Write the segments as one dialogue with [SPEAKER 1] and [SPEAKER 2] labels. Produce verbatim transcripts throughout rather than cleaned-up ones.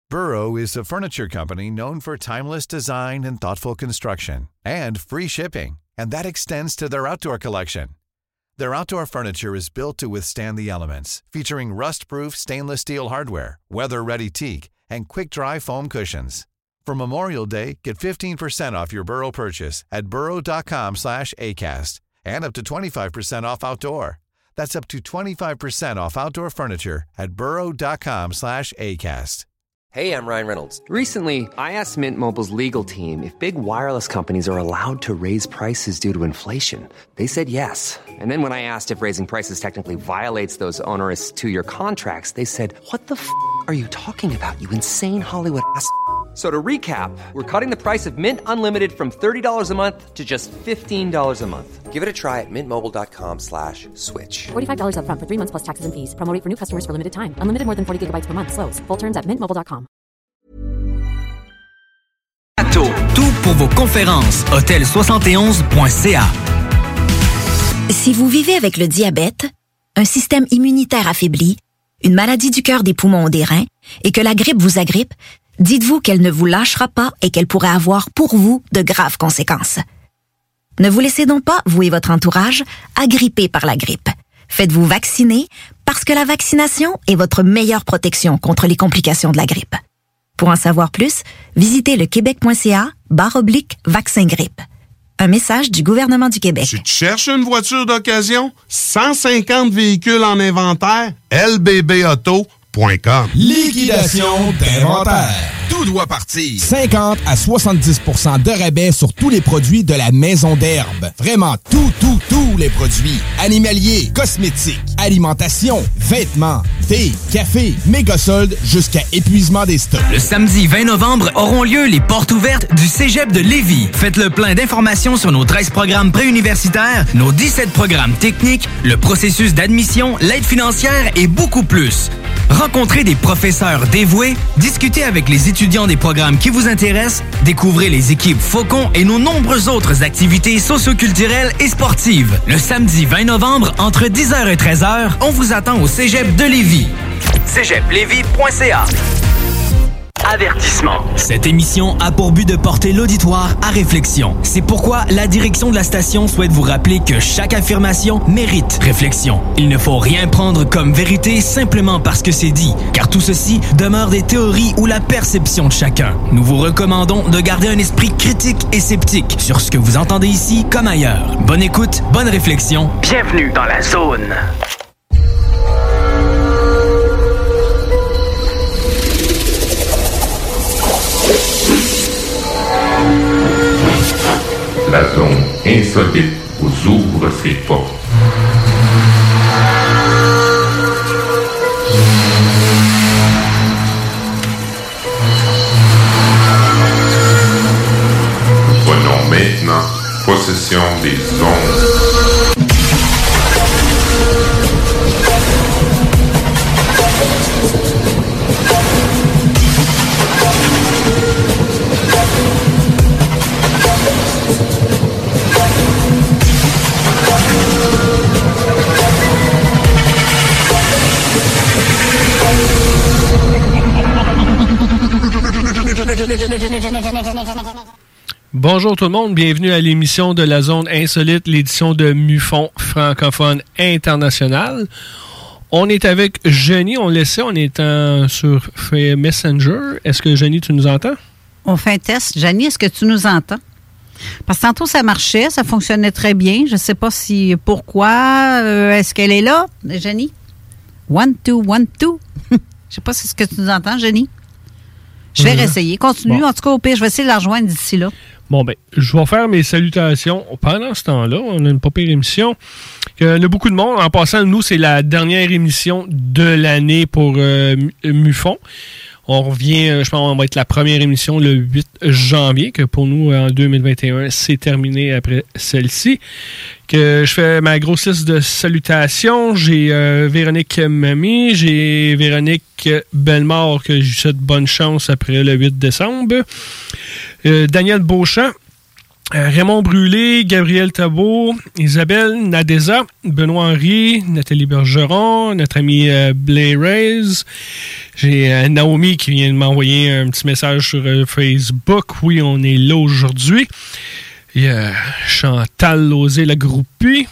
[SPEAKER 1] Burrow is a furniture company known for timeless design and thoughtful construction, and free shipping, and that extends to their outdoor collection. Their outdoor furniture is built to withstand the elements, featuring rust-proof stainless steel hardware, weather-ready teak, and quick-dry foam cushions. For Memorial Day, get fifteen percent off your Burrow purchase at burrow.com slash ACAST and up to twenty-five percent off outdoor. That's up to twenty-five percent off outdoor furniture at burrow.com slash ACAST.
[SPEAKER 2] Hey, I'm Ryan Reynolds. Recently, I asked Mint Mobile's legal team if big wireless companies are allowed to raise prices due to inflation. They said yes. And then when I asked if raising prices technically violates those onerous two-year contracts, they said, what the f*** are you talking about, you insane Hollywood ass f- So to recap, we're cutting the price of Mint Unlimited from thirty dollars a month to just fifteen dollars a month. Give it a try at mintmobile.com slash switch.
[SPEAKER 3] forty-five dollars up front for three months plus taxes and fees. Promo rate for new customers for limited time. Unlimited more than forty gigabytes per month. Slows full terms at mint mobile dot com.
[SPEAKER 4] Tout pour vos conférences. hôtel soixante et onze point c a.
[SPEAKER 5] Si vous vivez avec le diabète, un système immunitaire affaibli, une maladie du cœur, des poumons ou des reins, et que la grippe vous agrippe, dites-vous qu'elle ne vous lâchera pas et qu'elle pourrait avoir pour vous de graves conséquences. Ne vous laissez donc pas, vous et votre entourage, agripper par la grippe. Faites-vous vacciner parce que la vaccination est votre meilleure protection contre les complications de la grippe. Pour en savoir plus, visitez le québec.ca barre oblique vaccin grippe. Un message du gouvernement du Québec.
[SPEAKER 6] Si tu cherches une voiture d'occasion, cent cinquante véhicules en inventaire, l b b auto point com.
[SPEAKER 7] Liquidation d'inventaire. Tout doit partir. cinquante à soixante-dix pour cent de rabais sur tous les produits de la Maison d'Herbe. Vraiment tout, tout, tous les produits. Animaliers, cosmétiques, alimentation, vêtements, thé, café, méga soldes jusqu'à épuisement des stocks.
[SPEAKER 4] Le samedi vingt novembre auront lieu les portes ouvertes du Cégep de Lévis. Faites le plein d'informations sur nos treize programmes préuniversitaires, nos dix-sept programmes techniques, le processus d'admission, l'aide financière et beaucoup plus. Rencontrez des professeurs dévoués, discutez avec les étudiants des programmes qui vous intéressent, découvrez les équipes Faucon et nos nombreuses autres activités socio-culturelles et sportives. Le samedi vingt novembre, entre dix heures et treize heures, on vous attend au Cégep de Lévis. cégep lévis point c a. Avertissement. Cette émission a pour but de porter l'auditoire à réflexion. C'est pourquoi la direction de la station souhaite vous rappeler que chaque affirmation mérite réflexion. Il ne faut rien prendre comme vérité simplement parce que c'est dit, car tout ceci demeure des théories ou la perception de chacun. Nous vous recommandons de garder un esprit critique et sceptique sur ce que vous entendez ici comme ailleurs. Bonne écoute, bonne réflexion. Bienvenue dans la zone.
[SPEAKER 8] La zone insolite vous ouvre ses portes. Prenons maintenant possession des ondes.
[SPEAKER 9] Bonjour tout le monde, bienvenue à l'émission de la Zone Insolite, l'édition de MUFON francophone international. On est avec Jenny, on le sait, on est en, sur Messenger. Est-ce que Jenny, tu nous entends?
[SPEAKER 10] On fait un test. Jenny, est-ce que tu nous entends? Parce que tantôt, ça marchait, ça fonctionnait très bien. Je ne sais pas si pourquoi. Euh, est-ce qu'elle est là, Jenny? One, two, one, two. Je ne sais pas si c'est ce que tu nous entends, Jenny. Je vais mmh. réessayer. Continue. Bon. En tout cas, au pire, je vais essayer de la rejoindre d'ici là.
[SPEAKER 9] Bon, ben, je vais faire mes salutations pendant ce temps-là. On a une pas pire émission. Euh, il y a beaucoup de monde. En passant, nous, c'est la dernière émission de l'année pour euh, MUFON. On revient, je pense, on va être la première émission le huit janvier, que pour nous, en deux mille vingt et un, c'est terminé après celle-ci. Que je fais ma grosse liste de salutations. J'ai euh, Véronique Mamie, j'ai Véronique Bellemare, que je lui souhaite bonne chance après le huit décembre. Euh, Daniel Beauchamp, Euh, Raymond Brûlé, Gabriel Tabot, Isabelle Nadeza, Benoît Henry, Nathalie Bergeron, notre ami euh, Blair Reyes. J'ai euh, Naomi qui vient de m'envoyer un petit message sur euh, Facebook. Oui, on est là aujourd'hui. Il y a Chantal Lozé-Lagroupie.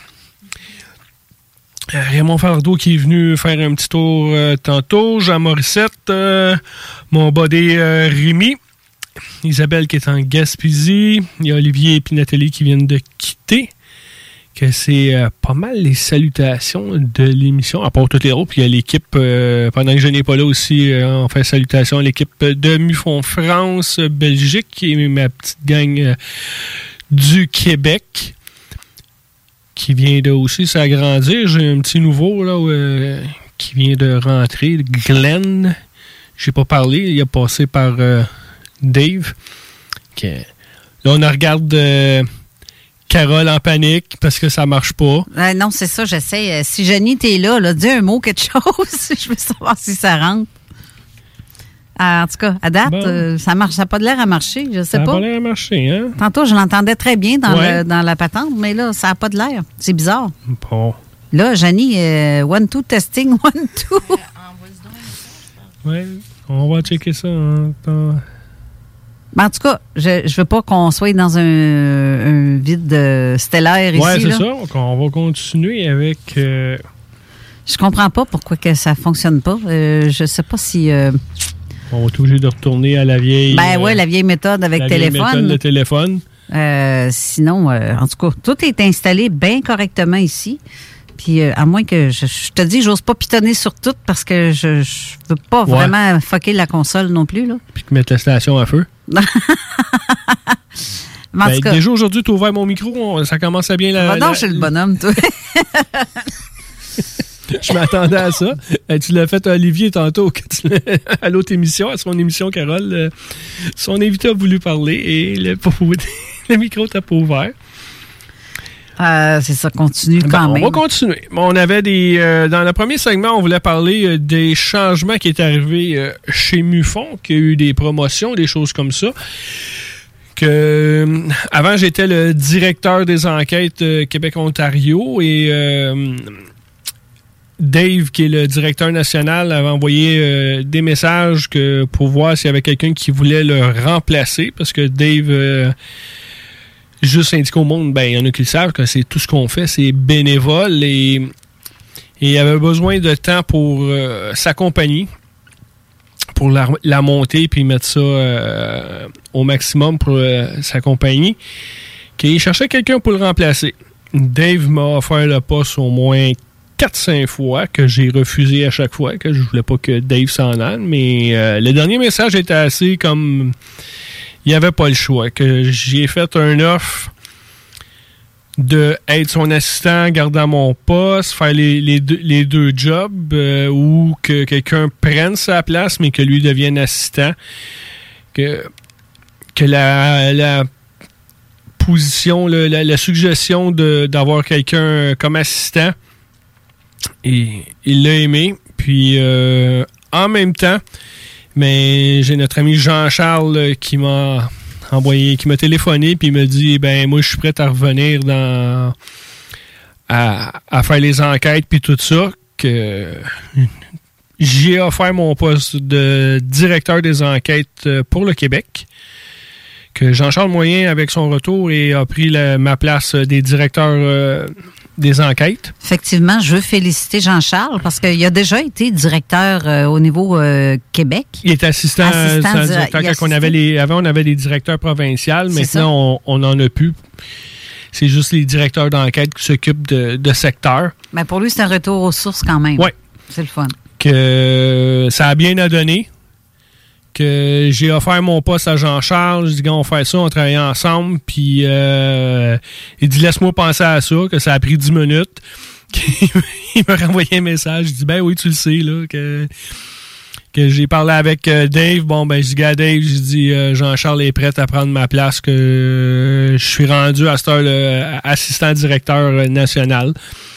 [SPEAKER 9] Euh, Raymond Fardeau qui est venu faire un petit tour euh, tantôt. Jean Morissette, euh, mon buddy euh, Rémi. Isabelle qui est en Gaspésie. Il y a Olivier et puis Nathalie qui viennent de quitter. Que c'est euh, pas mal les salutations de l'émission, à part toutes les autres. Puis il y a l'équipe, euh, pendant que je n'ai pas là aussi, euh, on fait salutations à l'équipe de Mufon France, Belgique, qui est ma petite gang euh, du Québec, qui vient de aussi s'agrandir. J'ai un petit nouveau là euh, qui vient de rentrer, Glenn. J'ai pas parlé, il a passé par... Euh, Dave. Okay. Là, on regarde euh, Carole en panique parce que ça marche pas.
[SPEAKER 10] Euh, non, c'est ça, j'essaie. Euh, si Jenny, t'es là, là, dis un mot, quelque chose. Je veux savoir si ça rentre. Euh, en tout cas, à date, bon. euh, ça marche. Ça n'a pas de l'air à marcher, je sais
[SPEAKER 9] ça
[SPEAKER 10] pas.
[SPEAKER 9] Ça n'a pas l'air à marcher, hein?
[SPEAKER 10] Tantôt, je l'entendais très bien dans,
[SPEAKER 9] ouais.
[SPEAKER 10] le, dans la patente, mais là, ça n'a pas de l'air. C'est bizarre.
[SPEAKER 9] Bon.
[SPEAKER 10] Là, Jenny, euh, one, two, testing, one, two.
[SPEAKER 9] Oui, on va checker ça. Hein.
[SPEAKER 10] Ben, en tout cas, je ne veux pas qu'on soit dans un, un vide euh, stellaire ici.
[SPEAKER 9] Oui, c'est
[SPEAKER 10] là.
[SPEAKER 9] ça. On va continuer avec... Euh...
[SPEAKER 10] Je comprends pas pourquoi que ça fonctionne pas. Euh, je sais pas si... Euh...
[SPEAKER 9] On va être obligé de retourner à la vieille...
[SPEAKER 10] Ben oui, euh, la vieille méthode avec
[SPEAKER 9] la
[SPEAKER 10] téléphone.
[SPEAKER 9] La vieille méthode de téléphone.
[SPEAKER 10] Euh, sinon, euh, en tout cas, tout est installé bien correctement ici. Puis, euh, à moins que... Je, je te dis, j'ose pas pitonner sur tout parce que je, je veux pas ouais. vraiment fucker la console non plus, là.
[SPEAKER 9] Puis que mettre la station à feu. ben, cas, déjà aujourd'hui, tu as ouvert mon micro, on, ça commence à bien la.
[SPEAKER 10] Va donc chez le bonhomme, toi.
[SPEAKER 9] Je m'attendais à ça. Ben, tu l'as fait à Olivier tantôt à l'autre émission, à son émission, Carole. Euh, son invité a voulu parler et le, le micro t'a pas ouvert.
[SPEAKER 10] Euh, c'est ça, continue quand
[SPEAKER 9] ben,
[SPEAKER 10] même.
[SPEAKER 9] On va continuer. On avait des. Euh, dans le premier segment, on voulait parler euh, des changements qui est arrivés euh, chez Mufon, qu'il y a eu des promotions, des choses comme ça. Que euh, avant, j'étais le directeur des enquêtes euh, Québec-Ontario et euh, Dave, qui est le directeur national, avait envoyé euh, des messages que pour voir s'il y avait quelqu'un qui voulait le remplacer, parce que Dave. Euh, Juste indiquer au monde, ben il y en a qui le savent, que c'est tout ce qu'on fait, c'est bénévole et, et il avait besoin de temps pour euh, sa compagnie, pour la, la monter puis mettre ça euh, au maximum pour euh, sa compagnie. Il cherchait quelqu'un pour le remplacer. Dave m'a offert le poste au moins quatre cinq fois, que j'ai refusé à chaque fois, que je voulais pas que Dave s'en aille, mais euh, le dernier message était assez comme... Il n'y avait pas le choix. Que j'ai fait un offre de être son assistant, garder mon poste, faire les, les, deux, les deux jobs, euh, ou que quelqu'un prenne sa place, mais que lui devienne assistant. Que, que la, la position, la, la, la suggestion de, d'avoir quelqu'un comme assistant, et, il l'a aimé. Puis, euh, en même temps, mais j'ai notre ami Jean-Charles qui m'a envoyé, qui m'a téléphoné puis il m'a dit ben moi je suis prêt à revenir dans à, à faire les enquêtes puis tout ça, que j'ai offert mon poste de directeur des enquêtes pour le Québec, que Jean-Charles Moyen avec son retour et a pris la, ma place des directeurs euh, des enquêtes.
[SPEAKER 10] Effectivement, je veux féliciter Jean-Charles parce qu'il a déjà été directeur euh, au niveau euh, Québec.
[SPEAKER 9] Il est assistant, assistant euh, directeur. Quand on avait les, avant, on avait des directeurs provinciaux. Maintenant, on n'en a plus. C'est juste les directeurs d'enquête qui s'occupent de, de secteurs.
[SPEAKER 10] Mais pour lui, c'est un retour aux sources quand même.
[SPEAKER 9] Oui.
[SPEAKER 10] C'est le fun.
[SPEAKER 9] Que ça a bien à donner. Que j'ai offert mon poste à Jean-Charles, je dis qu'on fait ça, on travaille ensemble, puis euh, il dit laisse-moi penser à ça, que ça a pris dix minutes. Il m'a renvoyé un message, je dis ben oui, tu le sais, là, que, que j'ai parlé avec euh, Dave, bon ben je dis gars Dave, je dis euh, Jean-Charles est prêt à prendre ma place, que euh, je suis rendu à cette heure le assistant directeur national.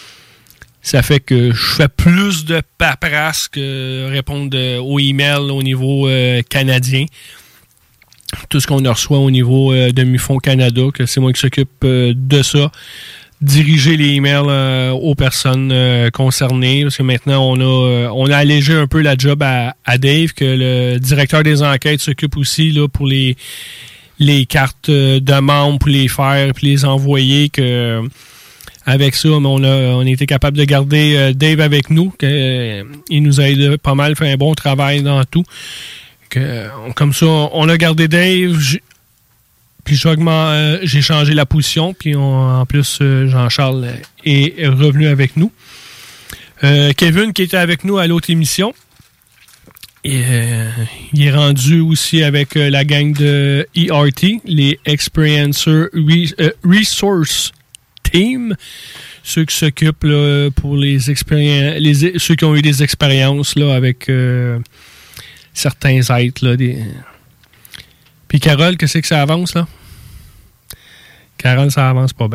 [SPEAKER 9] Ça fait que je fais plus de paperasse que répondre aux emails au niveau euh, canadien. tout ce qu'on reçoit au niveau euh, de MUFON Canada, que c'est moi qui s'occupe euh, de ça. Diriger les emails euh, aux personnes euh, concernées, parce que maintenant, on a euh, on a allégé un peu la job à, à Dave, que le directeur des enquêtes s'occupe aussi là pour les les cartes de membres, pour les faire, puis les envoyer, que avec ça, on a on a été capable de garder euh, Dave avec nous, que, euh, il nous a aidé pas mal, fait un bon travail dans tout. Que, comme ça, on a gardé Dave, j'ai, puis j'ai, euh, j'ai changé la position, puis on, en plus, euh, Jean-Charles est revenu avec nous. Euh, Kevin, qui était avec nous à l'autre émission, et, euh, il est rendu aussi avec euh, la gang de E R T, les Experiencer Re- euh, Resource Team, ceux qui s'occupent là, pour les expériences, les, ceux qui ont eu des expériences là, avec euh, certains êtres. Là, des... Puis Carole, qu'est-ce que ça avance, là? Carole, ça avance pas bien.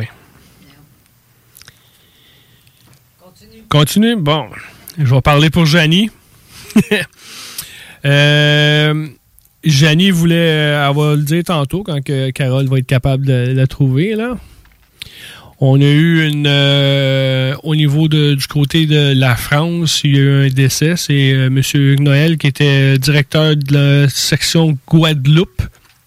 [SPEAKER 9] Continue. Continue? Bon. Je vais parler pour Janie. euh, Janie voulait, elle va le dire tantôt, quand que Carole va être capable de la trouver, là. On a eu une... Euh, au niveau de, du côté de la France, il y a eu un décès. C'est euh, M. Hugues Noël, qui était directeur de la section Guadeloupe.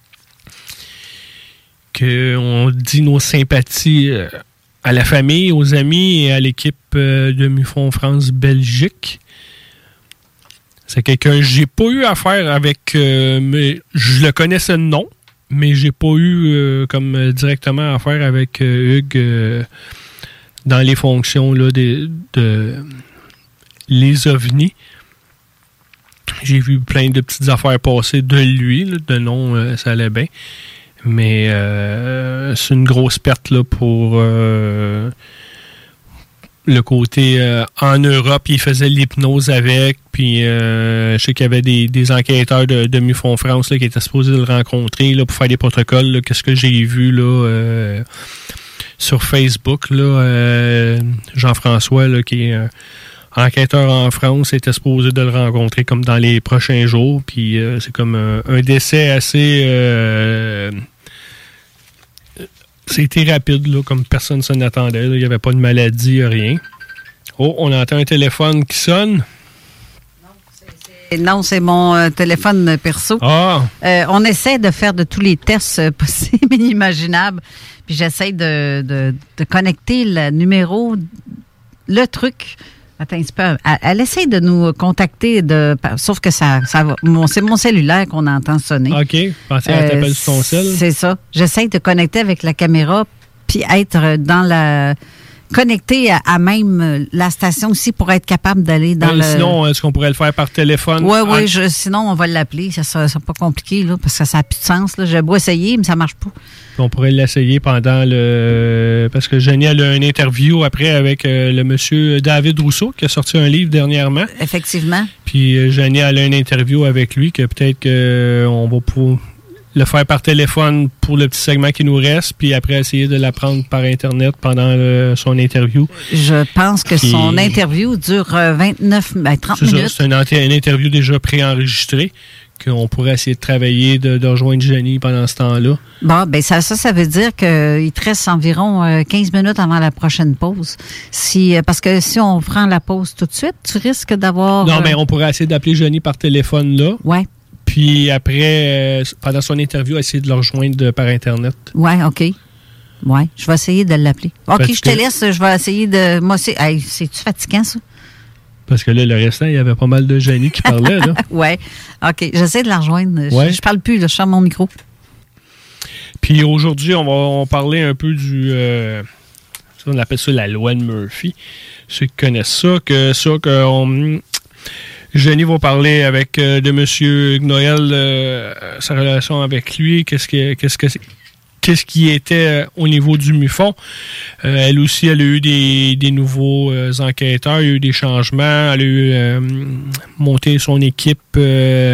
[SPEAKER 9] Que on dit nos sympathies euh, à la famille, aux amis et à l'équipe euh, de MUFON France-Belgique. C'est quelqu'un que j'ai pas eu affaire avec... Euh, mais je le connaissais de nom, mais j'ai pas eu euh, comme euh, directement affaire avec euh, Hugues euh, dans les fonctions là, de, de les ovnis. J'ai vu plein de petites affaires passer de lui, là, de nom, euh, ça allait bien. Mais euh, c'est une grosse perte là, pour euh, le côté euh, en Europe. Il faisait l'hypnose avec. Puis euh, je sais qu'il y avait des, des enquêteurs de, de MUFON France là, qui étaient supposés le rencontrer là, pour faire des protocoles. Là, qu'est-ce que j'ai vu là, euh, sur Facebook? Là, euh, Jean-François, là, qui est euh, enquêteur en France, était supposé de le rencontrer comme dans les prochains jours. Puis euh, c'est comme un, un décès assez... Euh, c'était rapide, là, comme personne ne s'en attendait. Là. Il n'y avait pas de maladie, rien. Oh, on entend un téléphone qui sonne.
[SPEAKER 10] Non, c'est, c'est, non, c'est mon euh, téléphone perso.
[SPEAKER 9] Ah!
[SPEAKER 10] Euh, on essaie de faire de tous les tests possibles et inimaginables. Puis j'essaie de, de, de connecter le numéro, le truc... Attends un petit peu. Elle, elle essaie de nous contacter, de, sauf que ça, ça va. Mon, c'est mon cellulaire qu'on entend sonner.
[SPEAKER 9] OK. Pensez qu'elle t'appelle sur ton cell.
[SPEAKER 10] C'est ça. J'essaie de connecter avec la caméra, puis être dans la... connecté à, à même la station aussi pour être capable d'aller dans
[SPEAKER 9] euh,
[SPEAKER 10] le...
[SPEAKER 9] Sinon, est-ce qu'on pourrait le faire par téléphone?
[SPEAKER 10] Oui, oui. Je, sinon, on va l'appeler. Ça ne sera pas compliqué, là, parce que ça n'a plus de sens. Là. J'ai beau essayer, mais ça ne marche pas.
[SPEAKER 9] On pourrait l'essayer pendant le... Parce que Jenny a eu une interview après avec euh, le monsieur David Rousseau, qui a sorti un livre dernièrement.
[SPEAKER 10] Effectivement.
[SPEAKER 9] Puis euh, Jenny a eu une interview avec lui, que peut-être qu'on euh, va pouvoir le faire par téléphone pour le petit segment qui nous reste, puis après essayer de l'apprendre par Internet pendant le, son interview.
[SPEAKER 10] Je pense que
[SPEAKER 9] puis,
[SPEAKER 10] son interview dure vingt-neuf, ben, trente
[SPEAKER 9] c'est
[SPEAKER 10] minutes.
[SPEAKER 9] Ça, c'est une, une interview déjà préenregistrée, qu'on pourrait essayer de travailler, de, de rejoindre Jenny pendant ce temps-là.
[SPEAKER 10] Bon, ben ça, ça, ça veut dire qu'il te reste environ quinze minutes avant la prochaine pause. Si, parce que si on prend la pause tout de suite, tu risques d'avoir...
[SPEAKER 9] Non, mais on pourrait essayer d'appeler Jenny par téléphone, là.
[SPEAKER 10] Ouais.
[SPEAKER 9] Puis après, euh, pendant son interview, essayer de le rejoindre par Internet.
[SPEAKER 10] Oui, OK. Oui, je vais essayer de l'appeler. OK, Parce je te que... laisse. Je vais essayer de... Moi, c'est... Hey, c'est-tu fatigant, ça?
[SPEAKER 9] Parce que là, le restant, il y avait pas mal de Jenny qui parlait, là.
[SPEAKER 10] Oui. OK, j'essaie de la rejoindre.
[SPEAKER 9] Ouais.
[SPEAKER 10] Je, je parle plus, là, je sors mon micro.
[SPEAKER 9] Puis aujourd'hui, on va on parler un peu du... Euh, on appelle ça la loi de Murphy. Ceux qui connaissent ça, que ça, qu'on... Jenny va parler avec euh, de M. Noël, euh, sa relation avec lui, qu'est-ce que qu'est-ce que c'est, qu'est-ce qui était euh, au niveau du MUFON. Euh, elle aussi, elle a eu des, des nouveaux euh, enquêteurs, il y a eu des changements, elle a eu euh, monté son équipe euh,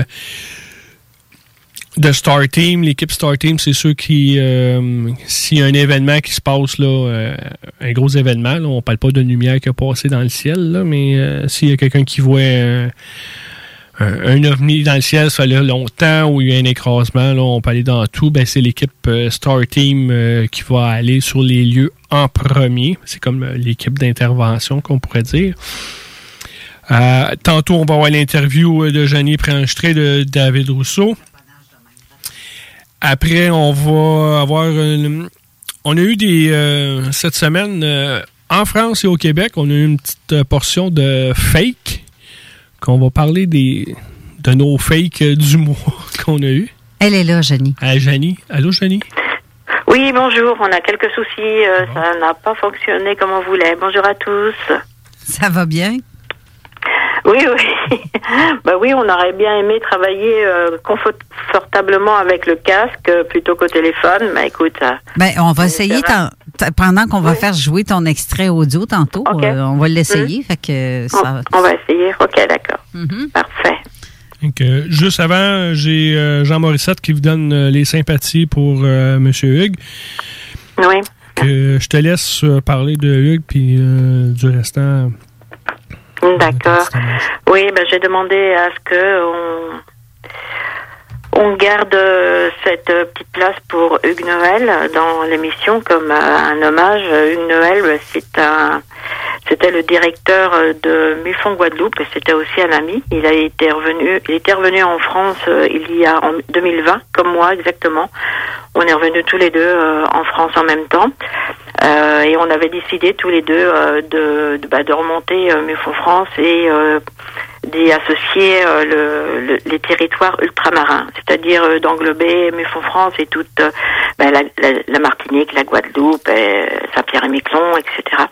[SPEAKER 9] de Star Team. L'équipe Star Team, c'est ceux qui, euh, s'il y a un événement qui se passe, là, euh, un gros événement, là, on parle pas de lumière qui a passé dans le ciel, là, mais euh, s'il y a quelqu'un qui voit euh, un, un ovni dans le ciel, ça fait longtemps, où il y a un écrasement, là, on peut aller dans tout, ben, c'est l'équipe euh, Star Team euh, qui va aller sur les lieux en premier. C'est comme euh, l'équipe d'intervention qu'on pourrait dire. Euh, tantôt, on va avoir l'interview de Jeannie préenregistrée de David Rousseau. Après, on va avoir... Une, on a eu des... Euh, cette semaine, euh, en France et au Québec, on a eu une petite portion de fake, qu'on va parler des de nos fakes du mois qu'on a eu.
[SPEAKER 10] Elle est là, Jeannie.
[SPEAKER 9] Ah, Jeannie. Allô, Jeannie?
[SPEAKER 11] Oui, bonjour. On a quelques soucis. Euh, bon. Ça n'a pas fonctionné comme on voulait. Bonjour à tous.
[SPEAKER 10] Ça va bien?
[SPEAKER 11] Oui, oui. Ben oui, on aurait bien aimé travailler euh, confortablement avec le casque euh, plutôt qu'au téléphone. Mais écoute, ça...
[SPEAKER 10] Ben, on va on essayer, pendant qu'on va oui. faire jouer ton extrait audio tantôt, okay. euh, on va l'essayer. Mmh. Fait que ça...
[SPEAKER 11] on, on va essayer. OK, d'accord. Mmh. Parfait.
[SPEAKER 9] Donc, euh, juste avant, j'ai euh, Jean Morissette qui vous donne euh, les sympathies pour euh, M. Hugues.
[SPEAKER 11] Oui.
[SPEAKER 9] Que je te laisse euh, parler de Hugues puis euh, du restant...
[SPEAKER 11] D'accord. Oui, ben, j'ai demandé à ce que on, on garde cette petite place pour Hugues Noël dans l'émission comme un hommage. Hugues Noël, c'est un, c'était le directeur de Mufon Guadeloupe et c'était aussi un ami. Il a été revenu, il était revenu en France il y a en deux mille vingt, comme moi exactement. On est revenus tous les deux euh, en France en même temps. Euh, et on avait décidé tous les deux euh, de, de, bah, de remonter euh, Mufon France et euh, d'y associer euh, le, le, les territoires ultramarins, c'est-à-dire euh, d'englober Mufon France et toute euh, bah, la, la, la Martinique, la Guadeloupe, et Saint-Pierre-et-Miquelon, et cetera.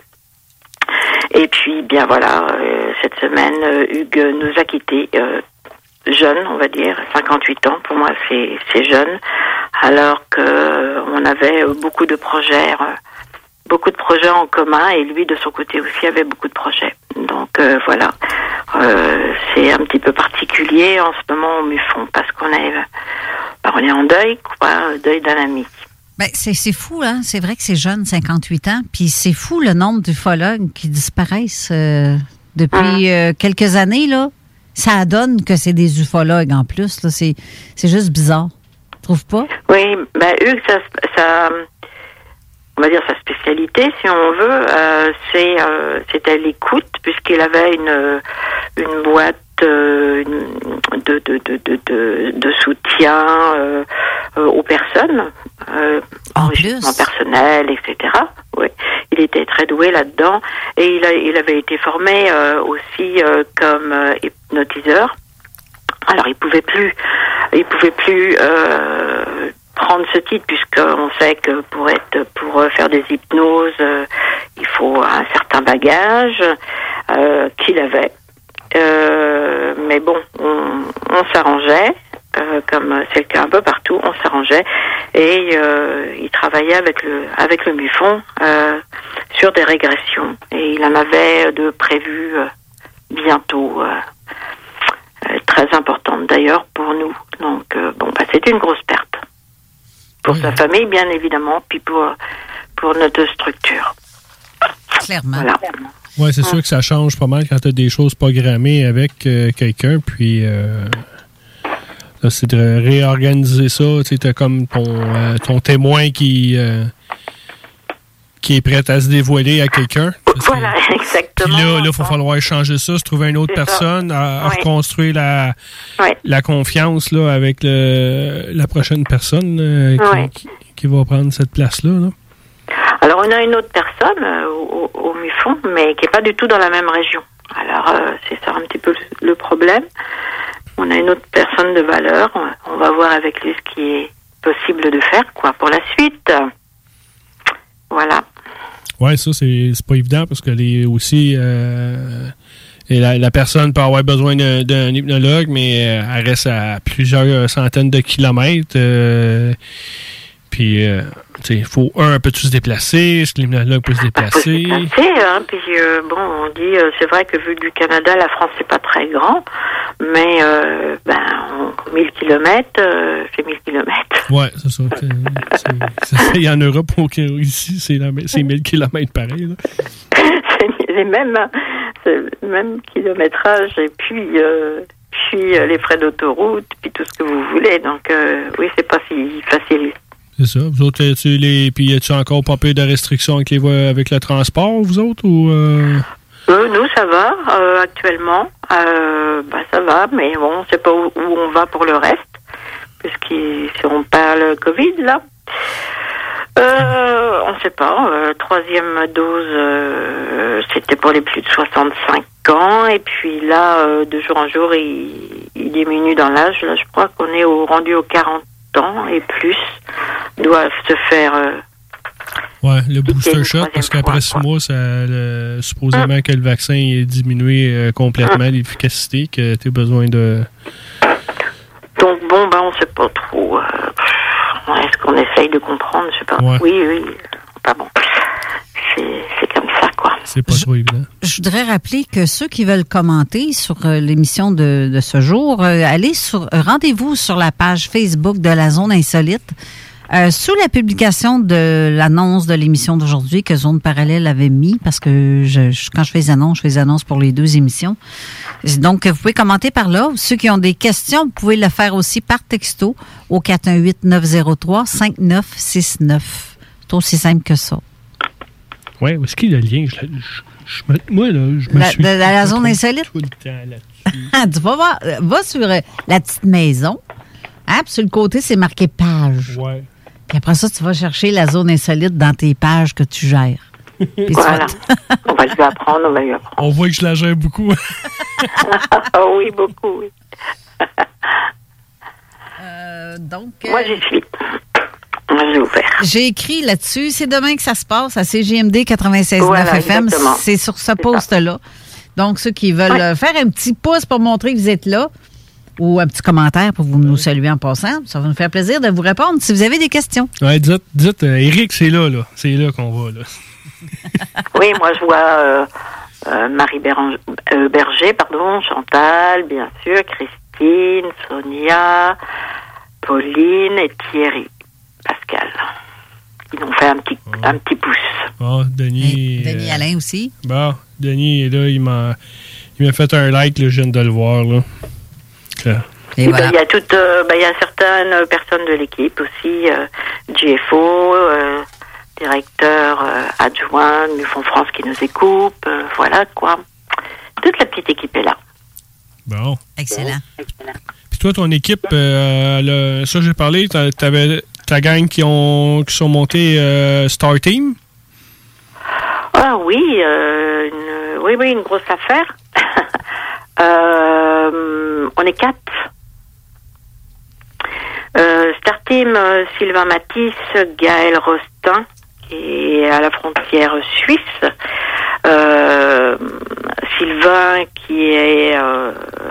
[SPEAKER 11] Et puis, bien voilà, euh, cette semaine, euh, Hugues nous a quittés, euh, jeune, on va dire, cinquante-huit ans, pour moi c'est, c'est jeune, alors que euh, on avait beaucoup de projets, euh, beaucoup de projets en commun, et lui de son côté aussi avait beaucoup de projets. Donc euh, voilà, euh, c'est un petit peu particulier en ce moment au Mufon parce qu'on est, bah, on est en deuil, quoi, deuil d'un ami.
[SPEAKER 10] Ben, c'est, c'est fou, hein? C'est vrai que c'est jeune, cinquante-huit ans, puis c'est fou le nombre d'ufologues qui disparaissent euh, depuis mmh. euh, quelques années, là. Ça donne que c'est des ufologues en plus, là. C'est, c'est juste bizarre. Tu trouves pas?
[SPEAKER 11] Oui, ben Hugues, ça, ça, on va dire sa spécialité, si on veut, euh, c'est, euh, c'était l'écoute, puisqu'il avait une, une boîte euh, de, de, de, de, de, de soutien euh, euh, aux personnes, euh,
[SPEAKER 10] en
[SPEAKER 11] enrichissement personnel, et cetera. Oui, il était très doué là-dedans, et il, a, il avait été formé euh, aussi euh, comme euh, hypnotiseur. Alors il pouvait plus, il pouvait plus euh, prendre ce titre puisqu'on sait que pour être, pour faire des hypnoses, euh, il faut un certain bagage euh, qu'il avait. Euh, mais bon, on, on s'arrangeait, euh, comme c'est le cas un peu partout, on s'arrangeait et euh, il travaillait avec le avec le Mufon euh, sur des régressions et il en avait de prévues euh, bientôt. Euh, très importante d'ailleurs pour nous. Donc, euh, bon, bah, c'était une grosse perte. Pour oui. sa famille, bien évidemment, puis pour, pour notre structure.
[SPEAKER 10] Clairement.
[SPEAKER 11] Voilà.
[SPEAKER 9] Oui, c'est hum. sûr que ça change pas mal quand tu as des choses programmées avec euh, quelqu'un, puis euh, là, c'est de réorganiser ça. Tu as comme ton, euh, ton témoin qui... Euh, qui est prête à se dévoiler à quelqu'un.
[SPEAKER 11] Voilà, que, exactement.
[SPEAKER 9] Puis là, il va falloir changer ça, se trouver une autre c'est personne, à, à oui. reconstruire la, oui. la confiance là, avec le, la prochaine personne euh, qui, oui. qui, qui va prendre cette place-là. Là.
[SPEAKER 11] Alors, on a une autre personne euh, au, au Mufon, mais qui n'est pas du tout dans la même région. Alors, euh, c'est ça un petit peu le, le problème. On a une autre personne de valeur. On va voir avec lui ce qui est possible de faire quoi, pour la suite. Voilà.
[SPEAKER 9] Oui, ça, c'est, c'est pas évident parce que les, aussi, euh, et la, la personne peut avoir besoin d'un, d'un hypnologue, mais euh, elle reste à plusieurs centaines de kilomètres. Euh, puis, euh, il faut, un, peut-tu se déplacer? Est-ce que l'hypnologue peut se déplacer?
[SPEAKER 11] Peut se déplacer, hein, puis euh, bon, on dit, euh, c'est vrai que vu du Canada, la France, c'est pas très grand, mais euh, ben, on, mille kilomètres, euh, c'est mille kilomètres.
[SPEAKER 9] Oui, c'est ça. C'est, c'est, c'est, et en Europe, ici, c'est, la, c'est mille kilomètres pareil. Là.
[SPEAKER 11] C'est les mêmes, c'est le même kilométrage, et puis, euh, puis euh, les frais d'autoroute, puis tout ce que vous voulez. Donc, euh, oui, c'est pas si facile.
[SPEAKER 9] C'est ça. Vous autres, tu les... puis y a-tu encore pas peu de restrictions avec, les voies... avec le transport, vous autres, ou... Euh...
[SPEAKER 11] Euh, nous, ça va, euh, actuellement. Euh, bah, ça va, mais bon, on sait pas où, où on va pour le reste, puisqu'ils seront pas le Covid, là. Euh, on sait pas. Euh, troisième dose, euh, c'était pour les plus de soixante-cinq ans, et puis là, euh, de jour en jour, il, il diminue dans l'âge. Là, je crois qu'on est au, rendu aux quarante ans et plus, doivent se faire... Euh,
[SPEAKER 9] ouais, le booster shot, parce qu'après six mois, ça, le, supposément que le vaccin est diminué euh, complètement, hum. l'efficacité, que tu as besoin de...
[SPEAKER 11] Donc bon, ben, on sait pas trop... Euh, est-ce qu'on essaye de comprendre? Je sais pas. Ouais. Oui, oui. Pas bon. C'est, c'est comme ça, quoi.
[SPEAKER 9] C'est pas trop évident.
[SPEAKER 10] Je voudrais rappeler que ceux qui veulent commenter sur euh, l'émission de, de ce jour, euh, allez sur, euh, rendez-vous sur la page Facebook de la Zone Insolite. Euh, sous la publication de l'annonce de l'émission d'aujourd'hui que Zone Parallèle avait mis, parce que je, je, quand je fais les annonces, je fais les annonces pour les deux émissions. Donc, vous pouvez commenter par là. Ceux qui ont des questions, vous pouvez le faire aussi par texto au quatre un huit neuf zéro trois cinq neuf six neuf. C'est aussi simple que ça.
[SPEAKER 9] Oui, où est-ce qu'il y a le lien? Je, je, je, moi, là, je me
[SPEAKER 10] la,
[SPEAKER 9] suis...
[SPEAKER 10] De, de la Zone Insolite?
[SPEAKER 9] Tout le temps là-dessus.
[SPEAKER 10] Tu vas voir, va sur euh, la petite maison. Hein, puis sur le côté, c'est marqué page.
[SPEAKER 9] Ouais.
[SPEAKER 10] Puis après ça, tu vas chercher la Zone Insolite dans tes pages que tu gères. Puis
[SPEAKER 11] voilà. Tu vas... on va lui apprendre, on va lui apprendre.
[SPEAKER 9] On voit que je la gère beaucoup.
[SPEAKER 11] Oh oui, beaucoup, oui.
[SPEAKER 10] euh, donc,
[SPEAKER 11] Moi, j'y suis. J'ai ouvert.
[SPEAKER 10] J'ai écrit là-dessus. C'est demain que ça se passe à C G M D quatre-vingt-seize neuf
[SPEAKER 11] voilà,
[SPEAKER 10] F M.
[SPEAKER 11] Exactement.
[SPEAKER 10] C'est sur ce post-là. Donc, ceux qui veulent ouais. faire un petit pouce pour montrer que vous êtes là, ou un petit commentaire pour vous nous saluer en passant. Ça va nous faire plaisir de vous répondre si vous avez des questions.
[SPEAKER 9] Oui, dites, dites euh, Éric, c'est là, là. C'est là qu'on va, là.
[SPEAKER 11] Oui, moi, je vois euh, euh, Marie Béranger, euh, Berger, pardon, Chantal, bien sûr, Christine, Sonia, Pauline et Thierry, Pascal. Ils ont fait un petit, oh. un petit pouce.
[SPEAKER 9] Oh, Denis.
[SPEAKER 10] Et Denis euh, Alain aussi.
[SPEAKER 9] Bon, Denis est là, il m'a, il m'a fait un like, là, je viens de le voir, là.
[SPEAKER 11] Et voilà. ben, il y a toutes, euh, ben, il y a certaines personnes de l'équipe aussi, euh, G F O, euh, directeur euh, adjoint, Mufon France qui nous écoute, euh, voilà quoi. Toute la petite équipe est là.
[SPEAKER 9] Bon.
[SPEAKER 10] Excellent.
[SPEAKER 9] Puis toi, ton équipe, euh, le, ça j'ai parlé, t'avais ta gang qui ont qui sont montés euh, Star Team?
[SPEAKER 11] Ah oui, euh, une, oui, oui, une grosse affaire. Euh, on est quatre. Euh, Star Team, euh, Sylvain Matisse, Gaël Rostin, qui est à la frontière suisse. Euh, Sylvain, qui est... Euh,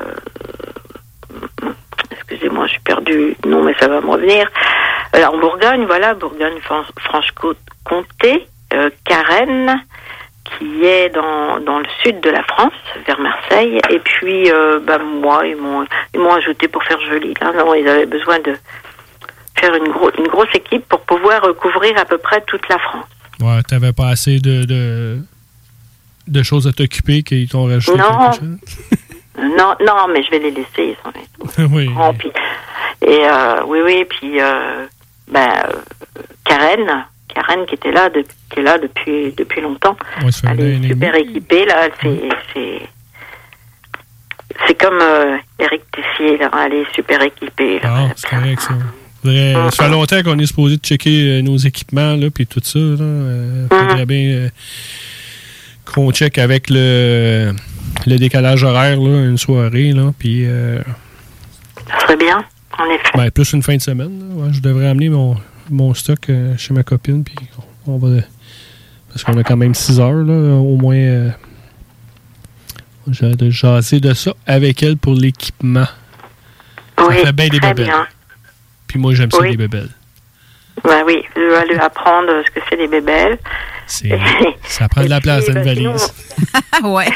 [SPEAKER 11] excusez-moi, je suis perdu. Non, mais ça va me revenir. Euh, en Bourgogne, voilà, Bourgogne-Franche-Comté. Euh, Karen, qui est dans, dans le sud de la France, vers Marseille. Et puis, euh, bah, moi, ils m'ont, ils m'ont ajouté pour faire joli. Là, non, ils avaient besoin de faire une, gros, une grosse équipe pour pouvoir euh, couvrir à peu près toute la France.
[SPEAKER 9] Ouais, t'avais pas assez de, de, de choses à t'occuper qu'ils t'ont rajouté
[SPEAKER 11] non. quelque chose? non, non, mais je vais les laisser. Ils sont
[SPEAKER 9] oui.
[SPEAKER 11] Oh, puis, et euh, oui, oui, puis euh, ben, euh, Karen... Karen qui était là, de, qui est là depuis depuis longtemps.
[SPEAKER 9] Ouais,
[SPEAKER 11] elle est super aimé. équipée là. C'est mmh. c'est c'est comme euh, Éric Tessier là. Elle est super équipée. Là.
[SPEAKER 9] Ah, c'est correct ça. Faudrait, mmh. Ça fait longtemps qu'on est supposé de checker euh, nos équipements là, puis tout ça. Là. Euh, faudrait mmh. bien euh, qu'on check avec le le décalage horaire là, une soirée là, puis. Euh,
[SPEAKER 11] ça serait bien, en effet.
[SPEAKER 9] Ben, plus une fin de semaine. Là. Ouais, je devrais amener mon mon stock euh, chez ma copine, puis on va... Parce qu'on a quand même six heures, là, au moins... Euh, j'ai de jaser de ça avec elle pour l'équipement.
[SPEAKER 11] Oui,
[SPEAKER 9] ça fait bien des bébelles. Bien. Puis moi, j'aime ça, oui. les bébelles.
[SPEAKER 11] Ben oui, je vais lui apprendre ce que c'est des bébelles.
[SPEAKER 9] C'est, ça prend de la place dans une valise.
[SPEAKER 10] Sinon... ouais.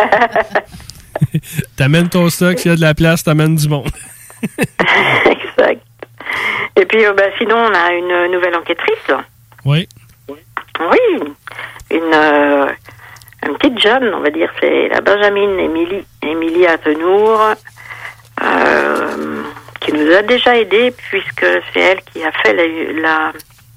[SPEAKER 9] T'amènes ton stock, s'il y a de la place, t'amènes du monde.
[SPEAKER 11] Exact. Et puis, euh, bah, sinon, on a une nouvelle enquêtrice.
[SPEAKER 9] Oui.
[SPEAKER 11] Oui, une, euh, une petite jeune, on va dire, c'est la Benjamine Émilie, Émilie Athenour. euh, qui nous a déjà aidés, puisque c'est elle qui a fait la... la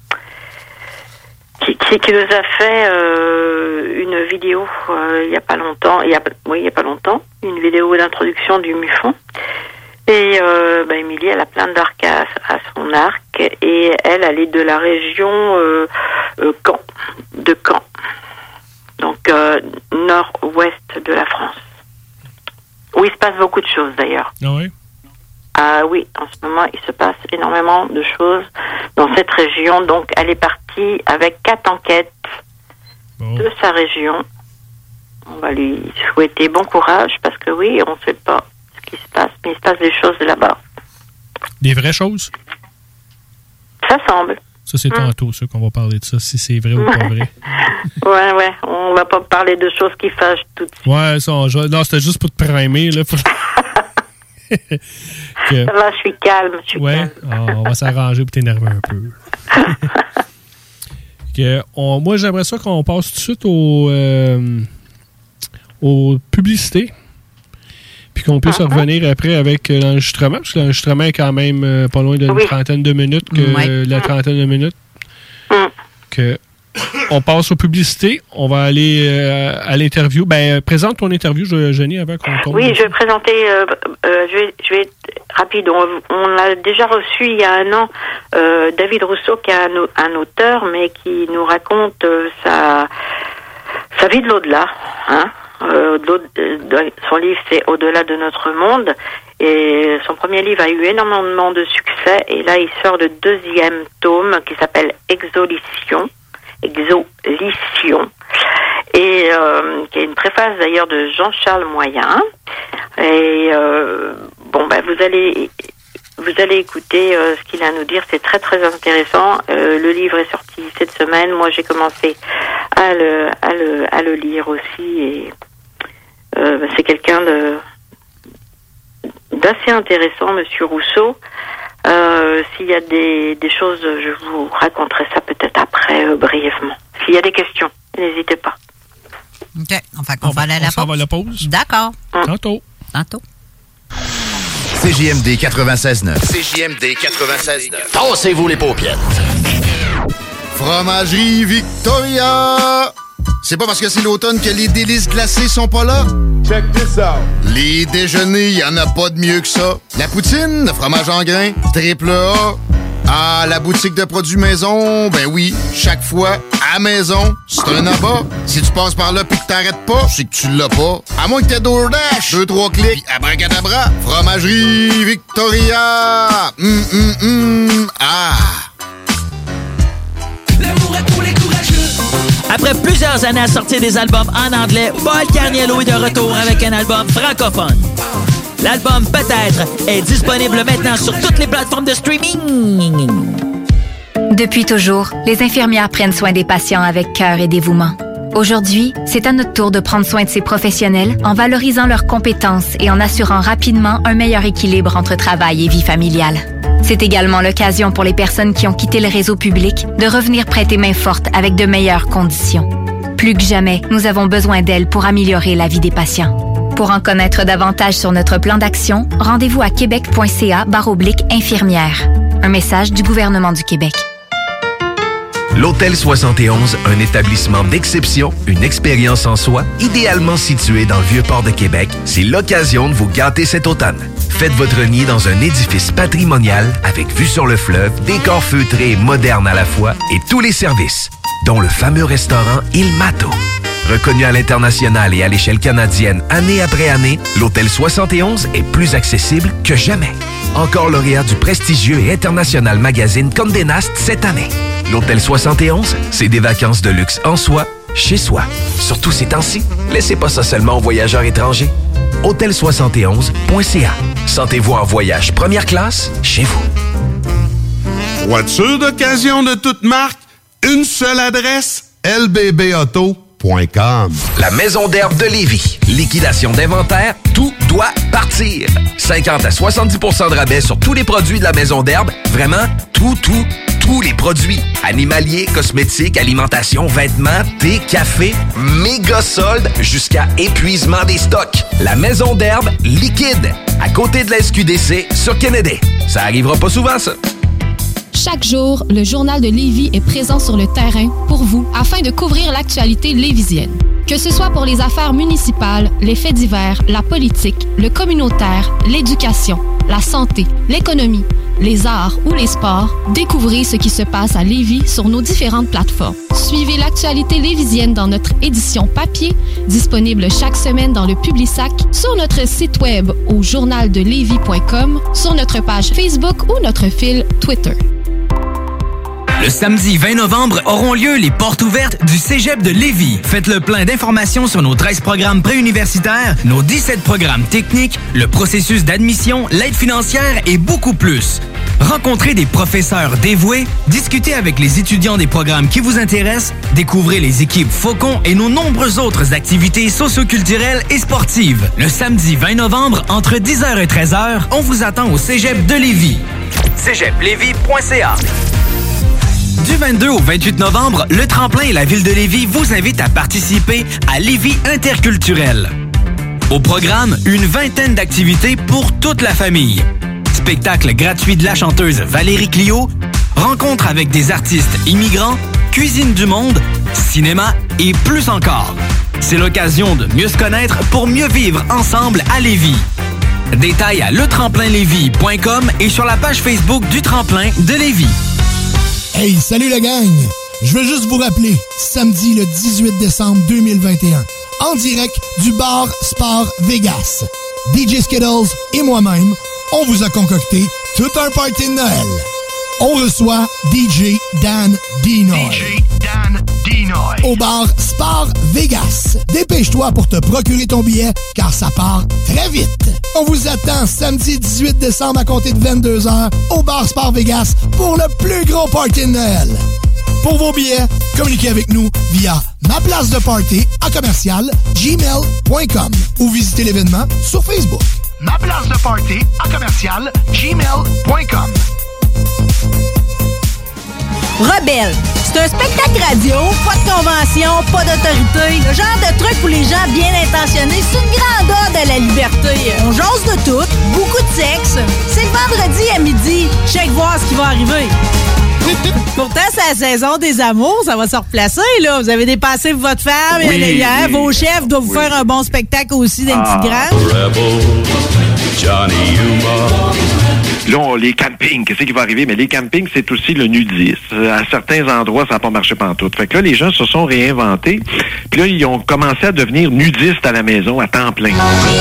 [SPEAKER 11] qui, qui, qui nous a fait euh, une vidéo euh, il n'y a pas longtemps, il y a, oui, il y a pas longtemps, une vidéo d'introduction du MUFON. Et euh, bah, Émilie, elle a plein d'arcs à, à son arc, et elle, elle est de la région euh, euh, Caen, de Caen, donc euh, nord-ouest de la France, où il se passe beaucoup de choses d'ailleurs.
[SPEAKER 9] Ah oui?
[SPEAKER 11] Ah oui, en ce moment, il se passe énormément de choses dans cette région. Donc, elle est partie avec quatre enquêtes bon. de sa région. On va lui souhaiter bon courage, parce que oui, on ne sait pas ce qui se passe, mais il se passe des choses là-bas.
[SPEAKER 9] Des vraies choses?
[SPEAKER 11] Ça semble.
[SPEAKER 9] Ça, c'est hum. tantôt, ça, qu'on va parler de ça, si c'est vrai ou pas vrai.
[SPEAKER 11] ouais, ouais, on va pas parler de choses qui fâchent tout de suite.
[SPEAKER 9] Ouais, ça, on... non, c'était juste pour te primer, là. Pour...
[SPEAKER 11] que... Là, je suis calme. Je suis
[SPEAKER 9] ouais,
[SPEAKER 11] calme.
[SPEAKER 9] on va s'arranger pour t'énerver un peu. que on, moi, j'aimerais ça qu'on passe tout de suite au, euh, aux publicités. Puis qu'on puisse uh-huh. revenir après avec l'enregistrement. Parce que l'enregistrement est quand même euh, pas loin d'une oui. trentaine de minutes que ouais. la trentaine de minutes. Mm. Que on passe aux publicités. On va aller euh, à l'interview. Ben, présente ton interview, Jenny, avant qu'on tombe.
[SPEAKER 11] Oui, je vais présenter. Euh, euh, je, vais, je vais être rapide. On, on a déjà reçu il y a un an euh, David Rousseau, qui est un, un auteur, mais qui nous raconte euh, sa, sa vie de l'au-delà. Hein? Euh, son livre, c'est Au-delà de notre monde. Et son premier livre a eu énormément de succès. Et là, il sort le deuxième tome qui s'appelle Exolition. Exolition, et euh, qui est une préface d'ailleurs de Jean-Charles Moyen. Et euh, bon, ben vous allez vous allez écouter euh, ce qu'il a à nous dire. C'est très très intéressant. Euh, le livre est sorti cette semaine. Moi, j'ai commencé à le à le à le lire aussi. Et euh, ben, c'est quelqu'un de d'assez intéressant, Monsieur Rousseau. Euh, s'il y a des, des choses, je vous raconterai ça peut-être après, euh, brièvement. S'il y a des questions, n'hésitez pas.
[SPEAKER 10] OK. Enfin, qu'on va aller à la pause.
[SPEAKER 9] On va à la pause.
[SPEAKER 10] D'accord.
[SPEAKER 9] Hum. Tantôt.
[SPEAKER 10] Tantôt.
[SPEAKER 12] C J M D quatre-vingt-seize neuf.
[SPEAKER 13] C J M D quatre-vingt-seize neuf.
[SPEAKER 12] Tassez-vous les paupières.
[SPEAKER 14] Fromagerie Victoria! C'est pas parce que c'est l'automne que les délices glacées sont pas là?
[SPEAKER 15] Check this out!
[SPEAKER 14] Les déjeuners, y en a pas de mieux que ça. La poutine, le fromage en grains, triple A. Ah, la boutique de produits maison, ben oui, chaque fois, à maison, c'est un abat. Si tu passes par là pis que t'arrêtes pas, c'est que tu l'as pas. À moins que t'aies DoorDash, deux, trois clics, abracadabra. Fromagerie Victoria! Hum, hum, hum, ah!
[SPEAKER 16] L'amour est pour les courageux. Après plusieurs années à sortir des albums en anglais, Paul Carniello est de retour avec un album francophone. L'album Peut-être est disponible maintenant sur toutes les plateformes de streaming.
[SPEAKER 5] Depuis toujours, les infirmières prennent soin des patients avec cœur et dévouement. Aujourd'hui, c'est à notre tour de prendre soin de ces professionnels en valorisant leurs compétences et en assurant rapidement un meilleur équilibre entre travail et vie familiale. C'est également l'occasion pour les personnes qui ont quitté le réseau public de revenir prêter main forte avec de meilleures conditions. Plus que jamais, nous avons besoin d'elles pour améliorer la vie des patients. Pour en connaître davantage sur notre plan d'action, rendez-vous à québec.ca barre oblique infirmière. Un message du gouvernement du Québec.
[SPEAKER 17] L'Hôtel soixante et onze, un établissement d'exception, une expérience en soi, idéalement situé dans le Vieux-Port de Québec, c'est l'occasion de vous gâter cet automne. Faites votre nid dans un édifice patrimonial avec vue sur le fleuve, décor feutré et moderne à la fois et tous les services, dont le fameux restaurant Il Mato. Reconnu à l'international et à l'échelle canadienne année après année, l'Hôtel soixante et onze est plus accessible que jamais. Encore lauréat du prestigieux et international magazine Condé Nast cette année. L'Hôtel soixante et onze, c'est des vacances de luxe en soi, chez soi. Surtout ces temps-ci, laissez pas ça seulement aux voyageurs étrangers. hôtel soixante et onze point c a. Sentez-vous en voyage première classe chez vous.
[SPEAKER 6] Voiture d'occasion de toute marque, une seule adresse, l b b auto point com.
[SPEAKER 17] La Maison d'herbe de Lévis. Liquidation d'inventaire, tout doit partir. cinquante à soixante-dix pour cent de rabais sur tous les produits de la Maison d'herbe. Vraiment, tout, tout, tous les produits. Animaliers, cosmétiques, alimentation, vêtements, thé, café, méga soldes jusqu'à épuisement des stocks. La maison d'herbe liquide, à côté de la S Q D C sur Kennedy. Ça arrivera pas souvent, ça.
[SPEAKER 18] Chaque jour, le Journal de Lévis est présent sur le terrain pour vous afin de couvrir l'actualité lévisienne. Que ce soit pour les affaires municipales, les faits divers, la politique, le communautaire, l'éducation, la santé, l'économie, les arts ou les sports, découvrez ce qui se passe à Lévis sur nos différentes plateformes. Suivez l'actualité lévisienne dans notre édition papier, disponible chaque semaine dans le Publisac, sur notre site web au journal de lévis point com, sur notre page Facebook ou notre fil Twitter.
[SPEAKER 4] Le samedi vingt novembre auront lieu les portes ouvertes du Cégep de Lévis. Faites le plein d'informations sur nos treize programmes préuniversitaires, nos dix-sept programmes techniques, le processus d'admission, l'aide financière et beaucoup plus. Rencontrez des professeurs dévoués, discutez avec les étudiants des programmes qui vous intéressent, découvrez les équipes Faucon et nos nombreuses autres activités socio-culturelles et sportives. Le samedi vingt novembre, entre dix heures et treize heures, on vous attend au Cégep de Lévis. cégep lévis point c a. Du vingt-deux au vingt-huit novembre, le Tremplin et la Ville de Lévis vous invitent à participer à Lévis Interculturel. Au programme, une vingtaine d'activités pour toute la famille. Spectacle gratuit de la chanteuse Valérie Clio, rencontres avec des artistes immigrants, cuisine du monde, cinéma et plus encore. C'est l'occasion de mieux se connaître pour mieux vivre ensemble à Lévis. Détails à le tremplin lévis point com et sur la page Facebook du Tremplin de Lévis.
[SPEAKER 19] Hey, salut la gang! Je veux juste vous rappeler, samedi le dix-huit décembre deux mille vingt et un, en direct du bar Sport Vegas. D J Skittles et moi-même, on vous a concocté tout un party de Noël. On reçoit D J Dan Dinoy. D J Dan Dinoy. Au bar Sport Vegas. Dépêche-toi pour te procurer ton billet, car ça part très vite. On vous attend samedi dix-huit décembre à compter de vingt-deux heures au bar Sport Vegas pour le plus gros party de Noël. Pour vos billets, communiquez avec nous via ma place de party à commercial gmail point com ou visitez l'événement sur Facebook. Ma place de party à commercial gmail point com.
[SPEAKER 10] Rebelle, c'est un spectacle radio, pas de convention, pas d'autorité. Le genre de truc pour les gens bien intentionnés, c'est une grande ode à la liberté. On jase de tout, beaucoup de sexe. C'est le vendredi à midi. Check voir ce qui va arriver. Pourtant, c'est la saison des amours, ça va se replacer, là. Vous avez dépassé pour votre femme,
[SPEAKER 20] oui,
[SPEAKER 10] hier,
[SPEAKER 20] oui.
[SPEAKER 10] vos chefs doivent vous faire un bon spectacle aussi dans
[SPEAKER 20] Ah,
[SPEAKER 10] une petite grange.
[SPEAKER 20] Rebel, Johnny Yuma. Là, on- les campings, qu'est-ce qui va arriver? Mais les campings, c'est aussi le nudisme. À certains endroits, ça n'a pas marché pantoute. Fait que là, les gens se sont réinventés. Puis là, ils ont commencé à devenir nudistes à la maison à temps plein.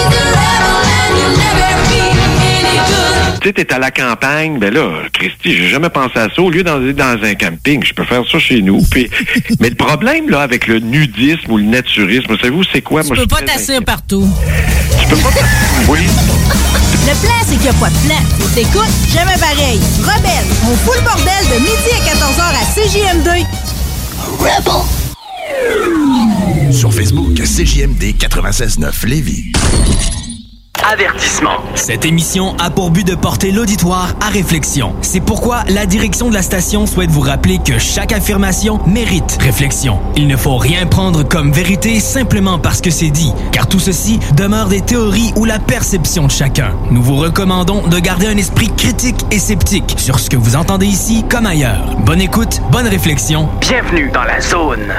[SPEAKER 20] Tu sais, t'es à la campagne, ben là, Christy, j'ai jamais pensé à ça. Au lieu d'aller dans un camping, je peux faire ça chez nous. Puis, mais le problème, là, avec le nudisme ou le naturisme, savez-vous, c'est quoi?
[SPEAKER 10] Tu
[SPEAKER 20] Moi,
[SPEAKER 10] peux
[SPEAKER 20] je
[SPEAKER 10] pas
[SPEAKER 20] suis très
[SPEAKER 10] t'asseoir partout.
[SPEAKER 20] Tu peux pas... Oui.
[SPEAKER 10] Le plan, c'est qu'il n'y a pas de plan. On t'écoute, jamais pareil. Rebelle, on fout le bordel de midi à quatorze heures à C J M D.
[SPEAKER 7] Rebel. Sur Facebook, C J M D quatre-vingt-seize neuf Lévis.
[SPEAKER 4] Avertissement. Cette émission a pour but de porter l'auditoire à réflexion. C'est pourquoi la direction de la station souhaite vous rappeler que chaque affirmation mérite réflexion. Il ne faut rien prendre comme vérité simplement parce que c'est dit, car tout ceci demeure des théories ou la perception de chacun. Nous vous recommandons de garder un esprit critique et sceptique sur ce que vous entendez ici comme ailleurs. Bonne écoute, bonne réflexion. Bienvenue dans la zone.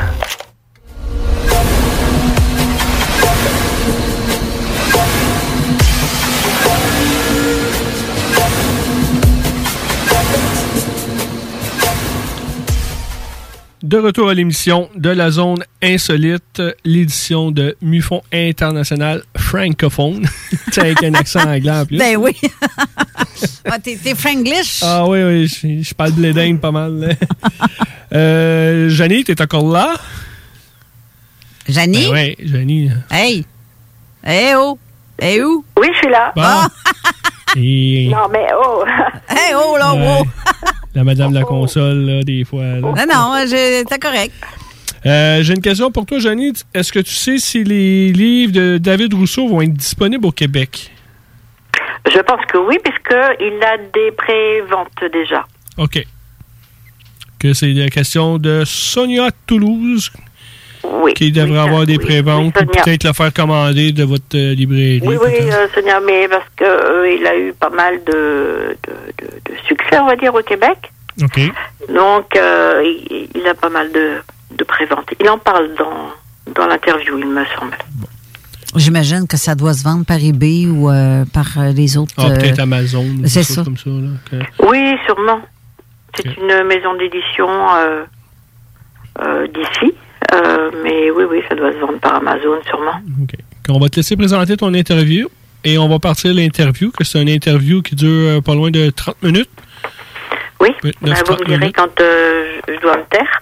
[SPEAKER 9] De retour à l'émission de la zone insolite, l'édition de MUFON International francophone. Tu sais, avec un accent anglais en plus.
[SPEAKER 10] Ben oui. Ah, t'es, t'es franglish.
[SPEAKER 9] Ah oui, oui, je, je parle bléding pas mal. Là. euh, Janie, t'es encore là?
[SPEAKER 10] Janie?
[SPEAKER 9] Ben oui, Janie.
[SPEAKER 10] Hey! Hey oh! Hey où?
[SPEAKER 11] Oui, je suis là.
[SPEAKER 9] Bon.
[SPEAKER 10] Ah.
[SPEAKER 9] Et
[SPEAKER 11] Non, mais oh!
[SPEAKER 10] Hey oh, là,
[SPEAKER 9] Ouais.
[SPEAKER 10] wow!
[SPEAKER 9] la madame de la console, là, des fois. là.
[SPEAKER 10] Non, non, je- t'es correct.
[SPEAKER 9] Euh, J'ai une question pour toi, Janie. Est-ce que tu sais si les livres de David Rousseau vont être disponibles au Québec?
[SPEAKER 11] Je pense que oui, puisqu'il a des préventes déjà.
[SPEAKER 9] OK. que c'est la question de Sonia Toulouse.
[SPEAKER 11] Oui.
[SPEAKER 9] Qui devrait
[SPEAKER 11] oui,
[SPEAKER 9] avoir des
[SPEAKER 11] oui,
[SPEAKER 9] préventes
[SPEAKER 11] oui,
[SPEAKER 9] ou peut-être le faire commander de votre euh, librairie.
[SPEAKER 11] Oui, oui, euh, Sonia, mais parce que euh, il a eu pas mal de, de, de, de succès, on va dire, au Québec.
[SPEAKER 9] OK.
[SPEAKER 11] Donc, euh, il, il a pas mal de, de préventes. Il en parle dans, dans l'interview, il me semble.
[SPEAKER 9] Bon.
[SPEAKER 10] J'imagine que ça doit se vendre par eBay ou euh, par euh, les autres...
[SPEAKER 9] Ah, peut-être euh, Amazon.
[SPEAKER 10] C'est ça.
[SPEAKER 9] Comme ça là, okay.
[SPEAKER 11] Oui, sûrement. C'est okay. Une maison d'édition euh, euh, d'ici. Euh, mais oui, oui, ça doit se vendre par Amazon, sûrement.
[SPEAKER 9] OK. On va te laisser présenter ton interview et on va partir l'interview, que c'est une interview qui dure euh, pas loin de trente minutes.
[SPEAKER 11] Oui, ben, vous me direz minutes. Quand euh, je dois me taire.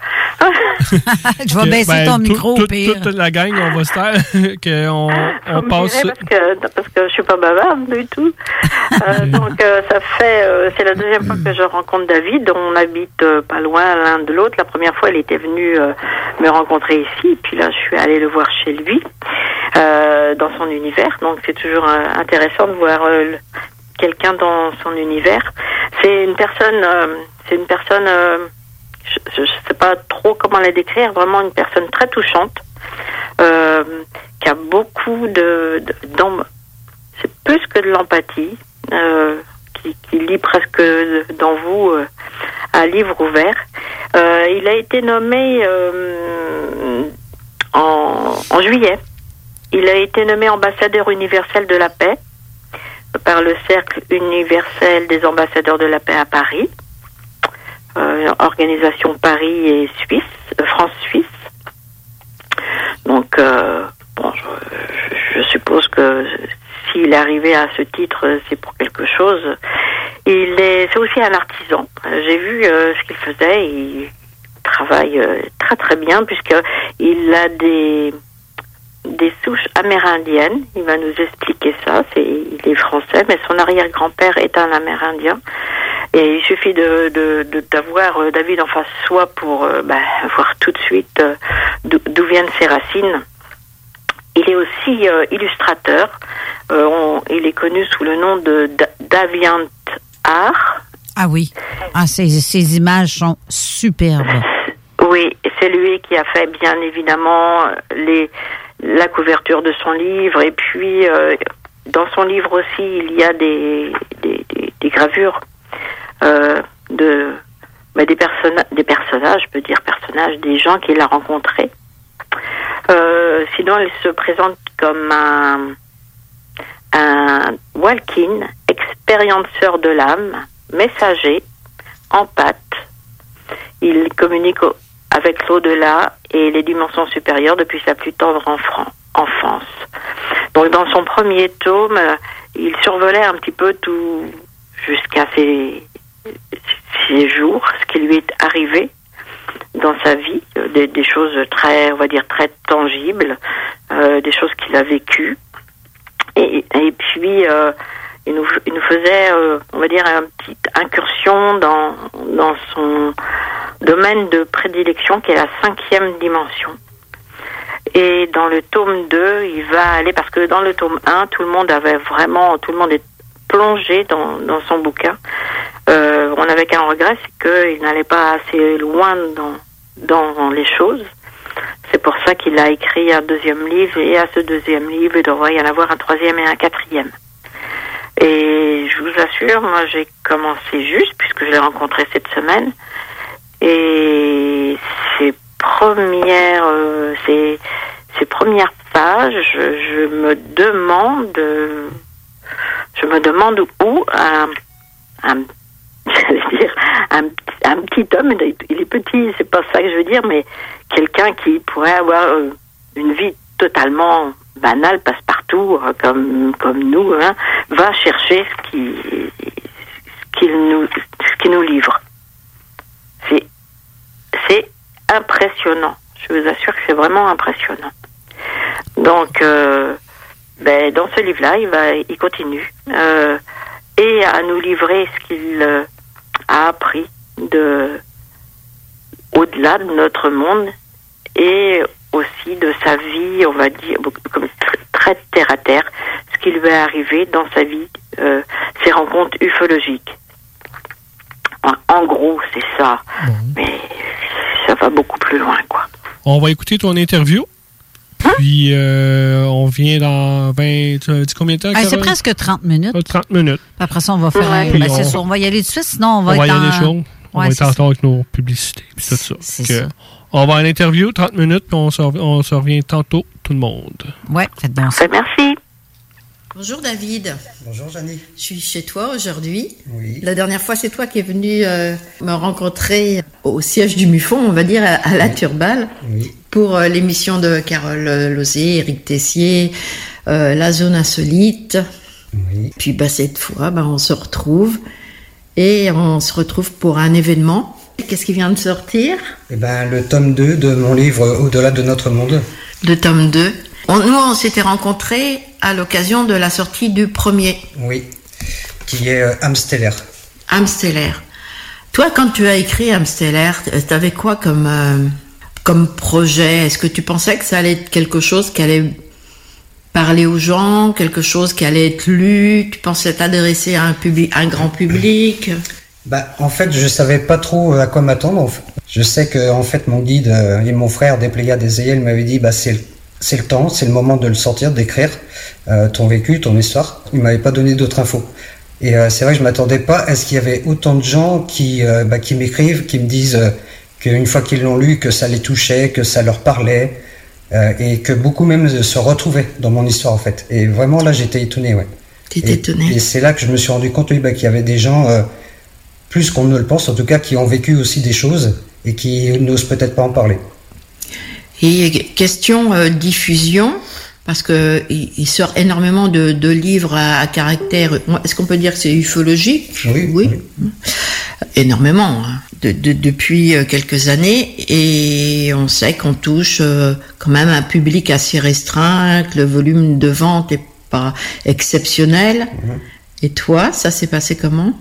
[SPEAKER 10] Je vais baisser ben, ton tout, micro.
[SPEAKER 9] Tout, toute la gang, on va se taire. qu'on, on passe...
[SPEAKER 11] Parce que, parce que je suis pas bavarde du tout. euh, donc, euh, ça fait... Euh, c'est la deuxième fois que je rencontre David. On habite euh, pas loin l'un de l'autre. La première fois, il était venu euh, me rencontrer ici. Puis là, je suis allée le voir chez lui, euh, dans son univers. Donc, c'est toujours euh, intéressant de voir... Euh, quelqu'un dans son univers. C'est une personne, euh, c'est une personne, euh, je ne sais pas trop comment la décrire, vraiment une personne très touchante, euh, qui a beaucoup de, de d'em- c'est plus que de l'empathie, euh, qui, qui lit presque dans vous euh, un livre ouvert. Euh, il a été nommé euh, en, en juillet. Il a été nommé ambassadeur universel de la paix par le Cercle universel des ambassadeurs de la paix à Paris, euh, organisation Paris et Suisse, euh, France-Suisse. Donc, euh, bon, je, je suppose que s'il est arrivé à ce titre, c'est pour quelque chose. Il est, c'est aussi un artisan. J'ai vu euh, ce qu'il faisait. Il travaille euh, très très bien puisqu'il a des des souches amérindiennes. Il va nous expliquer ça. C'est, il est français, mais son arrière-grand-père est un Amérindien. Et il suffit de, de, de d'avoir euh, David en face de soi pour euh, bah, voir tout de suite euh, d'où, d'où viennent ses racines. Il est aussi euh, illustrateur. Euh, on, il est connu sous le nom de Daviant Art.
[SPEAKER 10] Ah oui. Ah, ces, ces images sont superbes.
[SPEAKER 11] Oui, c'est lui qui a fait bien évidemment les la couverture de son livre, et puis euh, dans son livre aussi il y a des des, des, des gravures euh, de bah, des personnages, des personnages, je peux dire personnages, des gens qu'il a rencontrés. Euh, sinon, il se présente comme un un walk-in, expérienceur de l'âme, messager, empathe. Il communique au avec l'au-delà et les dimensions supérieures depuis sa plus tendre enfance. Donc dans son premier tome, il survolait un petit peu tout jusqu'à ses, ses jours, ce qui lui est arrivé dans sa vie, des, des choses très, on va dire, très tangibles, euh, des choses qu'il a vécues. Et, et puis, euh, il nous, il nous faisait, euh, on va dire, une petite incursion dans, dans son domaine de prédilection qui est la cinquième dimension. Et dans le tome deux, il va aller, parce que dans le tome un, tout le monde avait vraiment, tout le monde est plongé dans, dans son bouquin. Euh, on avait qu'un regret, c'est qu'il n'allait pas assez loin dans, dans les choses. C'est pour ça qu'il a écrit un deuxième livre, et à ce deuxième livre, il devrait y en avoir un troisième et un quatrième. Et je vous assure, moi j'ai commencé juste, puisque je l'ai rencontré cette semaine, et ses premières, euh, ses, ses premières pages, je, je me demande, euh, je me demande où un, un, j'allais dire, un, un petit homme, il est petit, c'est pas ça que je veux dire, mais quelqu'un qui pourrait avoir euh, une vie totalement banale, passe-partout, euh, comme comme nous, hein, va chercher ce qui, ce qu'il nous, ce qu'il nous livre. C'est, c'est impressionnant. Je vous assure que c'est vraiment impressionnant. Donc, euh, ben, dans ce livre-là, il va, il continue euh, et à nous livrer ce qu'il euh, a appris de au-delà de notre monde et aussi de sa vie, on va dire, comme très terre à terre, ce qui lui est arrivé dans sa vie, euh, ses rencontres ufologiques. En, en gros, c'est ça. Bon. Mais ça va beaucoup plus loin, quoi.
[SPEAKER 9] On va écouter ton interview. Hein? Puis, euh, on vient dans vingt... Tu as dit combien de temps?
[SPEAKER 10] Ben, c'est presque trente minutes.
[SPEAKER 9] trente minutes.
[SPEAKER 10] Puis après ça, on va faire... Ouais. Un... Ben, c'est on... ça, on va y aller tout de suite, sinon on va
[SPEAKER 9] on
[SPEAKER 10] être
[SPEAKER 9] va y
[SPEAKER 10] en...
[SPEAKER 9] aller chaud. On
[SPEAKER 10] ouais,
[SPEAKER 9] va être en retard avec nos publicités. Puis tout ça.
[SPEAKER 10] C'est
[SPEAKER 9] que,
[SPEAKER 10] ça.
[SPEAKER 9] On va à l'interview, trente minutes, puis on se, on se revient tantôt, tout le monde.
[SPEAKER 10] Oui, faites donc ça.
[SPEAKER 11] Merci.
[SPEAKER 21] Bonjour David.
[SPEAKER 22] Bonjour Jeannie.
[SPEAKER 21] Je suis chez toi aujourd'hui.
[SPEAKER 22] Oui.
[SPEAKER 21] La dernière fois, c'est toi qui es venu euh, me rencontrer au siège du MUFON, on va dire, à, à la Turballe,
[SPEAKER 22] oui.
[SPEAKER 21] pour euh, l'émission de Carole Lozé, Éric Tessier, euh, La Zone Insolite.
[SPEAKER 22] Oui.
[SPEAKER 21] Puis bah, cette fois, bah, on se retrouve et on se retrouve pour un événement. Qu'est-ce qui vient de sortir?
[SPEAKER 22] Eh ben, le tome deux de mon livre Au-delà de notre monde.
[SPEAKER 21] Le tome deux. On, nous, on s'était rencontrés à l'occasion de la sortie du premier.
[SPEAKER 22] Oui, qui est euh, âme stellaire.
[SPEAKER 21] âme stellaire. Toi, quand tu as écrit âme stellaire, tu avais quoi comme, euh, comme projet? Est-ce que tu pensais que ça allait être quelque chose qui allait parler aux gens, quelque chose qui allait être lu? Tu pensais t'adresser à un, public, à un grand public?
[SPEAKER 22] Bah, en fait, je savais pas trop à quoi m'attendre. Je sais que en fait, mon guide euh, et mon frère des Pléiades des Ayel m'avait dit bah, c'est le C'est le temps, c'est le moment de le sortir, d'écrire euh, ton vécu, ton histoire. Il m'avait pas donné d'autres infos. Et euh, c'est vrai que je m'attendais pas à ce qu'il y avait autant de gens qui, euh, bah, qui m'écrivent, qui me disent euh, qu'une fois qu'ils l'ont lu, que ça les touchait, que ça leur parlait, euh, et que beaucoup même se retrouvaient dans mon histoire en fait. Et vraiment là, j'étais étonné, ouais.
[SPEAKER 21] T'étais étonné.
[SPEAKER 22] Et c'est là que je me suis rendu compte, oui, bah, qu'il y avait des gens, euh, plus qu'on ne le pense, en tout cas, qui ont vécu aussi des choses et qui n'osent peut-être pas en parler.
[SPEAKER 21] Et question euh, diffusion, parce que il, il sort énormément de, de livres à, à caractère. Est-ce qu'on peut dire que c'est ufologique?
[SPEAKER 22] Oui.
[SPEAKER 21] Oui. oui. Énormément, hein, de, de, depuis quelques années, et on sait qu'on touche euh, quand même un public assez restreint, que le volume de vente est pas exceptionnel. Mmh. Et toi, ça s'est passé comment?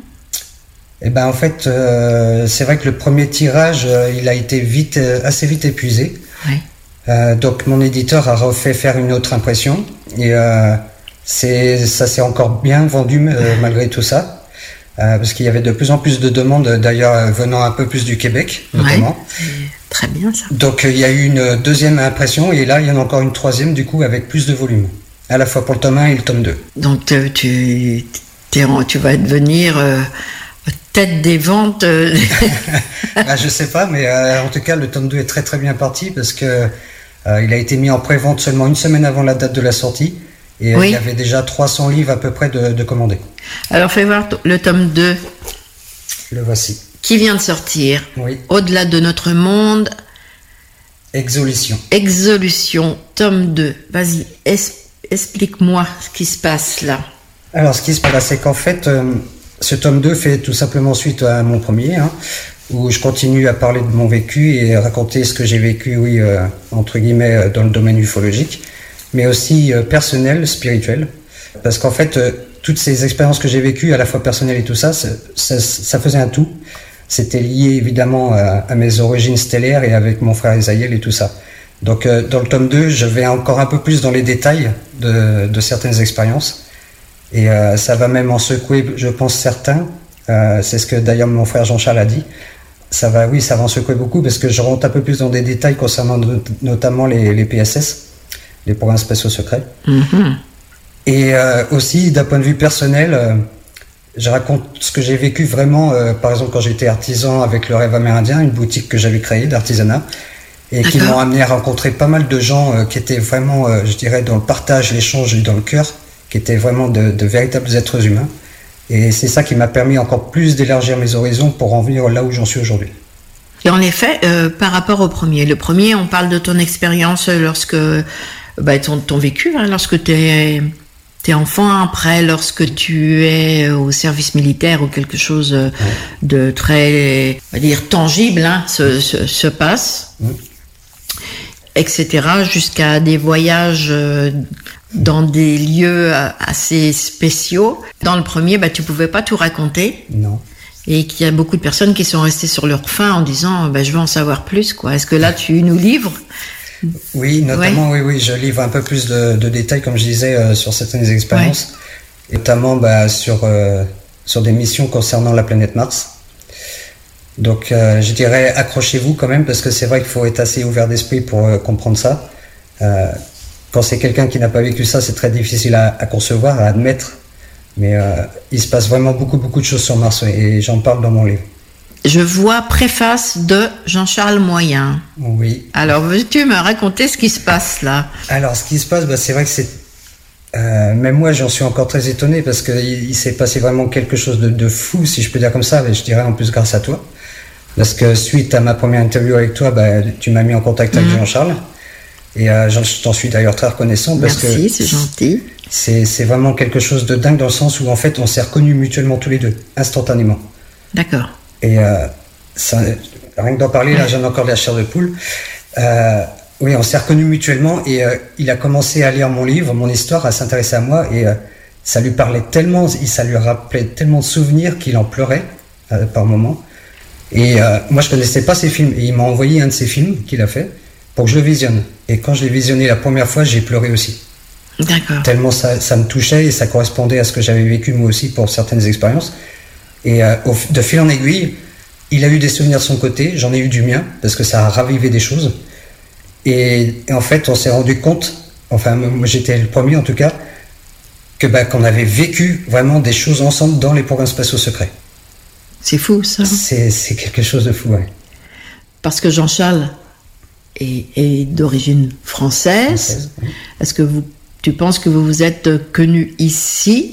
[SPEAKER 22] Eh ben en fait, euh, c'est vrai que le premier tirage, euh, il a été vite, euh, assez vite épuisé.
[SPEAKER 21] Oui.
[SPEAKER 22] Euh, donc mon éditeur a refait faire une autre impression et euh, c'est, ça s'est encore bien vendu euh, malgré tout ça, euh, parce qu'il y avait de plus en plus de demandes, d'ailleurs venant un peu plus du Québec notamment.
[SPEAKER 21] Ouais. Très bien ça.
[SPEAKER 22] Donc il y a eu une deuxième impression et là il y en a encore une troisième du coup avec plus de volume, à la fois pour le tome un et le tome deux.
[SPEAKER 21] Donc tu, t'es en, tu vas devenir euh, tête des ventes. Euh...
[SPEAKER 22] ah, je sais pas, mais euh, en tout cas le tome deux est très très bien parti parce que euh, il a été mis en pré-vente seulement une semaine avant la date de la sortie et oui. Il y avait déjà trois cents livres à peu près de, de commandés.
[SPEAKER 21] Alors fais voir le tome deux.
[SPEAKER 22] Le voici.
[SPEAKER 21] Qui vient de sortir.
[SPEAKER 22] Oui.
[SPEAKER 21] Au-delà de notre monde.
[SPEAKER 22] Exolution.
[SPEAKER 21] Exolution, tome deux. Vas-y, es- explique-moi ce qui se passe là.
[SPEAKER 22] Alors ce qui se passe, c'est qu'en fait, euh, ce tome deux fait tout simplement suite à mon premier, hein, où je continue à parler de mon vécu et raconter ce que j'ai vécu, oui, euh, entre guillemets, dans le domaine ufologique, mais aussi euh, personnel, spirituel. Parce qu'en fait, euh, toutes ces expériences que j'ai vécues, à la fois personnelles et tout ça, ça, ça, ça faisait un tout. C'était lié évidemment à, à mes origines stellaires et avec mon frère Isaïel et tout ça. Donc euh, dans le tome deux, je vais encore un peu plus dans les détails de, de certaines expériences. Et euh, ça va même en secouer, je pense, certains. Euh, c'est ce que d'ailleurs mon frère Jean-Charles a dit. Ça va, oui, ça va en secouer beaucoup parce que je rentre un peu plus dans des détails concernant no- notamment les, les P S S, les programmes spéciaux secrets.
[SPEAKER 21] Mm-hmm.
[SPEAKER 22] Et euh, aussi, d'un point de vue personnel, euh, je raconte ce que j'ai vécu vraiment, euh, par exemple, quand j'étais artisan avec le Rêve Amérindien, une boutique que j'avais créée d'artisanat, et D'accord. qui m'ont amené à rencontrer pas mal de gens euh, qui étaient vraiment, euh, je dirais, dans le partage, l'échange et dans le cœur, qui étaient vraiment de, de véritables êtres humains. Et c'est ça qui m'a permis encore plus d'élargir mes horizons pour en venir là où j'en suis aujourd'hui.
[SPEAKER 21] Et en effet, euh, par rapport au premier, le premier, on parle de ton expérience lorsque, bah, ton, ton vécu, hein, lorsque tu es enfant, après, lorsque tu es au service militaire ou quelque chose ouais. de très, on va dire, tangible, hein, se, se, se passe, ouais. et cetera, jusqu'à des voyages euh, dans des lieux assez spéciaux. Dans le premier, bah, tu pouvais pas tout raconter.
[SPEAKER 22] Non.
[SPEAKER 21] Et qu'il y a beaucoup de personnes qui sont restées sur leur faim en disant bah, je veux en savoir plus, quoi. Est-ce que là tu nous livres?
[SPEAKER 22] Oui, notamment, ouais. oui, oui, je livre un peu plus de, de détails, comme je disais, euh, sur certaines expériences, ouais. notamment bah, sur, euh, sur des missions concernant la planète Mars. Donc euh, je dirais accrochez-vous quand même, parce que c'est vrai qu'il faut être assez ouvert d'esprit pour euh, comprendre ça. Euh, quand c'est quelqu'un qui n'a pas vécu ça, c'est très difficile à, à concevoir, à admettre. Mais euh, il se passe vraiment beaucoup, beaucoup de choses sur Mars, et j'en parle dans mon livre.
[SPEAKER 21] Je vois préface de Jean-Charles Moyen.
[SPEAKER 22] Oui.
[SPEAKER 21] Alors, veux-tu me raconter ce qui se passe là?
[SPEAKER 22] Alors, ce qui se passe, bah, c'est vrai que c'est... Euh, même moi, j'en suis encore très étonné, parce qu'il il s'est passé vraiment quelque chose de, de fou, si je peux dire comme ça, mais je dirais en plus grâce à toi. Parce que suite à ma première interview avec toi, bah, tu m'as mis en contact avec mmh. Jean-Charles. Et euh, j'en, j'en suis d'ailleurs très reconnaissant. Parce
[SPEAKER 21] Merci,
[SPEAKER 22] que
[SPEAKER 21] c'est gentil.
[SPEAKER 22] C'est, c'est vraiment quelque chose de dingue, dans le sens où en fait on s'est reconnus mutuellement tous les deux, instantanément.
[SPEAKER 21] D'accord.
[SPEAKER 22] Et euh, ça, rien que d'en parler, là j'en ai encore de la chair de poule. Euh, oui, on s'est reconnus mutuellement, et euh, il a commencé à lire mon livre, mon histoire, à s'intéresser à moi, et euh, ça lui parlait tellement, ça lui rappelait tellement de souvenirs qu'il en pleurait euh, par moments. Et euh, moi je connaissais pas ses films, et il m'a envoyé un de ses films qu'il a fait pour que je le visionne. Et quand je l'ai visionné la première fois, j'ai pleuré aussi.
[SPEAKER 21] D'accord.
[SPEAKER 22] Tellement ça, ça me touchait, et ça correspondait à ce que j'avais vécu moi aussi pour certaines expériences. Et euh, au, de fil en aiguille, il a eu des souvenirs de son côté, j'en ai eu du mien, parce que ça a ravivé des choses. Et, et en fait, on s'est rendu compte, enfin moi j'étais le premier en tout cas, que bah, qu'on avait vécu vraiment des choses ensemble dans les programmes spatiaux secrets.
[SPEAKER 21] C'est fou ça.
[SPEAKER 22] C'est, c'est quelque chose de fou, ouais.
[SPEAKER 21] Parce que Jean-Charles est, est d'origine française. française oui. Est-ce que vous, tu penses que vous vous êtes connus ici?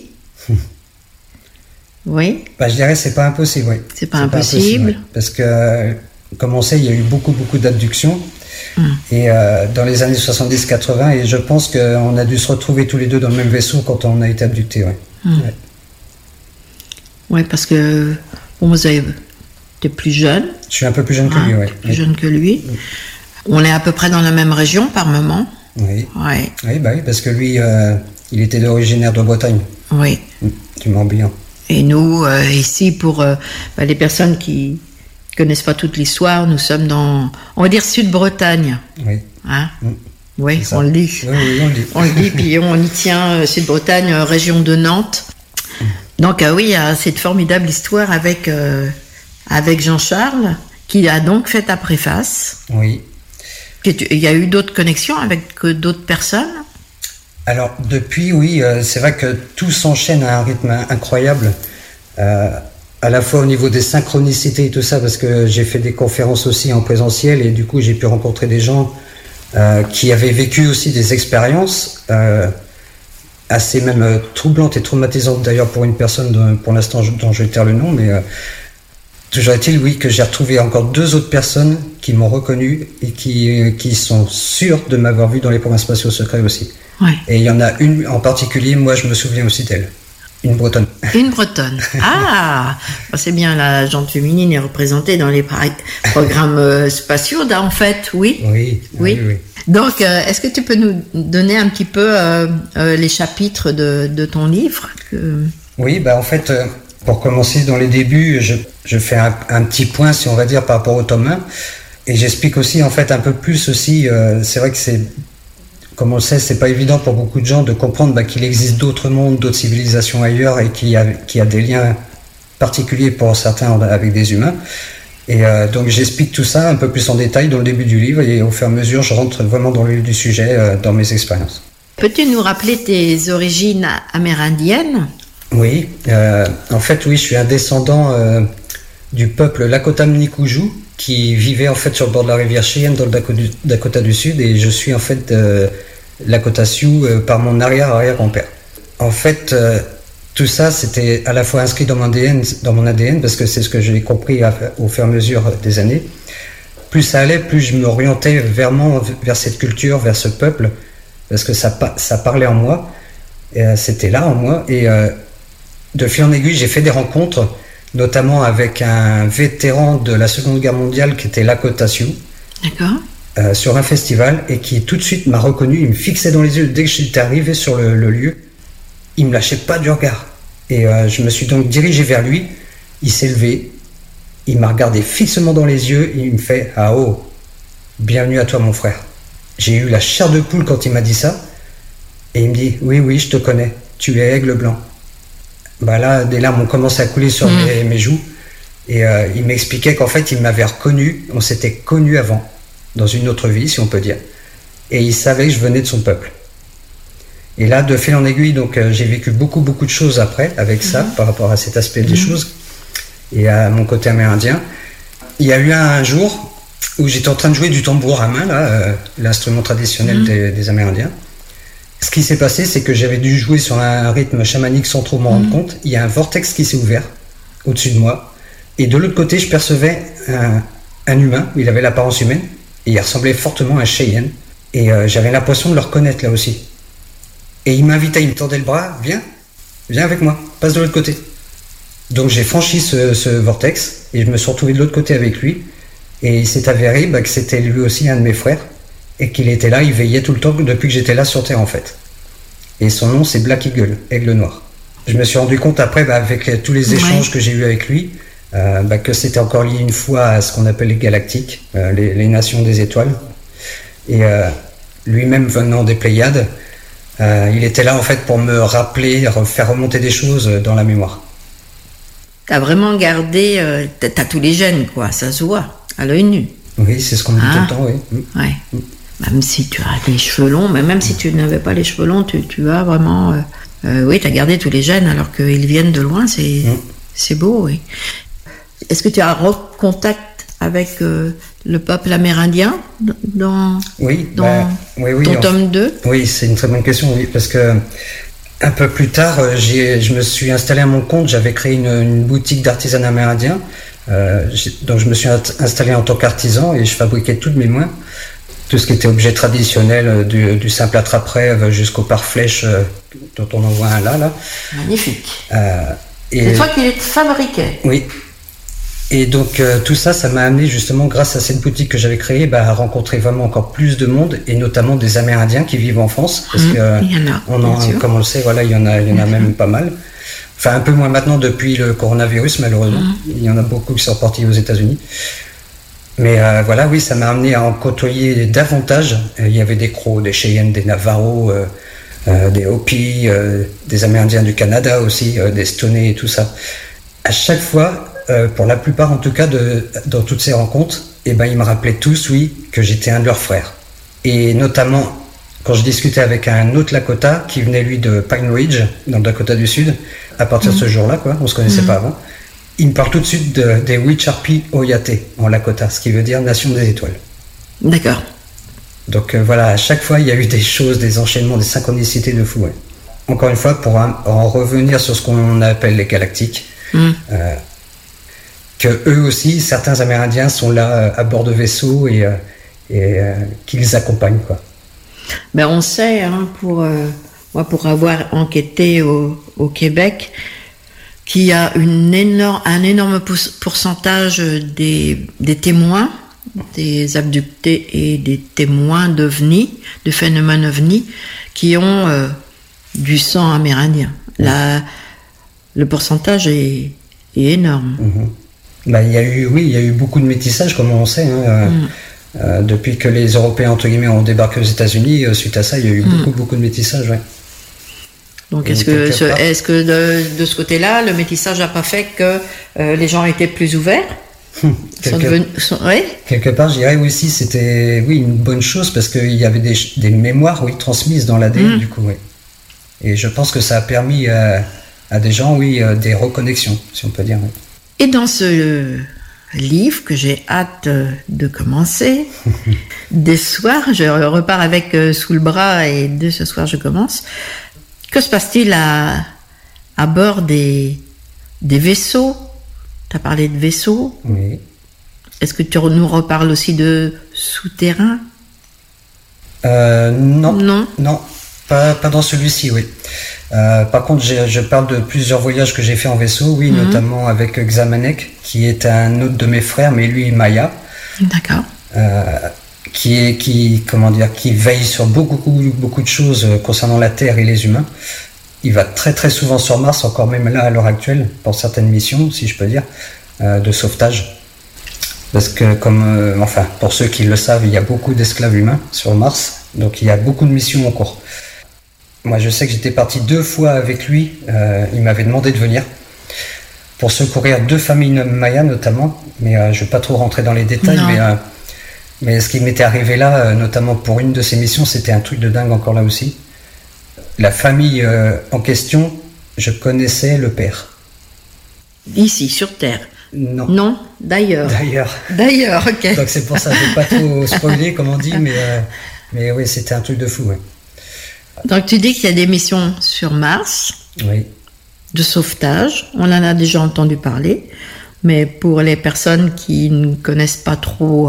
[SPEAKER 21] Oui.
[SPEAKER 22] Bah, je dirais que c'est pas impossible, oui.
[SPEAKER 21] C'est pas c'est impossible. Pas impossible oui.
[SPEAKER 22] Parce que, comme on sait, il y a eu beaucoup, beaucoup d'abductions. Hum. Et euh, dans les années soixante-dix quatre-vingts, et je pense qu'on a dû se retrouver tous les deux dans le même vaisseau quand on a été abductés, oui.
[SPEAKER 21] Hum. Ouais. Oui, parce que bon, vous êtes plus jeune.
[SPEAKER 22] Je suis un peu plus jeune que lui, oui.
[SPEAKER 21] Plus oui. jeune que lui. Oui. On est à peu près dans la même région par moment.
[SPEAKER 22] Oui.
[SPEAKER 21] Ouais.
[SPEAKER 22] Oui, bah oui, parce que lui, euh, il était originaire de Bretagne.
[SPEAKER 21] Oui.
[SPEAKER 22] Du Morbihan.
[SPEAKER 21] Et nous, euh, ici, pour euh, bah, les personnes qui ne connaissent pas toute l'histoire, nous sommes dans, on va dire, Sud-Bretagne.
[SPEAKER 22] Oui.
[SPEAKER 21] Hein
[SPEAKER 22] mmh.
[SPEAKER 21] Oui, on le dit.
[SPEAKER 22] Oui, oui, on le dit.
[SPEAKER 21] On le dit, puis on y tient, euh, Sud-Bretagne, euh, région de Nantes. Mmh. Donc, euh, oui, il y a cette formidable histoire avec, euh, avec Jean-Charles, qui a donc fait ta préface.
[SPEAKER 22] Oui.
[SPEAKER 21] Il y a eu d'autres connexions avec d'autres personnes?
[SPEAKER 22] Alors, depuis, oui, euh, c'est vrai que tout s'enchaîne à un rythme incroyable, euh, à la fois au niveau des synchronicités et tout ça, parce que j'ai fait des conférences aussi en présentiel, et du coup, j'ai pu rencontrer des gens euh, qui avaient vécu aussi des expériences euh, assez même euh, troublantes et traumatisantes, d'ailleurs, pour une personne dont, pour l'instant dont je vais taire le nom, mais euh, toujours est-il, oui, que j'ai retrouvé encore deux autres personnes qui m'ont reconnu et qui, qui sont sûres de m'avoir vu dans les programmes spatiaux secrets aussi.
[SPEAKER 21] Ouais.
[SPEAKER 22] Et il y en a une en particulier, moi je me souviens aussi d'elle. Une Bretonne.
[SPEAKER 21] Une Bretonne. Ah, c'est bien, la gente féminine est représentée dans les programmes spatiaux, en fait, oui.
[SPEAKER 22] Oui.
[SPEAKER 21] Oui.
[SPEAKER 22] oui, oui.
[SPEAKER 21] Donc, euh, est-ce que tu peux nous donner un petit peu euh, euh, les chapitres de, de ton livre que...
[SPEAKER 22] Oui, bah en fait, euh, pour commencer dans les débuts, je, je fais un, un petit point, si on va dire, par rapport au tome un. Et j'explique aussi, en fait, un peu plus aussi, euh, c'est vrai que c'est... Comme on le sait, c'est pas évident pour beaucoup de gens de comprendre bah, qu'il existe d'autres mondes, d'autres civilisations ailleurs, et qu'il y a, qu'il y a des liens particuliers pour certains avec des humains. Et euh, donc j'explique tout ça un peu plus en détail dans le début du livre, et au fur et à mesure, je rentre vraiment dans le vif du sujet, euh, dans mes expériences.
[SPEAKER 21] Peux-tu nous rappeler tes origines amérindiennes?
[SPEAKER 22] Oui, euh, en fait, oui, je suis un descendant euh, du peuple Lakota-Mnikouju, qui vivait en fait sur le bord de la rivière Cheyenne dans le Dakota du, Dakota du Sud, et je suis en fait euh, Lakota Sioux euh, par mon arrière-arrière-grand-père. En fait, euh, tout ça c'était à la fois inscrit dans mon A D N, dans mon A D N parce que c'est ce que j'ai compris à, au fur et à mesure des années. Plus ça allait, plus je m'orientais vraiment vers cette culture, vers ce peuple, parce que ça, ça parlait en moi, et, euh, c'était là en moi, et euh, de fil en aiguille, j'ai fait des rencontres, notamment avec un vétéran de la Seconde Guerre mondiale qui était Lakota Sioux.
[SPEAKER 21] D'accord.
[SPEAKER 22] Euh, sur un festival, et qui tout de suite m'a reconnu, il me fixait dans les yeux. Dès que j'étais arrivé sur le, le lieu, il me lâchait pas du regard. Et euh, je me suis donc dirigé vers lui, il s'est levé, il m'a regardé fixement dans les yeux, et il me fait « Ah oh, bienvenue à toi mon frère ». J'ai eu la chair de poule quand il m'a dit ça, et il me dit « Oui, oui, je te connais, tu es Aigle Blanc ». Bah là, des larmes ont commencé à couler sur mmh. mes, mes joues. Et euh, il m'expliquait qu'en fait, il m'avait reconnu, on s'était connus avant, dans une autre vie, si on peut dire. Et il savait que je venais de son peuple. Et là, de fil en aiguille, donc euh, j'ai vécu beaucoup, beaucoup de choses après, avec ça, mmh. par rapport à cet aspect mmh. des choses, et à mon côté amérindien. Il y a eu un jour où j'étais en train de jouer du tambour à main, là, euh, l'instrument traditionnel mmh. des, des Amérindiens. Ce qui s'est passé, c'est que j'avais dû jouer sur un rythme chamanique sans trop m'en rendre mmh. compte. Il y a un vortex qui s'est ouvert au-dessus de moi. Et de l'autre côté, je percevais un, un humain. Il avait l'apparence humaine. Et il ressemblait fortement à un Cheyenne. Et euh, j'avais l'impression de le reconnaître là aussi. Et il m'invitait, il me tendait le bras. Viens, viens avec moi, passe de l'autre côté. Donc j'ai franchi ce, ce vortex. Et je me suis retrouvé de l'autre côté avec lui. Et il s'est avéré bah, que c'était lui aussi un de mes frères. Et qu'il était là, il veillait tout le temps depuis que j'étais là sur Terre en fait. Et son nom c'est Black Eagle, Aigle Noir. Je me suis rendu compte après, bah, avec les, tous les échanges ouais. que j'ai eus avec lui, euh, bah, que c'était encore lié une fois à ce qu'on appelle les galactiques, euh, les, les nations des étoiles. Et euh, lui-même venant des Pléiades, euh, il était là en fait pour me rappeler, faire remonter des choses dans la mémoire.
[SPEAKER 21] T'as vraiment gardé, euh, t'as tous les gènes quoi, ça se voit, à l'œil nu.
[SPEAKER 22] Oui, c'est ce qu'on dit ah. tout le temps, oui.
[SPEAKER 21] Ouais. Mm. Même si tu as les cheveux longs, mais même si tu n'avais pas les cheveux longs, tu, tu as vraiment... Euh, euh, oui, tu as gardé tous les gènes alors qu'ils viennent de loin, c'est, mmh. c'est beau, oui. Est-ce que tu as contact avec euh, le peuple amérindien dans,
[SPEAKER 22] oui,
[SPEAKER 21] dans
[SPEAKER 22] bah, oui, oui,
[SPEAKER 21] ton tome deux?
[SPEAKER 22] Oui, c'est une très bonne question, oui, parce que un peu plus tard, j'ai, je me suis installé à mon compte, j'avais créé une, une boutique d'artisanat amérindien, euh, donc je me suis installé en tant qu'artisan et je fabriquais toutes mes mains. Tout ce qui était objet traditionnel, du, du simple attrape-rêve jusqu'au pare-flèche euh, dont on en voit un là. là.
[SPEAKER 21] Magnifique.
[SPEAKER 22] Euh, et
[SPEAKER 21] c'est toi qui les fabriquais.
[SPEAKER 22] Oui. Et donc euh, tout ça, ça m'a amené justement, grâce à cette boutique que j'avais créée, bah, à rencontrer vraiment encore plus de monde, et notamment des Amérindiens qui vivent en France. Parce
[SPEAKER 21] mmh,
[SPEAKER 22] que,
[SPEAKER 21] il y en a,
[SPEAKER 22] on en, comme on le sait, voilà, il y en a, il y en a même pas mal. Enfin, un peu moins maintenant depuis le coronavirus, malheureusement. Mmh. Il y en a beaucoup qui sont partis aux États-Unis. Mais euh, voilà, oui, ça m'a amené à en côtoyer davantage. Il y avait des Crocs, des Cheyennes, des Navajos, euh, euh, des Hopis, euh, des Amérindiens du Canada aussi, euh, des Stoney et tout ça. À chaque fois, euh, pour la plupart en tout cas, de, dans toutes ces rencontres, eh ben, ils me rappelaient tous, oui, que j'étais un de leurs frères. Et notamment, quand je discutais avec un autre Lakota qui venait, lui, de Pine Ridge, dans le Dakota du Sud, à partir mmh. de ce jour-là, quoi, on se connaissait mmh. pas avant. Il me parle tout de suite de, des Wicharpi Oyate en Lakota, ce qui veut dire Nation des Étoiles.
[SPEAKER 21] D'accord.
[SPEAKER 22] Donc euh, voilà, à chaque fois, il y a eu des choses, des enchaînements, des synchronicités de fou. Ouais. Encore une fois, pour un, en revenir sur ce qu'on appelle les galactiques, mm. euh, que eux aussi, certains Amérindiens sont là euh, à bord de vaisseaux et, euh, et euh, qui les accompagnent, quoi.
[SPEAKER 21] Ben on sait, hein, pour, euh, moi, pour avoir enquêté au, au Québec, qu'il y a une énorme, un énorme pourcentage des, des témoins, des abductés et des témoins d'OVNI, de phénomènes OVNI, qui ont euh, du sang amérindien. La, le pourcentage est, est énorme.
[SPEAKER 22] Mmh. Bah, il y a eu, oui, il y a eu beaucoup de métissage, comme on sait. Hein, euh, mmh. euh, depuis que les Européens, entre guillemets, ont débarqué aux États-Unis, euh, suite à ça, il y a eu mmh. beaucoup, beaucoup de métissage, ouais.
[SPEAKER 21] Donc, est-ce que, ce, est-ce que de, de ce côté-là, le métissage n'a pas fait que euh, les gens étaient plus ouverts?
[SPEAKER 22] hum, quelque,
[SPEAKER 21] sont devenus, sont, oui
[SPEAKER 22] quelque part, je dirais aussi, c'était oui, une bonne chose parce qu'il y avait des, des mémoires oui, transmises dans l'A D N, mmh. du coup, oui. Et je pense que ça a permis à, à des gens, oui, des reconnexions, si on peut dire. Oui.
[SPEAKER 21] Et dans ce livre que j'ai hâte de commencer, dès ce soir, je repars avec euh, sous le bras et dès ce soir, je commence. Que se passe-t-il à, à bord des, des vaisseaux? Tu as parlé de vaisseaux.
[SPEAKER 22] Oui.
[SPEAKER 21] Est-ce que tu nous reparles aussi de souterrains?
[SPEAKER 22] euh, Non.
[SPEAKER 21] Non,
[SPEAKER 22] non pas, pas dans celui-ci, oui. Euh, par contre, je, je parle de plusieurs voyages que j'ai fait en vaisseau, oui, mm-hmm. notamment avec Xamanek, qui est un autre de mes frères, mais lui, Maya.
[SPEAKER 21] D'accord.
[SPEAKER 22] Euh, qui est qui comment dire qui veille sur beaucoup beaucoup beaucoup de choses concernant la Terre et les humains. Il va très très souvent sur Mars, encore même là à l'heure actuelle pour certaines missions, si je peux dire, euh, de sauvetage. Parce que comme euh, enfin pour ceux qui le savent, il y a beaucoup d'esclaves humains sur Mars, donc il y a beaucoup de missions en cours. Moi, je sais que j'étais parti deux fois avec lui. Euh, il m'avait demandé de venir. pour secourir deux familles mayas notamment, mais euh, je ne vais pas trop rentrer dans les détails, mais, euh, mais ce qui m'était arrivé là, euh, notamment pour une de ces missions, c'était un truc de dingue encore là aussi. La famille euh, en question, je connaissais le père.
[SPEAKER 21] Ici, sur Terre?
[SPEAKER 22] Non.
[SPEAKER 21] Non, d'ailleurs.
[SPEAKER 22] D'ailleurs.
[SPEAKER 21] D'ailleurs, ok.
[SPEAKER 22] Donc c'est pour ça, je ne vais pas trop spoiler, comme on dit, mais, euh, mais oui, c'était un truc de fou. Ouais.
[SPEAKER 21] Donc tu dis qu'il y a des missions sur Mars.
[SPEAKER 22] Oui.
[SPEAKER 21] De sauvetage, on en a déjà entendu parler, mais pour les personnes qui ne connaissent pas trop euh,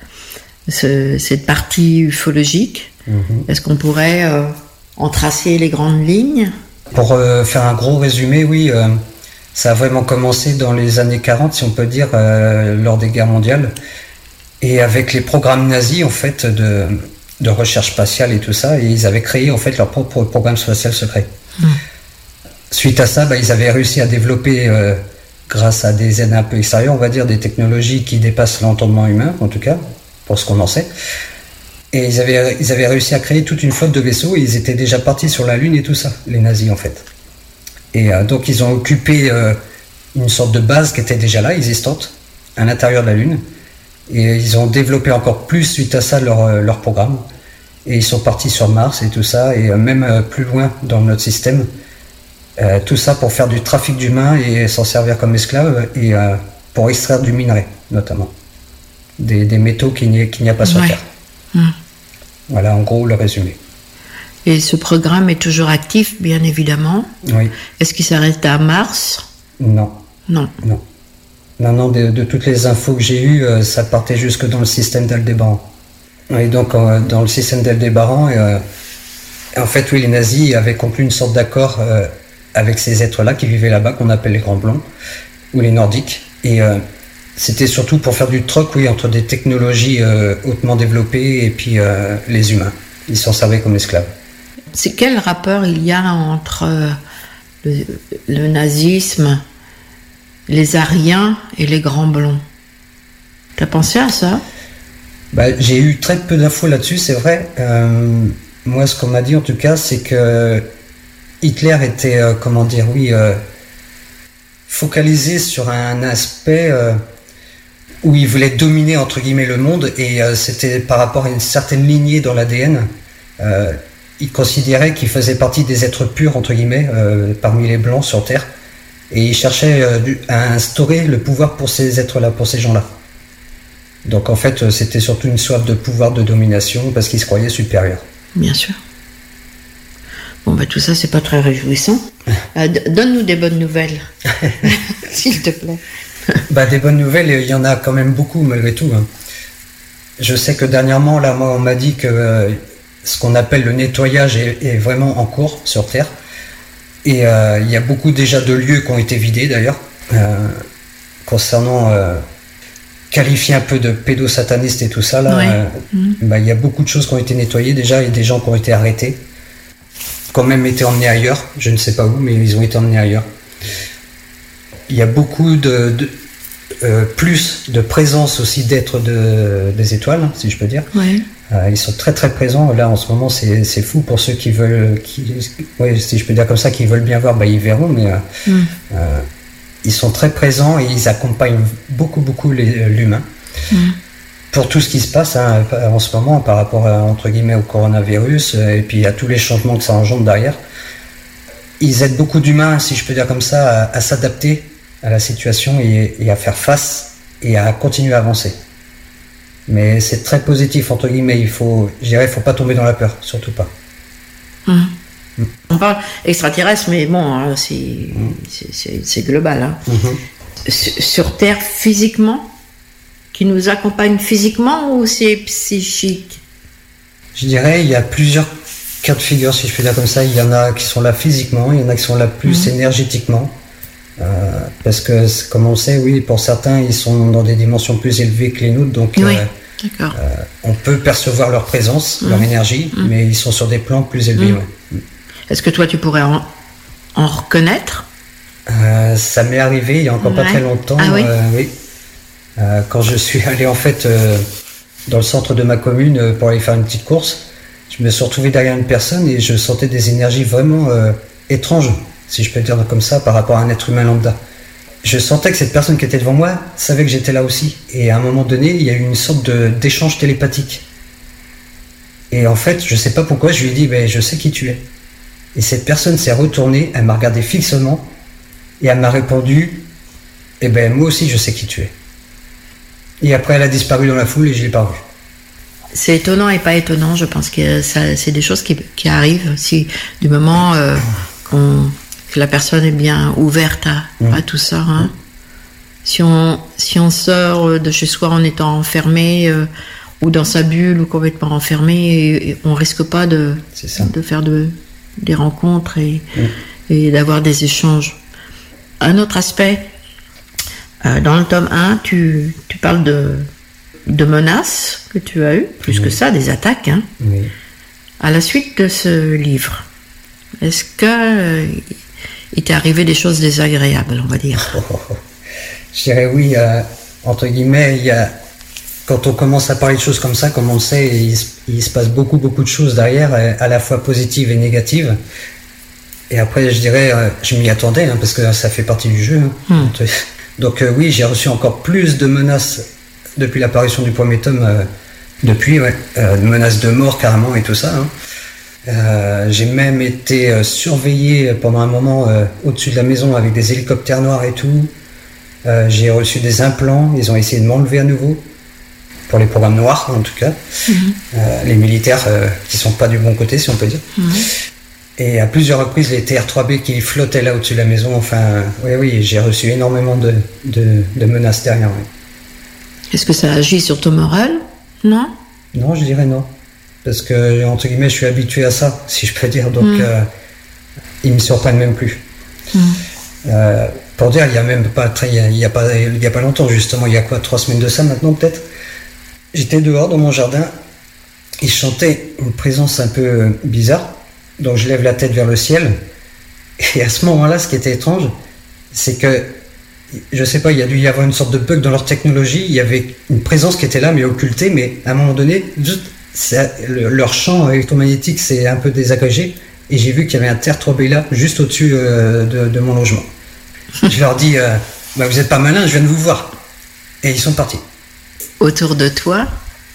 [SPEAKER 21] ce, cette partie ufologique, mm-hmm. est-ce qu'on pourrait euh, en tracer les grandes lignes?
[SPEAKER 22] Pour euh, faire un gros résumé, oui, euh, ça a vraiment commencé dans les années quarante, si on peut dire, euh, lors des guerres mondiales, et avec les programmes nazis, en fait, de, de recherche spatiale et tout ça, et ils avaient créé, en fait, leur propre programme spatial secret. Mm. Suite à ça, bah, ils avaient réussi à développer, euh, grâce à des aides un peu extérieures, on va dire, des technologies qui dépassent l'entendement humain, en tout cas, pour ce qu'on en sait. Et ils avaient, ils avaient réussi à créer toute une flotte de vaisseaux, et ils étaient déjà partis sur la Lune et tout ça, les nazis, en fait. Et euh, donc, ils ont occupé euh, une sorte de base qui était déjà là, existante, à l'intérieur de la Lune. Et ils ont développé encore plus, suite à ça, leur, leur programme. Et ils sont partis sur Mars et tout ça, et euh, même euh, plus loin dans notre système. Euh, tout ça pour faire du trafic d'humains et s'en servir comme esclaves et euh, pour extraire du minerai, notamment. Des, des métaux qu'il n'y a, qu'il n'y a pas sur
[SPEAKER 21] ouais.
[SPEAKER 22] Terre.
[SPEAKER 21] Mmh.
[SPEAKER 22] Voilà, en gros, le résumé.
[SPEAKER 21] Et ce programme est toujours actif, bien évidemment.
[SPEAKER 22] Oui.
[SPEAKER 21] Est-ce qu'il s'arrête à Mars?
[SPEAKER 22] Non.
[SPEAKER 21] Non.
[SPEAKER 22] Non. Non, non, de, de toutes les infos que j'ai eues, euh, ça partait jusque dans le système d'Aldébaran. Et donc, euh, dans le système d'Aldébaran, euh, en fait, oui, les nazis avaient conclu une sorte d'accord euh, avec ces êtres-là qui vivaient là-bas, qu'on appelle les Grands Blonds, ou les Nordiques. Et euh, c'était surtout pour faire du troc, oui, entre des technologies euh, hautement développées et puis euh, les humains. Ils s'en servaient comme esclaves.
[SPEAKER 21] C'est quel rapport il y a entre euh, le, le nazisme, les Aryens et les Grands Blonds? T'as pensé à ça?
[SPEAKER 22] Bah, j'ai eu très peu d'infos là-dessus, c'est vrai. Euh, moi, ce qu'on m'a dit en tout cas, c'est que Hitler était, euh, comment dire, oui, euh, focalisé sur un aspect euh, où il voulait dominer, entre guillemets, le monde, et euh, c'était par rapport à une certaine lignée dans l'A D N. Euh, il considérait qu'il faisait partie des êtres purs, entre guillemets, euh, parmi les Blancs sur Terre, et il cherchait euh, à instaurer le pouvoir pour ces êtres-là, pour ces gens-là. Donc en fait, c'était surtout une soif de pouvoir, de domination, parce qu'il se croyait supérieur.
[SPEAKER 21] Bien sûr. Bon, bah tout ça, c'est pas très réjouissant. Euh, d- donne-nous des bonnes nouvelles, s'il te plaît.
[SPEAKER 22] Bah, des bonnes nouvelles, il y en a quand même beaucoup, malgré tout. Hein. Je sais que dernièrement, là, moi, on m'a dit que euh, ce qu'on appelle le nettoyage est, est vraiment en cours sur Terre. Et euh, il y a beaucoup déjà de lieux qui ont été vidés, d'ailleurs, euh, concernant... Euh, qualifier un peu de pédosatanistes et tout ça, là,
[SPEAKER 21] ouais.
[SPEAKER 22] euh, mmh. bah, y a beaucoup de choses qui ont été nettoyées déjà, et des gens qui ont été arrêtés, qui ont même été emmenés ailleurs, je ne sais pas où, mais ils ont été emmenés ailleurs. Il y a beaucoup de, de euh, plus de présence aussi d'êtres de, des étoiles, si je peux dire.
[SPEAKER 21] Ouais.
[SPEAKER 22] Euh, ils sont très très présents, là en ce moment c'est, c'est fou pour ceux qui veulent, qui, ouais, si je peux dire comme ça, qui veulent bien voir, bah, ils verront, mais euh, mmh. euh, ils sont très présents et ils accompagnent beaucoup, beaucoup les, l'humain. Mmh. Pour tout ce qui se passe hein, en ce moment par rapport à, entre guillemets, au coronavirus et puis à tous les changements que ça engendre derrière. Ils aident beaucoup d'humains, si je peux dire comme ça, à, à s'adapter à la situation et, et à faire face et à continuer à avancer. Mais c'est très positif, entre guillemets. Il faut, je dirais, il ne faut pas tomber dans la peur, surtout pas.
[SPEAKER 21] Mmh. Mmh. On parle extraterrestre, mais bon, hein, c'est, mmh. c'est, c'est, c'est global. Hein. Mmh. Sur, sur Terre, physiquement, qui nous accompagne physiquement ou c'est psychique?
[SPEAKER 22] Je dirais, il y a plusieurs cas de figure, si je peux dire comme ça. Il y en a qui sont là physiquement, il y en a qui sont là plus mmh. énergétiquement. Euh, parce que, comme on sait, oui, pour certains, ils sont dans des dimensions plus élevées que les nôtres, donc
[SPEAKER 21] oui,
[SPEAKER 22] euh,
[SPEAKER 21] d'accord.
[SPEAKER 22] Euh, on peut percevoir leur présence, mmh. leur énergie, mmh. mais ils sont sur des plans plus élevés.
[SPEAKER 21] Mmh.
[SPEAKER 22] Ouais.
[SPEAKER 21] Est-ce que toi, tu pourrais en, en reconnaître?
[SPEAKER 22] euh, Ça m'est arrivé il y a encore ouais. pas très longtemps.
[SPEAKER 21] Ah, oui.
[SPEAKER 22] Euh, oui. Euh, quand je suis allé en fait euh, dans le centre de ma commune euh, pour aller faire une petite course, je me suis retrouvé derrière une personne et je sentais des énergies vraiment euh, étranges, si je peux dire comme ça, par rapport à un être humain lambda. je sentais que cette personne qui était devant moi savait que j'étais là aussi. Et à un moment donné, il y a eu une sorte de, d'échange télépathique. Et en fait, je sais pas pourquoi, je lui ai dit, ben, je sais qui tu es. Et cette personne s'est retournée, elle m'a regardé fixement, et elle m'a répondu, eh ben, moi aussi, je sais qui tu es. Et après, elle a disparu dans la foule et je l'ai pas vue.
[SPEAKER 21] C'est étonnant et pas étonnant, je pense que ça, c'est des choses qui, qui arrivent si, du moment euh, qu'on, que la personne est bien ouverte à, mmh. à tout ça. Hein. Mmh. Si, on, si on sort de chez soi en étant enfermé euh, ou dans sa bulle ou complètement enfermé, et, et on risque pas de, de faire de, des rencontres et, mmh. et d'avoir des échanges. Un autre aspect, euh, dans le tome un, tu, tu parles de... de menaces que tu as eues, plus oui. que ça, des attaques, hein, oui. à la suite de ce livre. Est-ce que euh, il t'est arrivé des choses désagréables, on va dire?
[SPEAKER 22] oh, oh, oh. Je dirais oui, euh, entre guillemets, il y a, quand on commence à parler de choses comme ça, comme on le sait, il, il se passe beaucoup, beaucoup de choses derrière, à la fois positives et négatives. Et après, je dirais, euh, je m'y attendais, hein, parce que ça fait partie du jeu. Hein. Hmm. Donc euh, oui, j'ai reçu encore plus de menaces depuis l'apparition du premier tome, euh, depuis, ouais, euh, menaces de mort carrément et tout ça. Hein. Euh, j'ai même été euh, surveillé pendant un moment euh, au-dessus de la maison avec des hélicoptères noirs et tout. Euh, j'ai reçu des implants, ils ont essayé de m'enlever à nouveau, pour les programmes noirs en tout cas. Mm-hmm. Euh, les militaires euh, qui sont pas du bon côté, si on peut dire. Mm-hmm. Et à plusieurs reprises, les T R trois B qui flottaient là au-dessus de la maison. Enfin, oui, oui, j'ai reçu énormément de, de, de menaces derrière. Oui.
[SPEAKER 21] Est-ce que ça agit sur ton moral? Non?
[SPEAKER 22] Non, je dirais non. Parce que, entre guillemets, je suis habitué à ça, si je peux dire. Donc, mm. euh, ils ne me surprennent même plus. Mm. Euh, pour dire, il n'y a même pas très, il y a pas, il y a pas longtemps, justement, il y a quoi, trois semaines de ça maintenant, peut-être? J'étais dehors dans mon jardin. Il chantait une présence un peu bizarre. Donc, je lève la tête vers le ciel. Et à ce moment-là, ce qui était étrange, c'est que je sais pas, il y a dû y avoir une sorte de bug dans leur technologie, il y avait une présence qui était là mais occultée, mais à un moment donné, ça, le, leur champ électromagnétique s'est un peu désagrégé et j'ai vu qu'il y avait un T R trois B là, juste au-dessus euh, de, de mon logement. Je leur dis, euh, bah, vous êtes pas malin, je viens de vous voir. Et ils sont partis.
[SPEAKER 21] Autour de toi,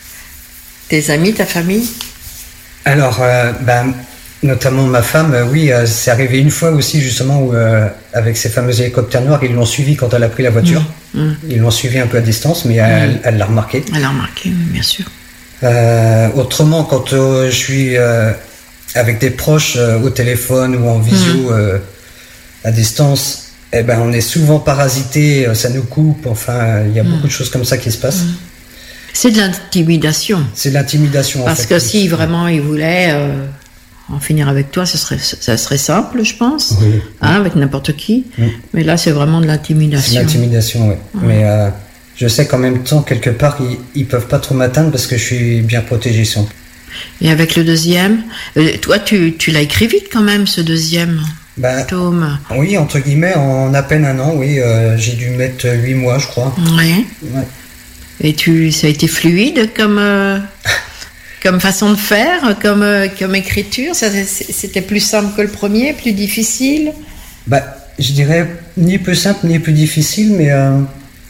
[SPEAKER 21] tes amis, ta famille?
[SPEAKER 22] Alors, euh, bah, notamment ma femme, euh, oui, euh, c'est arrivé une fois aussi justement où, euh, avec ces fameux hélicoptères noirs, ils l'ont suivi quand elle a pris la voiture. Mmh, mmh. Ils l'ont suivi un peu à distance, mais elle, mmh. elle l'a remarqué.
[SPEAKER 21] Elle l'a remarqué, bien sûr.
[SPEAKER 22] Euh, autrement, quand euh, je suis euh, avec des proches euh, au téléphone ou en visio mmh. euh, à distance, eh ben, on est souvent parasité, euh, ça nous coupe, enfin, il y a mmh. beaucoup de choses comme ça qui se passent. Mmh.
[SPEAKER 21] C'est de l'intimidation.
[SPEAKER 22] C'est de l'intimidation,
[SPEAKER 21] Parce en fait, que si vraiment ils voulaient... Euh... en finir avec toi, ça serait, ça serait simple, je pense, oui, oui. Hein, avec n'importe qui. Oui. Mais là, c'est vraiment de l'intimidation.
[SPEAKER 22] C'est de l'intimidation, oui. oui. Mais euh, je sais qu'en même temps, quelque part, ils ne peuvent pas trop m'atteindre parce que je suis bien protégé. Son.
[SPEAKER 21] Et avec le deuxième, euh, toi, tu, tu l'as écrit vite quand même, ce deuxième bah, tome.
[SPEAKER 22] Oui, entre guillemets, en à peine un an, oui. Euh, j'ai dû mettre huit mois, je crois.
[SPEAKER 21] Oui. Ouais. Et tu, ça a été fluide comme... Euh... Comme façon de faire, comme, euh, comme écriture, ça, c'était plus simple que le premier, plus difficile?
[SPEAKER 22] Bah, je dirais ni plus simple ni plus difficile, mais euh,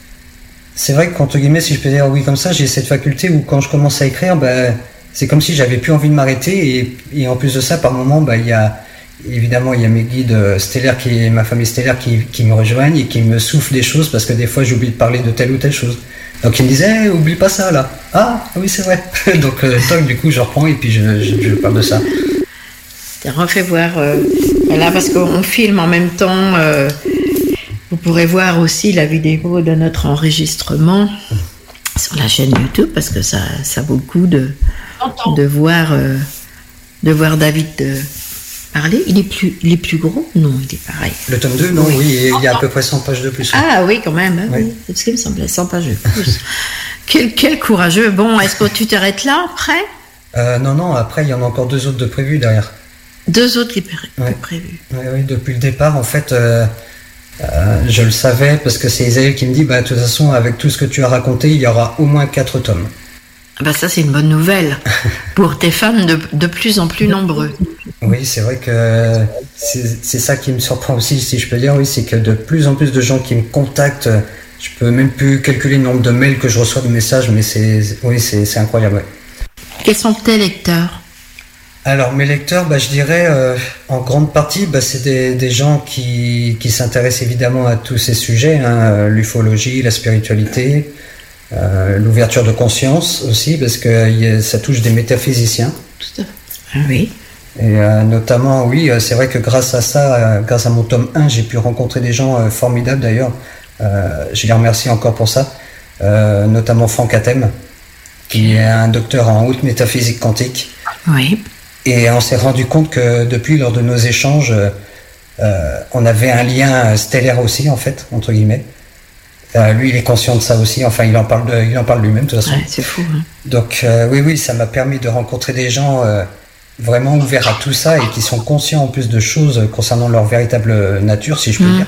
[SPEAKER 22] c'est vrai qu'entre guillemets, si je peux dire oui comme ça, j'ai cette faculté où quand je commence à écrire, bah, c'est comme si j'avais plus envie de m'arrêter. Et, et en plus de ça, par moment, bah, il y a évidemment il y a mes guides stellaires, qui, ma famille stellaire qui, qui me rejoignent et qui me soufflent des choses parce que des fois j'oublie de parler de telle ou telle chose. Donc il me disait, hey, oublie pas ça là. Ah oui, c'est vrai. Donc euh, toc, du coup je reprends et puis je, je, je parle de ça.
[SPEAKER 21] T'as refait voir euh, là parce qu'on filme en même temps. Euh, vous pourrez voir aussi la vidéo de notre enregistrement sur la chaîne YouTube parce que ça, ça vaut le coup de de voir euh, de voir David euh, parler. Il est plus il est plus gros? Non, il est pareil.
[SPEAKER 22] Le tome deux, non, oui, oui, il y a à peu près cent pages de plus.
[SPEAKER 21] Oui. Ah oui, quand même, hein, oui. Oui. C'est ce qui me semblait, cent pages de plus. quel, quel courageux. Bon, est-ce que tu t'arrêtes là, après?
[SPEAKER 22] euh, Non, non, après, il y en a encore deux autres de prévus derrière.
[SPEAKER 21] Deux autres qui pré-
[SPEAKER 22] ouais.
[SPEAKER 21] prévus.
[SPEAKER 22] Oui, oui, depuis le départ, en fait, euh, euh, je le savais, parce que c'est Isaïe qui me dit, bah, de toute façon, avec tout ce que tu as raconté, il y aura au moins quatre tomes.
[SPEAKER 21] Bah ça, c'est une bonne nouvelle pour tes fans de, de plus en plus nombreux.
[SPEAKER 22] Oui, c'est vrai que c'est, c'est ça qui me surprend aussi, si je peux dire, oui, c'est que de plus en plus de gens qui me contactent, je peux même plus calculer le nombre de mails que je reçois de messages, mais c'est, oui, c'est, c'est incroyable. Ouais.
[SPEAKER 21] Quels sont tes lecteurs ?
[SPEAKER 22] Alors mes lecteurs, bah, je dirais euh, en grande partie, bah, c'est des, des gens qui, qui s'intéressent évidemment à tous ces sujets, hein, l'ufologie, la spiritualité, euh, l'ouverture de conscience aussi, parce que y a, ça touche des métaphysiciens.
[SPEAKER 21] Tout à fait. Ah oui.
[SPEAKER 22] Et euh, notamment, oui, c'est vrai que grâce à ça, euh, grâce à mon tome un, j'ai pu rencontrer des gens euh, formidables d'ailleurs. Euh, je les remercie encore pour ça, euh, notamment Franck Atem, qui est un docteur en haute métaphysique quantique.
[SPEAKER 21] Oui.
[SPEAKER 22] Et on s'est rendu compte que depuis, lors de nos échanges, euh, on avait un lien stellaire aussi, en fait, entre guillemets. Euh, lui, il est conscient de ça aussi. Enfin, il en parle, de, il en parle lui-même, de toute façon.
[SPEAKER 21] Ouais, c'est fou. Hein.
[SPEAKER 22] Donc, euh, oui, oui, ça m'a permis de rencontrer des gens euh, vraiment ouverts à tout ça et qui sont conscients en plus de choses concernant leur véritable nature, si je peux mmh. dire.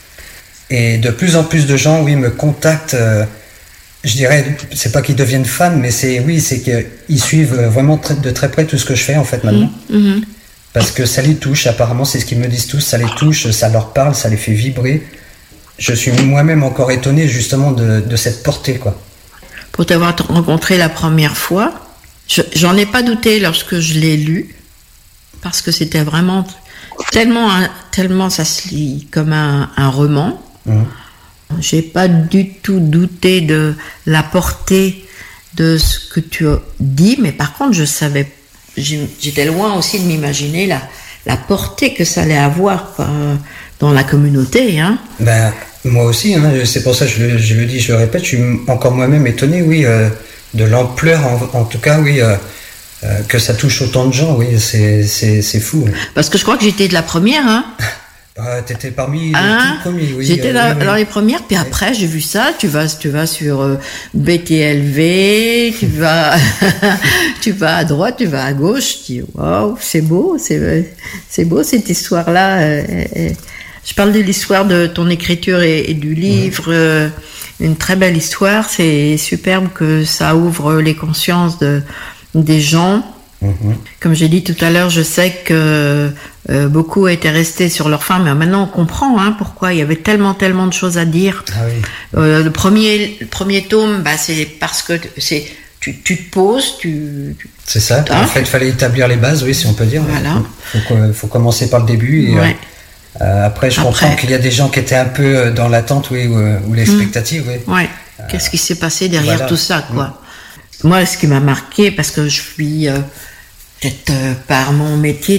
[SPEAKER 22] Et de plus en plus de gens, oui, me contactent. Euh, je dirais, c'est pas qu'ils deviennent fans, mais c'est, oui, c'est qu'ils suivent vraiment très, de très près tout ce que je fais, en fait, maintenant.
[SPEAKER 21] Mmh.
[SPEAKER 22] Parce que ça les touche, apparemment, c'est ce qu'ils me disent tous, ça les touche, ça leur parle, ça les fait vibrer. Je suis moi-même encore étonné, justement, de, de cette portée, quoi.
[SPEAKER 21] Pour t'avoir rencontré la première fois, je, j'en ai pas douté lorsque je l'ai lu, parce que c'était vraiment tellement, tellement ça se lit comme un, un roman. Mmh. J'ai pas du tout douté de la portée de ce que tu dis, mais par contre, je savais, j'étais loin aussi de m'imaginer la, la portée que ça allait avoir quoi, dans la communauté. Hein.
[SPEAKER 22] Ben, moi aussi, hein, c'est pour ça que je le, je le dis, je le répète, je suis encore moi-même étonné, oui, euh, de l'ampleur, en, en tout cas, oui, euh, euh, que ça touche autant de gens, oui, c'est, c'est, c'est fou.
[SPEAKER 21] Parce que je crois que j'étais de la première, hein.
[SPEAKER 22] Ah, t'étais parmi
[SPEAKER 21] hein?
[SPEAKER 22] les tout premiers, oui.
[SPEAKER 21] J'étais
[SPEAKER 22] euh,
[SPEAKER 21] dans,
[SPEAKER 22] oui, oui.
[SPEAKER 21] dans les premières, puis après oui. J'ai vu ça. Tu vas, tu vas sur euh, B T L V, tu vas, tu vas à droite, tu vas à gauche. Tu dis waouh, c'est beau, c'est, c'est beau cette histoire-là. Euh, euh, je parle de l'histoire de ton écriture et, et du livre, mmh. euh, une très belle histoire. C'est superbe que ça ouvre les consciences de des gens. Comme j'ai dit tout à l'heure, je sais que euh, beaucoup étaient restés sur leur faim, mais maintenant on comprend hein, pourquoi il y avait tellement, tellement de choses à dire.
[SPEAKER 22] Ah oui.
[SPEAKER 21] euh, le, premier, le premier tome, bah, c'est parce que c'est, tu, tu te poses, tu... tu
[SPEAKER 22] c'est ça, hein? En fait, il fallait établir les bases, oui, si on peut dire.
[SPEAKER 21] Voilà.
[SPEAKER 22] Il faut, faut, faut commencer par le début. Et,
[SPEAKER 21] ouais.
[SPEAKER 22] euh, après, je après. comprends qu'il y a des gens qui étaient un peu dans l'attente oui, ou, ou l'expectative. Mmh. Oui.
[SPEAKER 21] Ouais. Euh, Qu'est-ce qui s'est passé derrière voilà. tout ça, quoi. Mmh. Moi, ce qui m'a marqué, parce que je suis... Euh, peut-être euh, par mon métier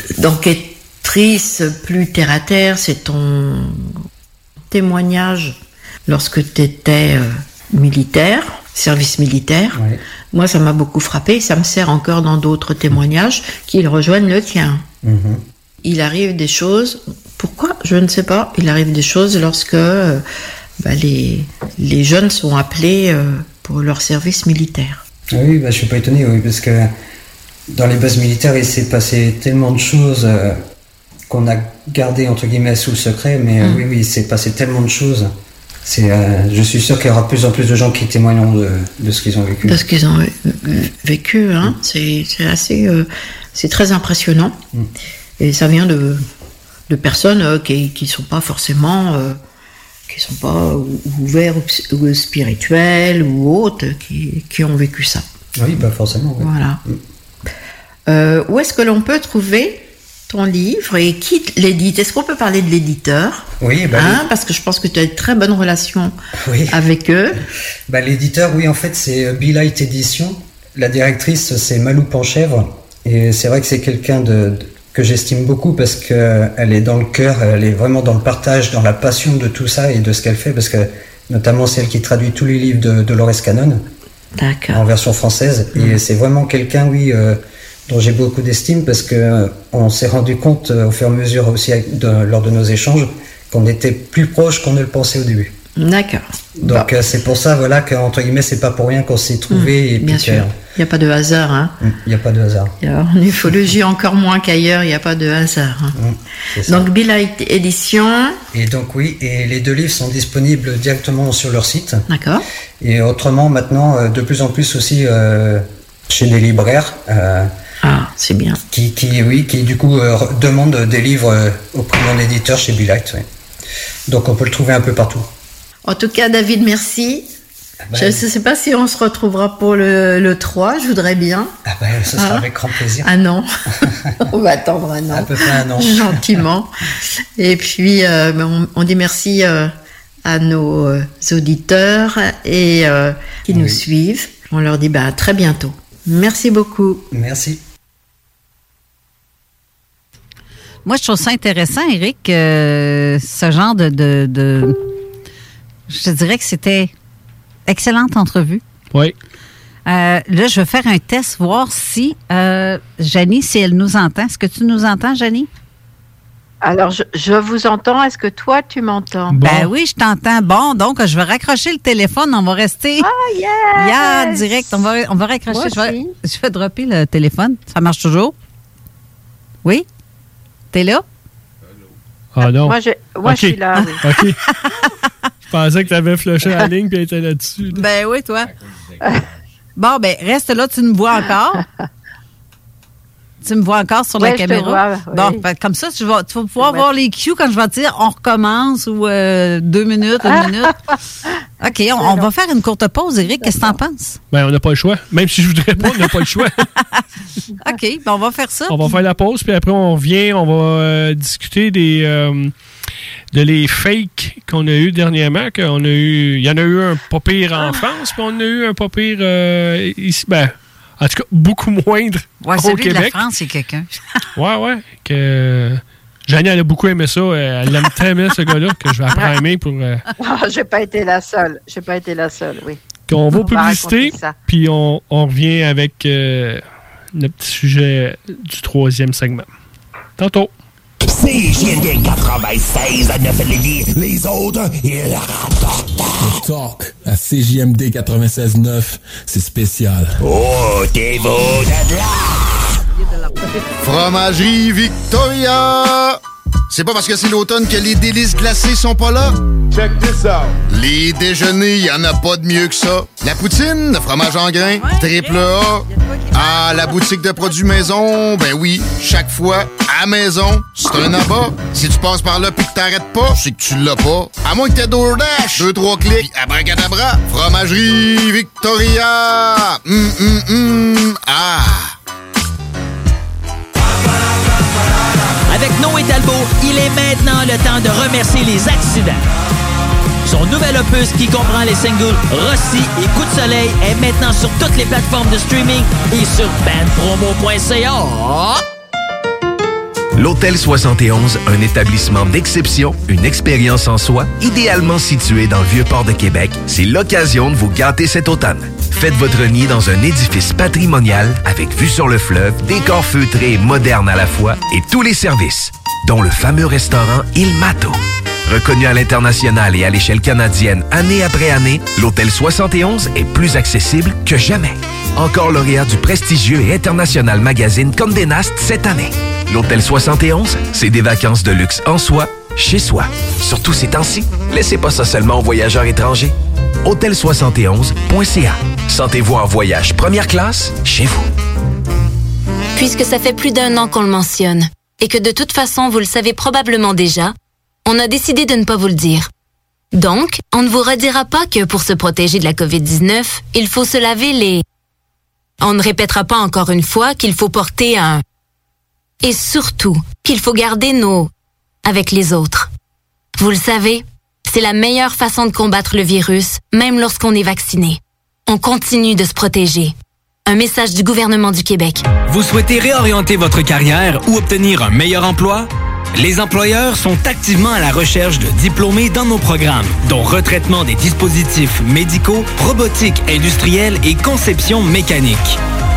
[SPEAKER 21] d'enquêtrice plus terre à terre, c'est ton témoignage lorsque tu étais euh, militaire, service militaire.
[SPEAKER 22] Oui.
[SPEAKER 21] Moi, ça m'a beaucoup frappé, ça me sert encore dans d'autres témoignages qui rejoignent le tien.
[SPEAKER 22] Mm-hmm.
[SPEAKER 21] Il arrive des choses, pourquoi ? Je ne sais pas, il arrive des choses lorsque euh, bah, les, les jeunes sont appelés euh, pour leur service militaire.
[SPEAKER 22] Oui, bah, je ne suis pas étonné, oui, parce que dans les bases militaires, il s'est passé tellement de choses euh, qu'on a gardé entre guillemets sous le secret, mais euh, mmh. oui, oui, il s'est passé tellement de choses. C'est, euh, je suis sûr qu'il y aura de plus en plus de gens qui témoigneront de, de ce qu'ils ont vécu.
[SPEAKER 21] De ce qu'ils ont vécu, hein. Mmh. C'est, c'est assez, euh, c'est très impressionnant. Mmh. Et ça vient de, de personnes euh, qui, qui sont pas forcément, euh, qui sont pas ouverts ou, ou spirituels ou autres, qui, qui ont vécu ça.
[SPEAKER 22] Oui, pas forcément. Oui.
[SPEAKER 21] Voilà. Mmh. Euh, où est-ce que l'on peut trouver ton livre et qui l'édite ? Est-ce qu'on peut parler de l'éditeur ?
[SPEAKER 22] Oui, bah
[SPEAKER 21] hein,
[SPEAKER 22] oui.
[SPEAKER 21] Parce que je pense que tu as une très bonne relation
[SPEAKER 22] oui.
[SPEAKER 21] avec eux.
[SPEAKER 22] Bah, l'éditeur, oui, en fait, c'est Be Light Édition. La directrice, c'est Malou Panchèvre. Et c'est vrai que c'est quelqu'un de, de, que j'estime beaucoup parce qu'elle est dans le cœur, elle est vraiment dans le partage, dans la passion de tout ça et de ce qu'elle fait. Parce que, notamment, c'est elle qui traduit tous les livres de Dolores Cannon.
[SPEAKER 21] D'accord.
[SPEAKER 22] En version française. Mmh. Et c'est vraiment quelqu'un, oui... Euh, dont j'ai beaucoup d'estime parce que euh, on s'est rendu compte euh, au fur et à mesure aussi de, lors de nos échanges qu'on était plus proches qu'on ne le pensait au début.
[SPEAKER 21] D'accord.
[SPEAKER 22] Donc bon. euh, c'est pour ça, voilà, qu'entre guillemets, c'est pas pour rien qu'on s'est trouvé.
[SPEAKER 21] Mmh,
[SPEAKER 22] et
[SPEAKER 21] bien
[SPEAKER 22] puis
[SPEAKER 21] sûr. Il n'y a pas de hasard. Hein.
[SPEAKER 22] Il n'y a pas de hasard.
[SPEAKER 21] Alors, en ufologie, encore moins qu'ailleurs, il n'y a pas de hasard. Hein. Mmh, donc, Be-Light Édition.
[SPEAKER 22] Et donc, oui, et les deux livres sont disponibles directement sur leur site.
[SPEAKER 21] D'accord.
[SPEAKER 22] Et autrement, maintenant, de plus en plus aussi euh, chez des libraires. Euh,
[SPEAKER 21] ah, c'est bien.
[SPEAKER 22] Qui, qui, oui, qui du coup euh, demandent des livres euh, auprès d'un éditeur chez Be-Light. Oui. Donc, on peut le trouver un peu partout.
[SPEAKER 21] En tout cas, David, merci. Ben, je ne sais pas si on se retrouvera pour le, le trois, je voudrais bien.
[SPEAKER 22] Ah ben, ce sera ah. avec grand plaisir.
[SPEAKER 21] Un an. On va attendre un an.
[SPEAKER 22] À peu près un an.
[SPEAKER 21] Gentiment. Et puis, euh, on, on dit merci euh, à nos euh, auditeurs et euh, qui oui. nous suivent. On leur dit bah, à très bientôt. Merci beaucoup.
[SPEAKER 22] Merci.
[SPEAKER 10] Moi, je trouve ça intéressant, Éric, euh, ce genre de, de, de... Je te dirais que c'était excellente entrevue.
[SPEAKER 9] Oui.
[SPEAKER 10] Euh, là, je vais faire un test, voir si euh, Janie, si elle nous entend. Est-ce que tu nous entends, Janie?
[SPEAKER 11] Alors, je, je vous entends. Est-ce que toi, tu m'entends?
[SPEAKER 10] Bon. Ben oui, je t'entends. Bon, donc, je vais raccrocher le téléphone. On va rester...
[SPEAKER 11] Oh, yes!
[SPEAKER 10] Yeah, direct. On va, on va raccrocher. Je vais, je vais dropper le téléphone. Ça marche toujours? Oui? T'es là?
[SPEAKER 9] Ah non.
[SPEAKER 11] Moi, je, moi okay. je suis là, oui.
[SPEAKER 9] OK. Je pensais que tu avais flushé la ligne et elle était là-dessus. Là.
[SPEAKER 10] Ben oui, toi. Bon, ben reste là, tu me vois encore. Tu me vois encore sur
[SPEAKER 11] ouais,
[SPEAKER 10] la caméra?
[SPEAKER 11] Je te vois,
[SPEAKER 10] bon,
[SPEAKER 11] oui.
[SPEAKER 10] ben, comme ça, tu vas, tu vas pouvoir ouais. voir les cues quand je vais te dire on recommence ou euh, deux minutes, une minute. OK, on, on va faire une courte pause, Éric. Qu'est-ce que t'en penses?
[SPEAKER 9] Ben, on n'a pas le choix. Même si je voudrais pas, on n'a pas le choix.
[SPEAKER 10] OK, ben on va faire ça.
[SPEAKER 9] On va faire la pause, puis après, on revient, on va euh, discuter des euh, de les fakes qu'on a eu dernièrement. Qu'on a eu, il y en a eu un pas pire en France, puis on a eu un pas pire euh, ici. Ben, en tout cas, beaucoup moindre
[SPEAKER 10] ouais,
[SPEAKER 9] au
[SPEAKER 10] celui
[SPEAKER 9] Québec.
[SPEAKER 10] De la France, c'est quelqu'un.
[SPEAKER 9] ouais, ouais. Que Janie, elle a beaucoup aimé ça. Elle aime tellement ce gars-là que je vais apprendre à aimer pour. Euh...
[SPEAKER 11] Oh, j'ai pas été la seule. J'ai pas été la seule, oui.
[SPEAKER 9] On va publicité, puis on, on revient avec euh, notre petit sujet du troisième segment. Tantôt.
[SPEAKER 1] C J M D quatre-vingt-seize à neuf Lévis. Les autres, ils rapportent.
[SPEAKER 2] Le talk à C J M D quatre-vingt-seize neuf, c'est spécial.
[SPEAKER 1] Oh, t'es beau de là!
[SPEAKER 14] Fromagerie Victoria! C'est pas parce que c'est l'automne que les délices glacées sont pas là?
[SPEAKER 15] Check this out!
[SPEAKER 14] Les déjeuners, y en a pas de mieux que ça. La poutine, le fromage en grains, triple A. Ah, la boutique de produits maison, ben oui, chaque fois, à maison, c'est un abat. Si tu passes par là pis que t'arrêtes pas, c'est que tu l'as pas. À moins que t'aies DoorDash, deux, trois clics, pis abracadabra. Fromagerie Victoria! Hum, hum, hum, ah!
[SPEAKER 16] Avec Noé Talbot, il est maintenant le temps de remercier les accidents. Son nouvel opus qui comprend les singles Rossi et Coup de soleil est maintenant sur toutes les plateformes de streaming et sur band promo point c a.
[SPEAKER 17] L'Hôtel soixante et onze, un établissement d'exception, une expérience en soi, idéalement situé dans le Vieux-Port de Québec, c'est l'occasion de vous gâter cet automne. Faites votre nid dans un édifice patrimonial avec vue sur le fleuve, décor feutré et moderne à la fois et tous les services, dont le fameux restaurant Il Mato. Reconnu à l'international et à l'échelle canadienne année après année, l'Hôtel soixante et onze est plus accessible que jamais. Encore lauréat du prestigieux et international magazine Condé Nast cette année. L'Hôtel soixante et onze, c'est des vacances de luxe en soi, chez soi. Surtout ces temps-ci, laissez pas ça seulement aux voyageurs étrangers. hôtel soixante et onze point c a. Sentez-vous en voyage première classe chez vous.
[SPEAKER 23] Puisque ça fait plus d'un an qu'on le mentionne, et que de toute façon vous le savez probablement déjà, on a décidé de ne pas vous le dire. Donc, on ne vous redira pas que pour se protéger de la covid dix-neuf, il faut se laver les... On ne répétera pas encore une fois qu'il faut porter un... Et surtout, qu'il faut garder nos... avec les autres. Vous le savez, c'est la meilleure façon de combattre le virus, même lorsqu'on est vacciné. On continue de se protéger. Un message du gouvernement du Québec.
[SPEAKER 4] Vous souhaitez réorienter votre carrière ou obtenir un meilleur emploi? Les employeurs sont activement à la recherche de diplômés dans nos programmes, dont retraitement des dispositifs médicaux, robotique industrielle et conception mécanique.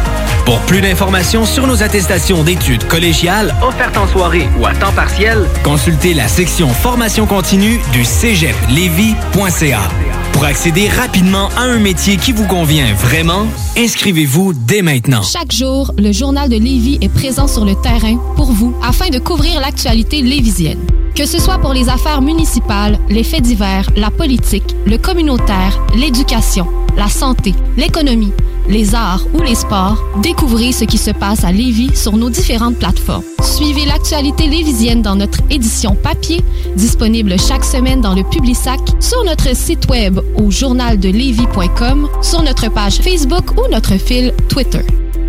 [SPEAKER 4] Pour plus d'informations sur nos attestations d'études collégiales offertes en soirée ou à temps partiel, consultez la section formation continue du cégep lévis point c a. Pour accéder rapidement à un métier qui vous convient vraiment, inscrivez-vous dès maintenant.
[SPEAKER 18] Chaque jour, le Journal de Lévis est présent sur le terrain pour vous afin de couvrir l'actualité lévisienne. Que ce soit pour les affaires municipales, les faits divers, la politique, le communautaire, l'éducation, la santé, l'économie, les arts ou les sports, découvrez ce qui se passe à Lévis sur nos différentes plateformes. Suivez l'actualité lévisienne dans notre édition papier, disponible chaque semaine dans le Publisac, sur notre site web au journal de lévis point com, sur notre page Facebook ou notre fil Twitter.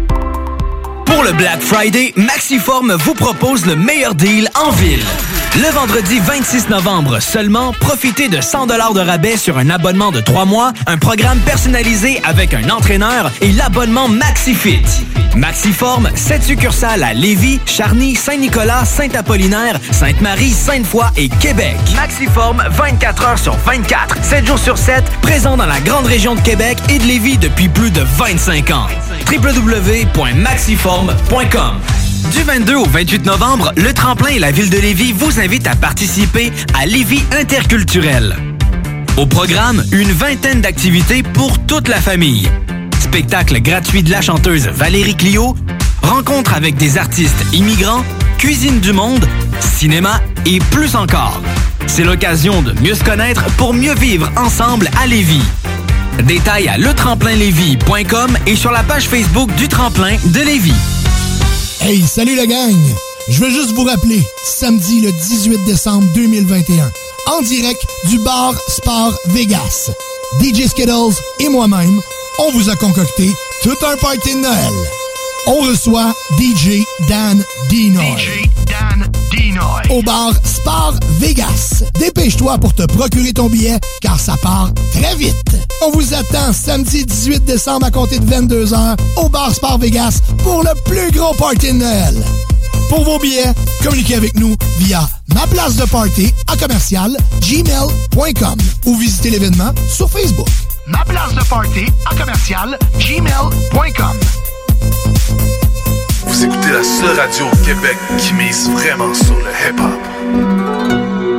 [SPEAKER 4] Pour le Black Friday, Maxiform vous propose le meilleur deal en ville. Le vendredi vingt-six novembre seulement, profitez de cent dollars de rabais sur un abonnement de trois mois, un programme personnalisé avec un entraîneur et l'abonnement MaxiFit. Maxiform, sept succursales à Lévis, Charny, Saint-Nicolas, Saint-Apollinaire, Sainte-Marie, Sainte-Foy et Québec. Maxiform, vingt-quatre heures sur vingt-quatre, sept jours sur sept, présent dans la grande région de Québec et de Lévis depuis plus de vingt-cinq ans. w w w point maxiform point com. Du vingt-deux au vingt-huit novembre, le Tremplin et la Ville de Lévis vous invitent à participer à Lévis Interculturel. Au programme, une vingtaine d'activités pour toute la famille. Spectacle gratuit de la chanteuse Valérie Clio, rencontre avec des artistes immigrants, cuisine du monde, cinéma et plus encore. C'est l'occasion de mieux se connaître pour mieux vivre ensemble à Lévis. Détails à le tremplin lévis point com et sur la page Facebook du Tremplin de Lévis.
[SPEAKER 19] Hey, salut la gang! Je veux juste vous rappeler, samedi le dix-huit décembre deux mille vingt et un, en direct du bar Sport Vegas. D J Skittles et moi-même, on vous a concocté tout un party de Noël. On reçoit D J Dan Dinoy. D J Dan Dinoy. Au bar Sport Vegas. Dépêche-toi pour te procurer ton billet, car ça part très vite. On vous attend samedi dix-huit décembre à compter de vingt-deux heures au bar Sport Vegas pour le plus gros party de Noël. Pour vos billets, communiquez avec nous via ma place de party à commercial gmail point com ou visitez l'événement sur Facebook. Ma place de party à commercial gmail point com.
[SPEAKER 3] Vous écoutez la seule radio au Québec qui mise vraiment sur le hip-hop.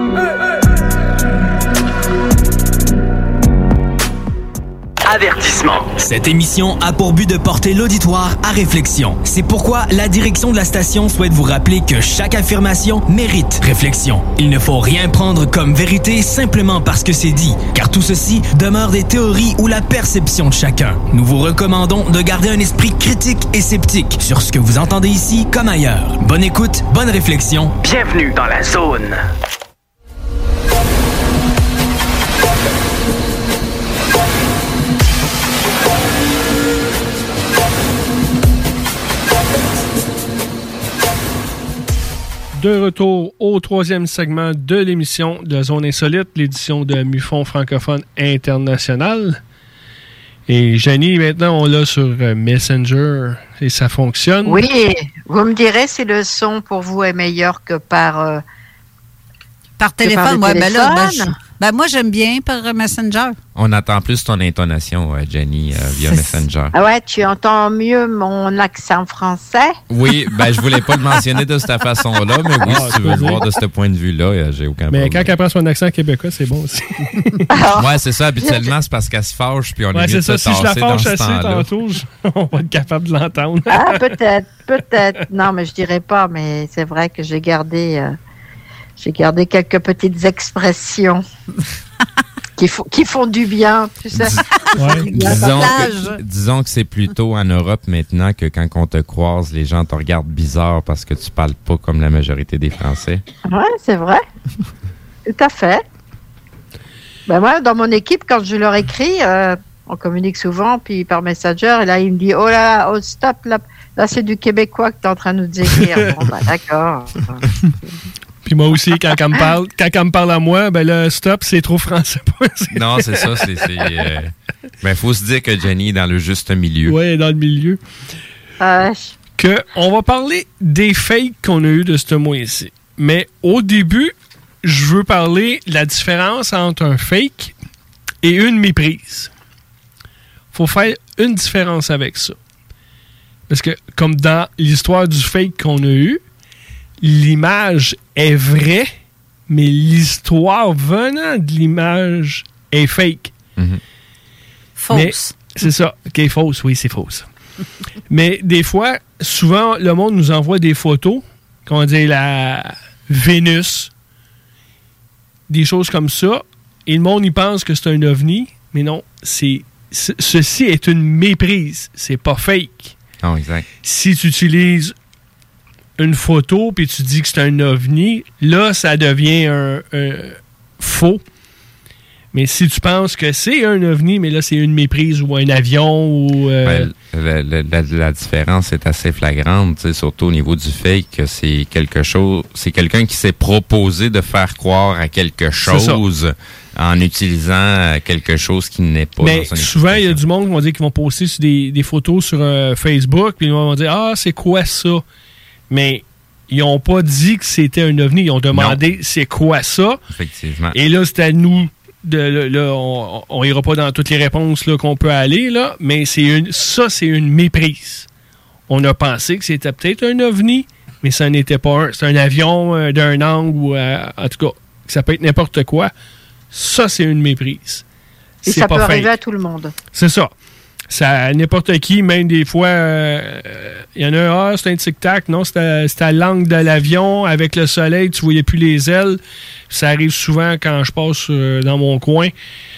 [SPEAKER 4] Avertissement. Cette émission a pour but de porter l'auditoire à réflexion. C'est pourquoi la direction de la station souhaite vous rappeler que chaque affirmation mérite réflexion. Il ne faut rien prendre comme vérité simplement parce que c'est dit, car tout ceci demeure des théories ou la perception de chacun. Nous vous recommandons de garder un esprit critique et sceptique sur ce que vous entendez ici comme ailleurs. Bonne écoute, bonne réflexion. Bienvenue dans la zone.
[SPEAKER 9] De retour au troisième segment de l'émission de Zone Insolite, l'édition de MUFON francophone international. Et Janie, maintenant, on l'a sur Messenger et ça fonctionne.
[SPEAKER 10] Oui, vous me direz si le son pour vous est meilleur que par... Euh, par téléphone,
[SPEAKER 8] par
[SPEAKER 10] ouais,
[SPEAKER 8] téléphone.
[SPEAKER 10] Ben là, ben, je, ben moi, j'aime bien par Messenger.
[SPEAKER 8] On entend plus ton intonation, euh, Jenny, euh, via Messenger.
[SPEAKER 21] Ah ouais, tu entends mieux mon accent français?
[SPEAKER 8] Oui, ben je voulais pas le mentionner de cette façon-là, mais oui, ah, si tu veux le voir de ce point de vue-là, euh, j'ai aucun
[SPEAKER 9] mais
[SPEAKER 8] problème.
[SPEAKER 9] Mais quand elle prend son accent québécois, c'est bon aussi.
[SPEAKER 8] Ouais, c'est ça. Habituellement, c'est parce qu'elle se fâche, puis on
[SPEAKER 9] ouais,
[SPEAKER 8] est mieux de se
[SPEAKER 9] tasser si je la fâche
[SPEAKER 8] dans ce
[SPEAKER 9] assez tantôt, on va être capable de l'entendre.
[SPEAKER 21] Ah, peut-être, peut-être. Non, mais je dirais pas, mais c'est vrai que j'ai gardé... Euh... J'ai gardé quelques petites expressions qui, font, qui font du bien, tu sais.
[SPEAKER 8] Ouais. disons, que, disons que c'est plutôt en Europe maintenant que quand on te croise, les gens te regardent bizarre parce que tu parles pas comme la majorité des Français.
[SPEAKER 21] Oui, c'est vrai. Tout à fait. Ben moi, dans mon équipe, quand je leur écris, euh, on communique souvent, puis par Messenger, et là, il me dit « Oh là là, oh stop, là, là c'est du québécois que tu es en train de nous écrire. » Bon, ben d'accord.
[SPEAKER 9] Puis moi aussi, quand elle me parle, quand elle me parle à moi, ben là, stop, c'est trop français.
[SPEAKER 8] Non, c'est ça. C'est, c'est, euh... ben, faut se dire que Jenny est dans le juste milieu.
[SPEAKER 9] Oui, dans le milieu.
[SPEAKER 21] Euh...
[SPEAKER 9] Que on va parler des fakes qu'on a eu de ce mois-ci. Mais au début, je veux parler de la différence entre un fake et une méprise. Faut faire une différence avec ça. Parce que, comme dans l'histoire du fake qu'on a eu, l'image est vraie, mais l'histoire venant de l'image est fake.
[SPEAKER 8] Mm-hmm.
[SPEAKER 10] Fausse.
[SPEAKER 9] Mais, c'est ça. OK, fausse. Oui, c'est fausse. Mais des fois, souvent, le monde nous envoie des photos, comment dire, la Vénus, des choses comme ça, et le monde, il pense que c'est un ovni, mais non, c'est, c'est ceci est une méprise. C'est pas fake.
[SPEAKER 8] Oh, exact.
[SPEAKER 9] Si tu utilises une photo puis tu dis que c'est un ovni, là, ça devient un, un faux. Mais si tu penses que c'est un ovni, mais là, c'est une méprise ou un avion ou... Euh...
[SPEAKER 8] Ben, la, la, la différence est assez flagrante, surtout au niveau du fake, que c'est quelque chose... C'est quelqu'un qui s'est proposé de faire croire à quelque chose en utilisant quelque chose qui n'est pas
[SPEAKER 9] mais
[SPEAKER 8] dans son
[SPEAKER 9] souvent, il y a du monde qui vont dire qu'ils vont poster sur des, des photos sur euh, Facebook, puis ils vont dire « Ah, c'est quoi ça? » Mais ils n'ont pas dit que c'était un ovni. Ils ont demandé « C'est quoi ça? »
[SPEAKER 8] Effectivement.
[SPEAKER 9] Et là, c'est à nous... De, là, là, on n'ira pas dans toutes les réponses là, qu'on peut aller, là, mais c'est une, ça, c'est une méprise. On a pensé que c'était peut-être un ovni, mais ça n'était pas un. C'est un avion euh, d'un angle, ou euh, en tout cas, ça peut être n'importe quoi. Ça, c'est une méprise.
[SPEAKER 5] Et
[SPEAKER 9] c'est
[SPEAKER 5] ça
[SPEAKER 9] pas
[SPEAKER 5] peut
[SPEAKER 9] fake.
[SPEAKER 5] arriver à tout le monde.
[SPEAKER 9] C'est ça. Ça, n'importe qui, même des fois, il euh, y en a un, ah, c'est un tic-tac. Non, c'était à l'angle de l'avion, avec le soleil, tu voyais plus les ailes. Ça arrive souvent quand je passe euh, dans mon coin.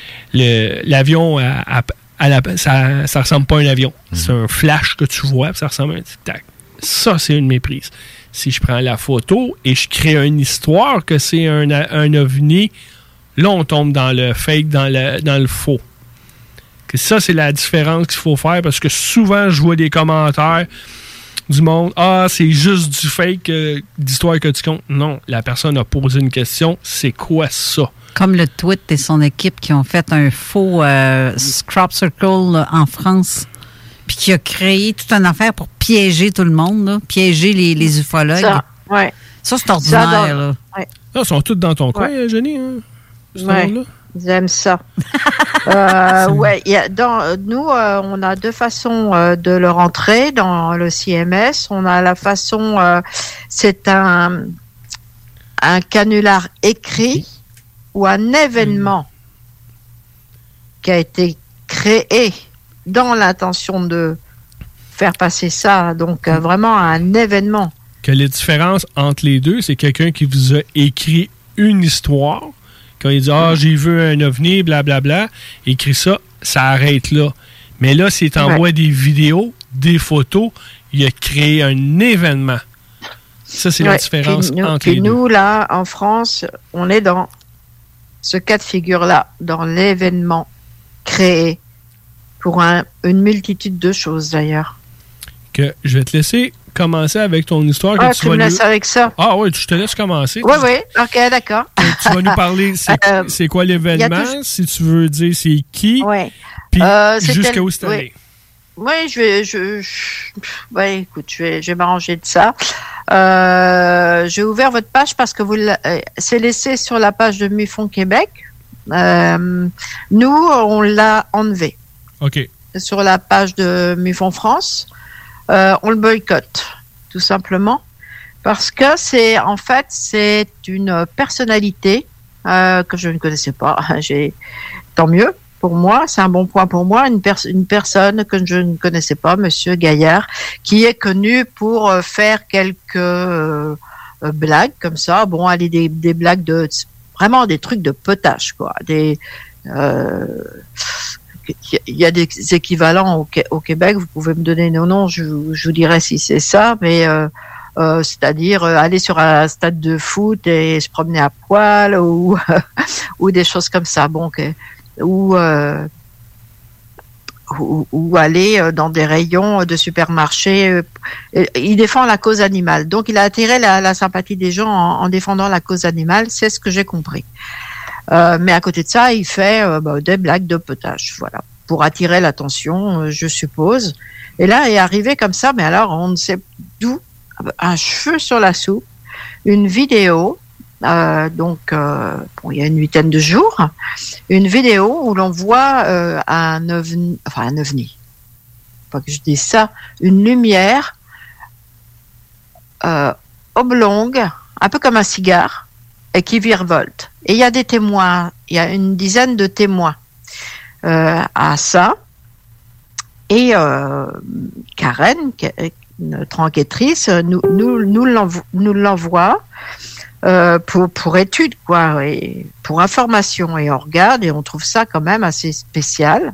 [SPEAKER 9] L'avion, à, à, à la, ça, ça ressemble pas à un avion. Mm-hmm. C'est un flash que tu vois, puis ça ressemble à un tic-tac. Ça, c'est une méprise. Si je prends la photo et je crée une histoire que c'est un, un ovni, là, on tombe dans le fake, dans le, dans le faux. Que ça, c'est la différence qu'il faut faire, parce que souvent, je vois des commentaires du monde. Ah, c'est juste du fake euh, d'histoire que tu comptes. Non, la personne a posé une question. C'est quoi ça?
[SPEAKER 10] Comme le Tweet et son équipe qui ont fait un faux euh, Scrap Circle là, en France, puis qui a créé toute une affaire pour piéger tout le monde, là, piéger les, les ufologues. Ça,
[SPEAKER 5] ouais.
[SPEAKER 10] ça c'est ordinaire. Ça, dans, là.
[SPEAKER 9] Ouais. Ah, ils sont tous dans ton coin, ouais. Jenny, hein, ce
[SPEAKER 5] ouais.
[SPEAKER 9] monde-là.
[SPEAKER 5] J'aime ça. euh, ouais, y a, dans, nous, euh, on a deux façons euh, de le rentrer dans le C M S. On a la façon, euh, c'est un, un canular écrit ou un événement qui a été créé dans l'intention de faire passer ça. Donc, euh, vraiment un événement.
[SPEAKER 9] Que la différence entre les deux, c'est quelqu'un qui vous a écrit une histoire. Quand il dit « Ah, j'ai vu un ovni, blablabla », écrit ça, ça arrête là. Mais là, s'il t'envoie ouais. des vidéos, des photos, il a créé un événement. Ça, c'est ouais. la différence
[SPEAKER 5] puis nous,
[SPEAKER 9] entre
[SPEAKER 5] puis
[SPEAKER 9] les
[SPEAKER 5] nous,
[SPEAKER 9] deux.
[SPEAKER 5] là, en France, on est dans ce cas de figure-là, dans l'événement créé pour un, une multitude de choses, d'ailleurs.
[SPEAKER 9] Que je vais te laisser commencer avec ton histoire.
[SPEAKER 5] Ah,
[SPEAKER 9] que tu
[SPEAKER 5] tu
[SPEAKER 9] vas
[SPEAKER 5] me laisses
[SPEAKER 9] nous...
[SPEAKER 5] avec ça.
[SPEAKER 9] Ah oui, je te laisse commencer.
[SPEAKER 5] Oui, oui, ok, d'accord.
[SPEAKER 9] Tu vas nous parler, c'est euh, quoi l'événement, tout... si tu veux dire c'est qui,
[SPEAKER 5] ouais.
[SPEAKER 9] puis
[SPEAKER 5] euh,
[SPEAKER 9] jusqu'à où c'est
[SPEAKER 5] oui.
[SPEAKER 9] allé.
[SPEAKER 5] Oui, je vais, je, je, ouais, écoute, je vais, je vais m'arranger de ça. Euh, j'ai ouvert votre page parce que vous c'est laissé sur la page de MUFON Québec. Euh, nous, on l'a enlevé.
[SPEAKER 9] Ok.
[SPEAKER 5] Sur la page de MUFON France. Euh, on le boycotte, tout simplement, parce que c'est en fait c'est une personnalité euh, que je ne connaissais pas. J'ai tant mieux pour moi, c'est un bon point pour moi. Une, pers- une personne que je ne connaissais pas, Monsieur Gaillard, qui est connu pour euh, faire quelques euh, euh, blagues comme ça. Bon, allez, des, des blagues de vraiment des trucs de potage, quoi. Des euh, il y a des équivalents au, au Québec, vous pouvez me donner nos noms, je, je vous dirai si c'est ça, mais euh, euh, c'est-à-dire euh, aller sur un stade de foot et se promener à poil ou ou des choses comme ça, bon, que, ou, euh, ou ou aller dans des rayons de supermarché. Il défend la cause animale, donc il a attiré la, la sympathie des gens en, en défendant la cause animale, c'est ce que j'ai compris. Euh, mais à côté de ça, il fait euh, bah, des blagues de potage, voilà, pour attirer l'attention, euh, je suppose. Et là, est arrivé comme ça, mais alors on ne sait d'où, un cheveu sur la soupe, une vidéo, euh, donc euh, bon, il y a une huitaine de jours, une vidéo où l'on voit euh, un ovni, enfin un ovni, pas que je dise ça, une lumière euh, oblongue, un peu comme un cigare, et qui virevolte. Et il y a des témoins, il y a une dizaine de témoins euh, à ça. Et euh, Karen, notre enquêtrice, nous, nous, nous, l'envo- nous l'envoie euh, pour, pour étude, quoi, et pour information. Et on regarde et on trouve ça quand même assez spécial.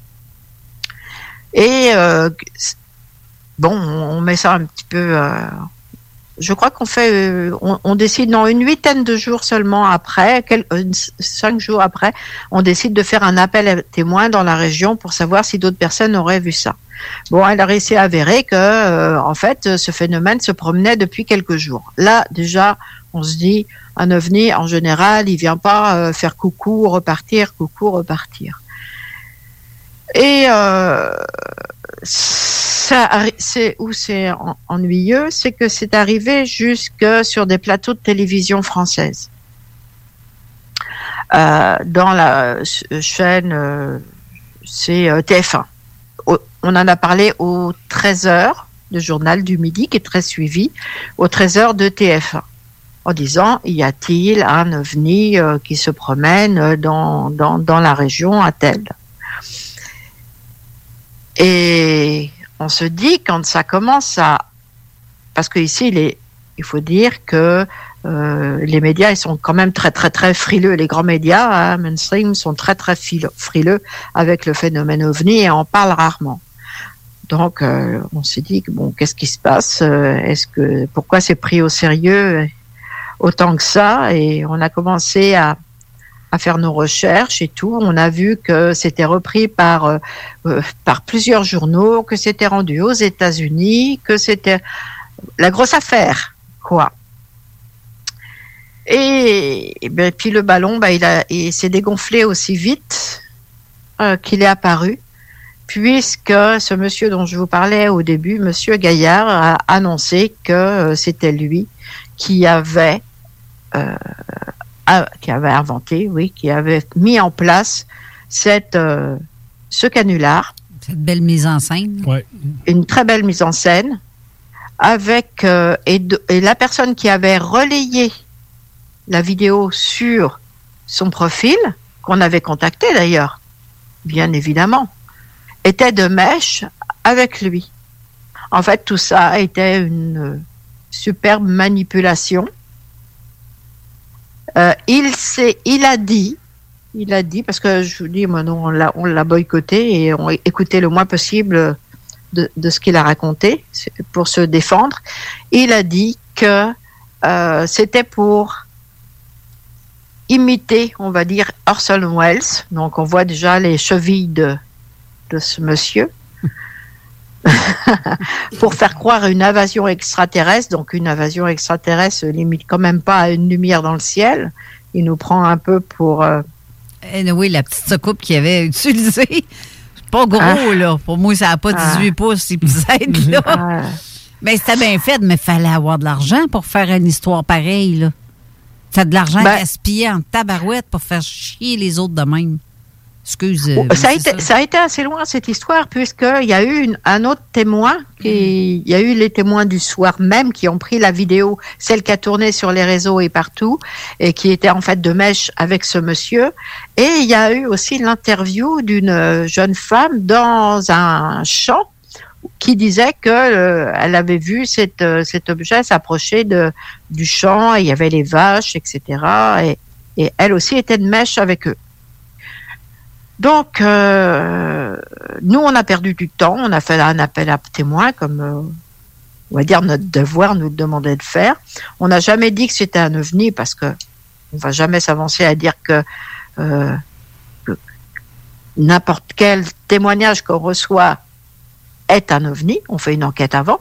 [SPEAKER 5] Et euh, bon, on met ça un petit peu... Euh, je crois qu'on fait... Euh, on, on décide, non, une huitaine de jours seulement après, quel, euh, cinq jours après, on décide de faire un appel à témoins dans la région pour savoir si d'autres personnes auraient vu ça. Bon, elle a réussi à avérer que, euh, en fait, ce phénomène se promenait depuis quelques jours. Là, déjà, on se dit, un ovni, en général, il vient pas euh, faire coucou, repartir, coucou, repartir. Et euh, ça, c'est où c'est en, ennuyeux, c'est que c'est arrivé jusque sur des plateaux de télévision françaises. Euh, dans la chaîne, euh, c'est euh, T F un. On en a parlé au treize heures, le journal du midi, qui est très suivi, au treize heures de T F un, en disant, y a-t-il un ovni euh, qui se promène dans, dans, dans la région à telle. Et on se dit, quand ça commence à... Parce que ici, les, il faut dire que euh, les médias, ils sont quand même très, très, très frileux. Les grands médias, hein, mainstream, sont très, très frileux avec le phénomène ovni et en parlent rarement. Donc, euh, on s'est dit, bon, qu'est-ce qui se passe? Est-ce que, pourquoi c'est pris au sérieux autant que ça? Et on a commencé à... à faire nos recherches et tout. On a vu que c'était repris par, euh, par plusieurs journaux, que c'était rendu aux États-Unis, que c'était la grosse affaire, quoi. Et, et ben, puis le ballon, ben, il, a, il s'est dégonflé aussi vite euh, qu'il est apparu, puisque ce monsieur dont je vous parlais au début, monsieur Gaillard, a annoncé que euh, c'était lui qui avait... Euh, Ah, qui avait inventé, oui, qui avait mis en place cette, euh, ce canular.
[SPEAKER 10] Cette belle mise en scène.
[SPEAKER 9] Ouais.
[SPEAKER 5] Une très belle mise en scène. Avec, euh, et, de, et la personne qui avait relayé la vidéo sur son profil, qu'on avait contacté d'ailleurs, bien évidemment, était de mèche avec lui. En fait, tout ça était une superbe manipulation. Euh, il s'est, il a dit, il a dit, parce que je vous dis, moi non, on l'a, on l'a boycotté et on a écouté le moins possible de, de ce qu'il a raconté pour se défendre. Il a dit que euh, c'était pour imiter, on va dire, Orson Welles. Donc on voit déjà les chevilles de, de ce monsieur. Pour faire croire à une invasion extraterrestre. Donc une invasion extraterrestre se limite quand même pas à une lumière dans le ciel. Il nous prend un peu pour... Euh...
[SPEAKER 10] Eh, oui, la petite soucoupe qu'il avait utilisée. C'est pas gros, ah. là. Pour moi, ça n'a pas dix-huit ah. pouces, ces petites là. Ah. Mais c'était bien fait, mais il fallait avoir de l'argent pour faire une histoire pareille, là. C'est de l'argent ben, gaspillé en tabarouette pour faire chier les autres de même. Excuse.
[SPEAKER 5] Oh, ça, a été, ça. ça a été assez loin, cette histoire, puisqu'il y a eu une, un autre témoin, qui, il y a eu les témoins du soir même qui ont pris la vidéo, celle qui a tourné sur les réseaux et partout, et qui était en fait de mèche avec ce monsieur. Et il y a eu aussi l'interview d'une jeune femme dans un champ qui disait que euh, elle avait vu cette, euh, cet objet s'approcher de, du champ, et il y avait les vaches, et cetera. Et, et elle aussi était de mèche avec eux. Donc, euh, nous, on a perdu du temps. On a fait un appel à témoins, comme, euh, on va dire, notre devoir nous demandait de faire. On n'a jamais dit que c'était un ovni, parce que on va jamais s'avancer à dire que, euh, que n'importe quel témoignage qu'on reçoit est un ovni. On fait une enquête avant.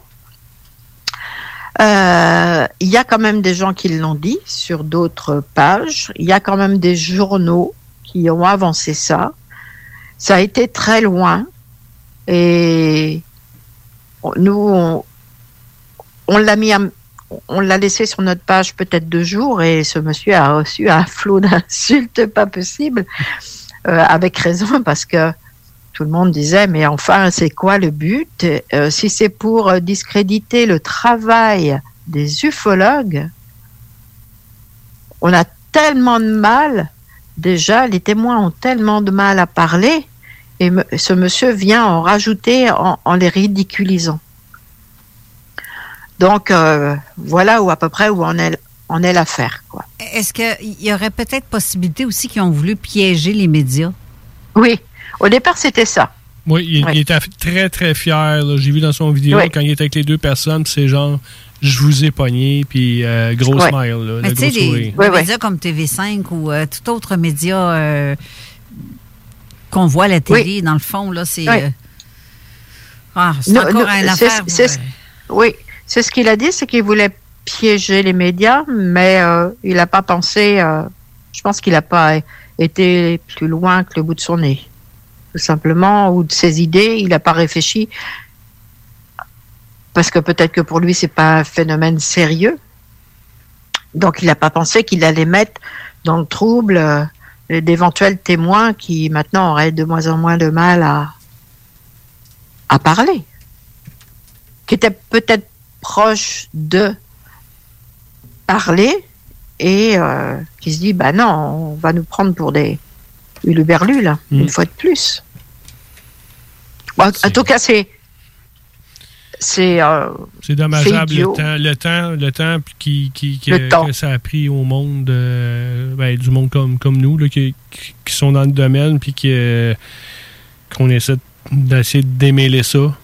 [SPEAKER 5] Euh, il y a quand même des gens qui l'ont dit sur d'autres pages. Il y a quand même des journaux qui ont avancé ça. Ça a été très loin et nous, on, on l'a mis, à, on l'a laissé sur notre page peut-être deux jours et ce monsieur a reçu un flot d'insultes pas possible, euh, avec raison parce que tout le monde disait, mais enfin, c'est quoi le but? euh, Si c'est pour euh, discréditer le travail des ufologues, on a tellement de mal, déjà, les témoins ont tellement de mal à parler, et me, ce monsieur vient en rajouter en, en les ridiculisant. Donc, euh, voilà où à peu près où en est, en est l'affaire, quoi.
[SPEAKER 10] Est-ce qu'il y aurait peut-être possibilité aussi qu'ils ont voulu piéger les médias?
[SPEAKER 5] Oui. Au départ, c'était ça.
[SPEAKER 9] Oui, il, oui. il était très, très fier. Là. J'ai vu dans son vidéo, oui. quand il était avec les deux personnes, c'est genre, je vous ai pogné, puis euh, gros oui. smile. Là,
[SPEAKER 10] mais tu sais, des, des oui, médias oui. comme T V cinq ou euh, tout autre média euh, qu'on voit à la télé, oui. dans le fond, là, c'est...
[SPEAKER 5] Oui.
[SPEAKER 10] Euh, ah, c'est
[SPEAKER 5] no,
[SPEAKER 10] encore
[SPEAKER 5] no,
[SPEAKER 10] une affaire.
[SPEAKER 5] C'est, c'est, oui, c'est ce qu'il a dit, c'est qu'il voulait piéger les médias, mais euh, il n'a pas pensé... Euh, je pense qu'il n'a pas été plus loin que le bout de son nez. Tout simplement, ou de ses idées, il n'a pas réfléchi, parce que peut-être que pour lui, c'est pas un phénomène sérieux. Donc, il n'a pas pensé qu'il allait mettre dans le trouble euh, d'éventuels témoins qui, maintenant, auraient de moins en moins de mal à, à parler. Qui étaient peut-être proches de parler, et euh, qui se dit, bah non, on va nous prendre pour des huluberlus, là, mmh. une fois de plus. Bon, en tout cas, c'est... C'est, euh,
[SPEAKER 9] c'est dommageable c'est le temps, le temps, le temps qui, qui, qui
[SPEAKER 5] le
[SPEAKER 9] que
[SPEAKER 5] temps.
[SPEAKER 9] ça a pris au monde, euh, ben, du monde comme, comme nous, là, qui, qui sont dans le domaine, puis qui, euh, qu'on essaie d'essayer de démêler ça.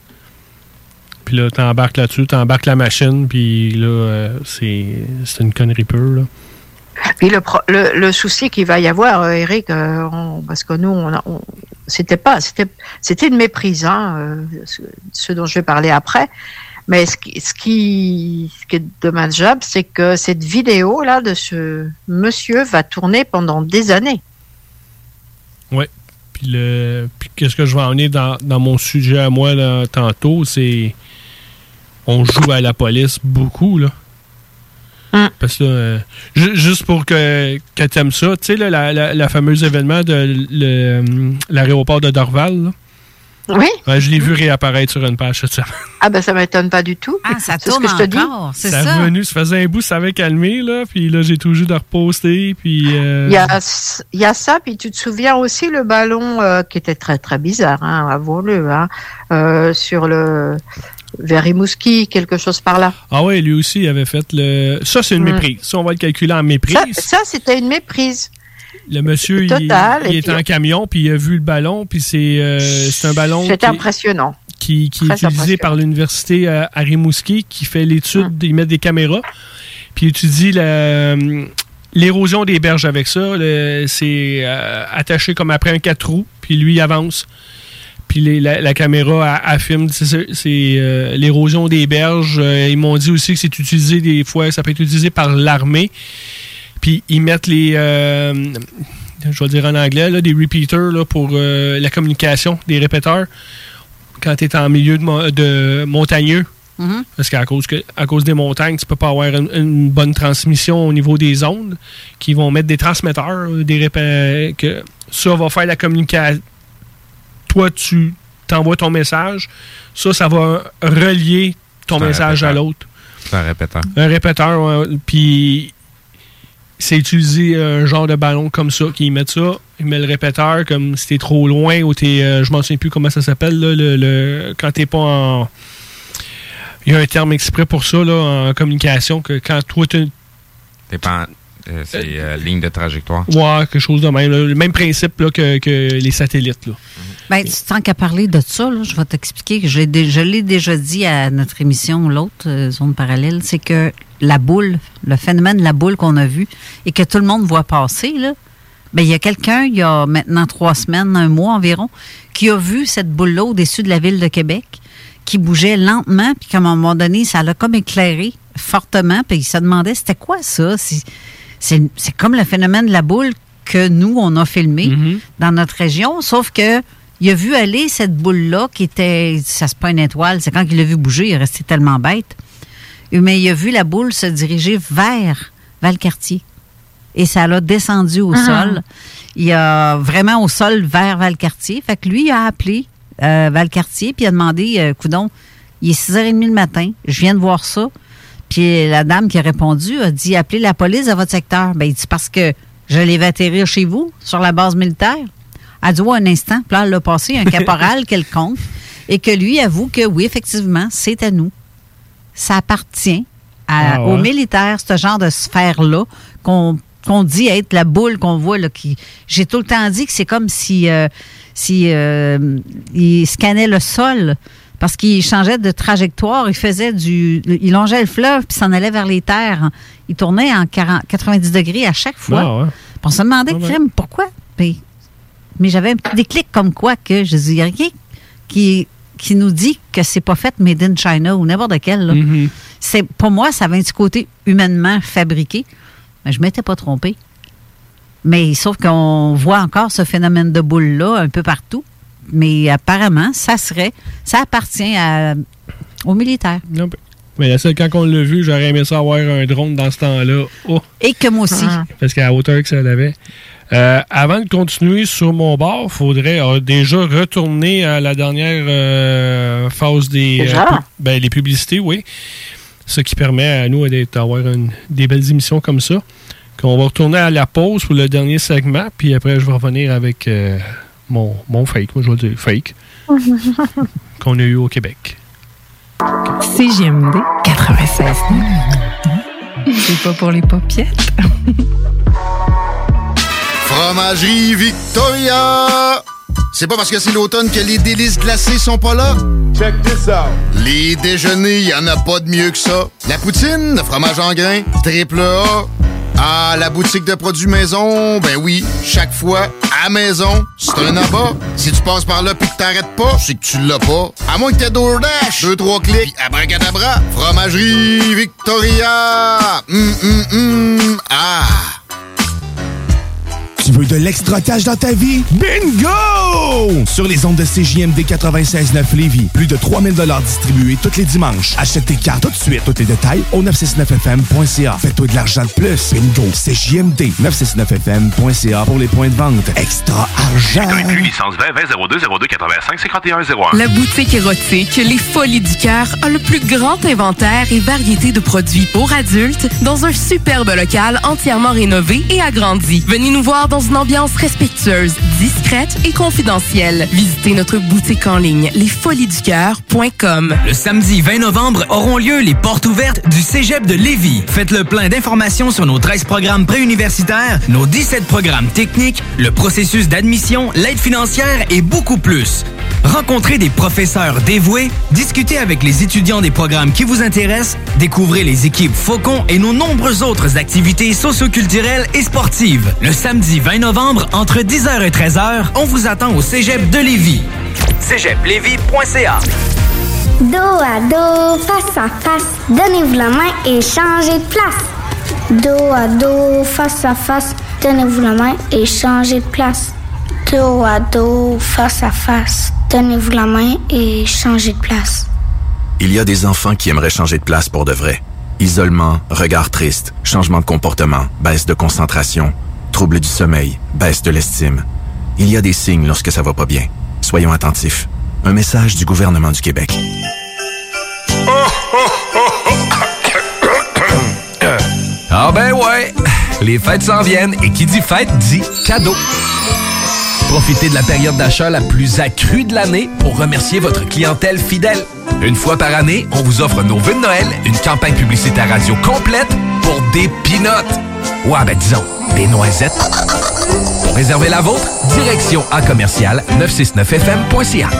[SPEAKER 9] Puis là, t'embarques là-dessus, t'embarques la machine, puis là, euh, c'est, c'est une connerie pure, là.
[SPEAKER 5] Puis le, pro, le, le souci qu'il va y avoir, euh, Eric, euh, on, parce que nous, on, on, c'était pas, c'était, c'était une méprise, hein, euh, ce, ce dont je vais parler après. Mais ce qui, ce qui, ce qui est dommageable, c'est que cette vidéo là de ce monsieur va tourner pendant des années.
[SPEAKER 9] Oui. Puis le, puis qu'est-ce que je vais emmener dans, dans mon sujet à moi là, tantôt, c'est, on joue à la police beaucoup là. Hum. Parce que euh, ju- juste pour que, que tu aimes ça, tu sais, là, la, la, la fameuse événement de le, l'aéroport de Dorval. Là.
[SPEAKER 5] Oui.
[SPEAKER 9] Ouais, je l'ai vu réapparaître sur une page cette semaine.
[SPEAKER 5] Ah, ben ça m'étonne pas du tout.
[SPEAKER 10] Ah, ça
[SPEAKER 5] c'est
[SPEAKER 10] tourne
[SPEAKER 5] ce que je te
[SPEAKER 10] encore,
[SPEAKER 5] dis.
[SPEAKER 10] c'est
[SPEAKER 9] ça.
[SPEAKER 10] ça.
[SPEAKER 9] Revenu, ça faisait un bout, ça avait calmé, là, puis là, j'ai tout juste de reposter, puis... Euh...
[SPEAKER 5] Il, y a, il y a ça, puis tu te souviens aussi le ballon euh, qui était très, très bizarre, hein, avouons-le, hein, euh, sur le... vers Rimouski, quelque chose par là.
[SPEAKER 9] Ah oui, lui aussi, il avait fait le... Ça, c'est une mmh. méprise. Ça, on va le calculer en méprise.
[SPEAKER 5] Ça, ça c'était une méprise.
[SPEAKER 9] Le monsieur, Total, il, il est puis... en camion, puis il a vu le ballon, puis c'est, euh, c'est un ballon...
[SPEAKER 5] C'est impressionnant.
[SPEAKER 9] Qui, qui est utilisé par l'université à, à Rimouski, qui fait l'étude, mmh. ils mettent des caméras, puis ils étudient la, l'érosion des berges avec ça. Le, c'est euh, attaché comme après un quatre roues, puis lui, il avance. Puis les, la, la caméra elle, elle filme, c'est, c'est euh, l'érosion des berges. Euh, ils m'ont dit aussi que c'est utilisé des fois, ça peut être utilisé par l'armée. Puis ils mettent les, euh, je vais dire en anglais, là, des repeaters là, pour euh, la communication, des répéteurs, quand tu es en milieu de, de montagneux. Mm-hmm. Parce qu'à cause, que, à cause des montagnes, tu peux pas avoir une, une bonne transmission au niveau des ondes, qui vont mettre des transmetteurs, des répé- que ça va faire la communication. Toi, tu t'envoies ton message. Ça, ça va relier ton c'est message à l'autre.
[SPEAKER 8] C'est un répéteur.
[SPEAKER 9] Un répéteur, ouais. Puis, c'est utiliser un genre de ballon comme ça, qu'ils mettent ça, ils mettent le répéteur comme si t'es trop loin ou t'es... Euh, je m'en souviens plus comment ça s'appelle, là, le, le, quand t'es pas en... Il y a un terme exprès pour ça, là, en communication, que quand toi, t'es...
[SPEAKER 8] T'es pas... Euh, c'est euh, ligne de trajectoire.
[SPEAKER 9] Ouais, quelque chose de même. Là, le même principe là, que, que les satellites. Là.
[SPEAKER 10] Ben, tant qu'à parler de ça, là, je vais t'expliquer que j'ai dé- je l'ai déjà dit à notre émission, l'autre, euh, Zone Parallèle, c'est que la boule, le phénomène de la boule qu'on a vu et que tout le monde voit passer, là, ben, il y a quelqu'un, il y a maintenant trois semaines, un mois environ, qui a vu cette boule-là au-dessus de la ville de Québec, qui bougeait lentement, puis qu'à un moment donné, ça l'a comme éclairé fortement, puis il se demandait, c'était quoi ça? C'est, c'est, c'est comme le phénomène de la boule que nous, on a filmé mm-hmm. dans notre région, sauf que il a vu aller cette boule-là qui était, ça c'est pas une étoile, c'est quand il l'a vu bouger, il est resté tellement bête, mais il a vu la boule se diriger vers Valcartier. Et ça l'a descendu au ah. sol. il a vraiment au sol vers Valcartier. Fait que lui, il a appelé euh, Valcartier, puis il a demandé, euh, coudon, il est six heures trente le matin, je viens de voir ça. Puis la dame qui a répondu a dit, appelez la police à votre secteur. Ben, il dit, parce que je l'ai fait atterrir chez vous, sur la base militaire. Elle dit, ouais, un instant. Puis là, elle l'a passé, un caporal quelconque, et que lui avoue que oui, effectivement, c'est à nous. Ça appartient à, ah ouais. aux militaires, ce genre de sphère-là, qu'on qu'on dit être la boule qu'on voit. Là, qui, j'ai tout le temps dit que c'est comme si, euh, si euh, il scannait le sol, parce qu'il changeait de trajectoire, il faisait du... Il longeait le fleuve, puis s'en allait vers les terres. Il tournait en quarante, quatre-vingt-dix degrés à chaque fois. Ah ouais. On se demandait, ah ouais. crème, pourquoi? Mais, mais j'avais un petit déclic comme quoi que je dis, il y a rien qui... qui nous dit que c'est pas fait made in China ou n'importe quel. Là. Mm-hmm. C'est, pour moi, ça vient du côté humainement fabriqué. Mais je m'étais pas trompée. Mais sauf qu'on voit encore ce phénomène de boule-là un peu partout. Mais apparemment, ça serait, ça appartient à, aux militaires.
[SPEAKER 9] Non, mais la seule, quand on l'a vu, j'aurais aimé ça avoir un drone dans ce temps-là. Oh.
[SPEAKER 10] Et que moi aussi. Ah.
[SPEAKER 9] Parce qu'à la hauteur que ça avait. Euh, avant de continuer sur mon bord, il faudrait euh, déjà retourner à la dernière euh, phase des euh, pu- ben, les publicités, oui. Ce qui permet à nous d'avoir une, des belles émissions comme ça. On va retourner à la pause pour le dernier segment, puis après, je vais revenir avec euh, mon, mon fake, moi je vais dire fake, qu'on a eu au Québec.
[SPEAKER 6] C J M D quatre-vingt-seize. C'est pas pour les paupiètes.
[SPEAKER 14] Fromagerie Victoria! C'est pas parce que c'est l'automne que les délices glacées sont pas là? Check this out! Les déjeuners, y en a pas de mieux que ça. La poutine, le fromage en grains, triple A. Ah, la boutique de produits maison, ben oui, chaque fois, à maison, c'est un abat. Si tu passes par là pis que t'arrêtes pas, c'est que tu l'as pas. À moins que t'aies DoorDash, deux, trois clics, pis abracadabra. Fromagerie Victoria! Hum, hum, hum, ah!
[SPEAKER 1] Tu veux de l'extra cash dans ta vie? Bingo! Sur les ondes de C J M D quatre-vingt-seize neuf Lévis, plus de trois mille dollars distribués tous les dimanches. Achète tes cartes tout de suite. Tous les détails au neuf cent soixante-neuf F M point C A. Fais-toi de l'argent de plus. Bingo! C J M D neuf cent soixante-neuf F M point C A pour les points de vente. Extra argent!
[SPEAKER 12] Inclus licence vingt vingt zéro deux zéro deux quatre-vingt-cinq cinquante et un zéro un.
[SPEAKER 6] La boutique érotique Les Folies du Cœur a le plus grand inventaire et variété de produits pour adultes dans un superbe local entièrement rénové et agrandi. Venez nous voir dans une ambiance respectueuse, discrète et confidentielle. Visitez notre boutique en ligne les folies du cœur point com.
[SPEAKER 4] Le samedi vingt novembre auront lieu les portes ouvertes du Cégep de Lévis. Faites le plein d'informations sur nos treize programmes préuniversitaires, nos dix-sept programmes techniques, le processus d'admission, l'aide financière et beaucoup plus. Rencontrez des professeurs dévoués, discutez avec les étudiants des programmes qui vous intéressent, découvrez les équipes Faucon et nos nombreuses autres activités socioculturelles et sportives. Le samedi vingt novembre, entre dix heures et treize heures, on vous attend au Cégep de Lévis. cégep lévis point c a.
[SPEAKER 13] Dos à dos, face à face, donnez-vous la main et changez de place. Dos à dos, face à face, donnez-vous la main et changez de place. Dos à dos, face à face, donnez-vous la main et changez de place.
[SPEAKER 24] Il y a des enfants qui aimeraient changer de place pour de vrai. Isolement, regard triste, changement de comportement, baisse de concentration, trouble du sommeil, baisse de l'estime. Il y a des signes lorsque ça va pas bien. Soyons attentifs. Un message du gouvernement du Québec.
[SPEAKER 17] Ah ben ouais, les fêtes s'en viennent et qui dit fête dit cadeau. Profitez de la période d'achat la plus accrue de l'année pour remercier votre clientèle fidèle. Une fois par année, on vous offre nos vœux de Noël, une campagne publicitaire radio complète pour des pinottes. Ouais, ben disons, des noisettes. Pour réserver la vôtre, direction à commercial neuf cent soixante-neuf F M point C A.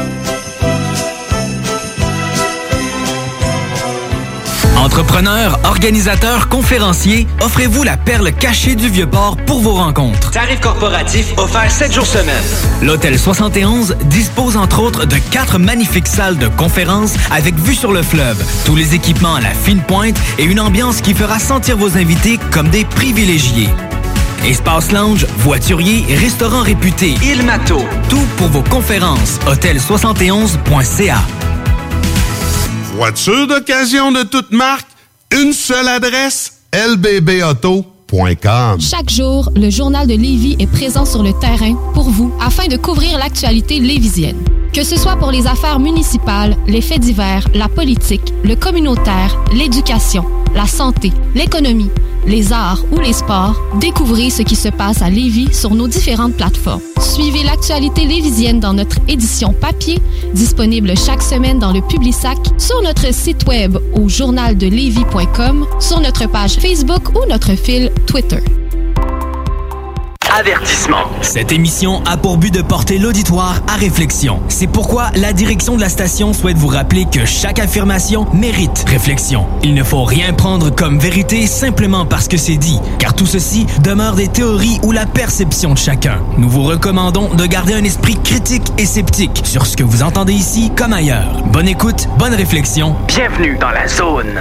[SPEAKER 4] Entrepreneurs, organisateurs, conférenciers, offrez-vous la perle cachée du Vieux-Port pour vos rencontres.
[SPEAKER 25] Tarif corporatif offert sept jours semaine.
[SPEAKER 4] L'Hôtel soixante et onze dispose entre autres de quatre magnifiques salles de conférences avec vue sur le fleuve, tous les équipements à la fine pointe et une ambiance qui fera sentir vos invités comme des privilégiés. Espace lounge, voiturier, restaurant réputé, Il Mato, tout pour vos conférences. hôtel soixante et onze point c a.
[SPEAKER 26] Voiture d'occasion de toute marque, une seule adresse, L B B Auto
[SPEAKER 2] point com.
[SPEAKER 18] Chaque jour, le Journal de Lévis est présent sur le terrain pour vous afin de couvrir l'actualité lévisienne. Que ce soit pour les affaires municipales, les faits divers, la politique, le communautaire, l'éducation, la santé, l'économie, les arts ou les sports, découvrez ce qui se passe à Lévis sur nos différentes plateformes. Suivez l'actualité lévisienne dans notre édition papier, disponible chaque semaine dans le Publisac, sur notre site web au journal de lévis point com, sur notre page Facebook ou notre fil Twitter.
[SPEAKER 4] Avertissement. Cette émission a pour but de porter l'auditoire à réflexion. C'est pourquoi la direction de la station souhaite vous rappeler que chaque affirmation mérite réflexion. Il ne faut rien prendre comme vérité simplement parce que c'est dit, car tout ceci demeure des théories ou la perception de chacun. Nous vous recommandons de garder un esprit critique et sceptique sur ce que vous entendez ici comme ailleurs. Bonne écoute, bonne réflexion. Bienvenue dans la zone.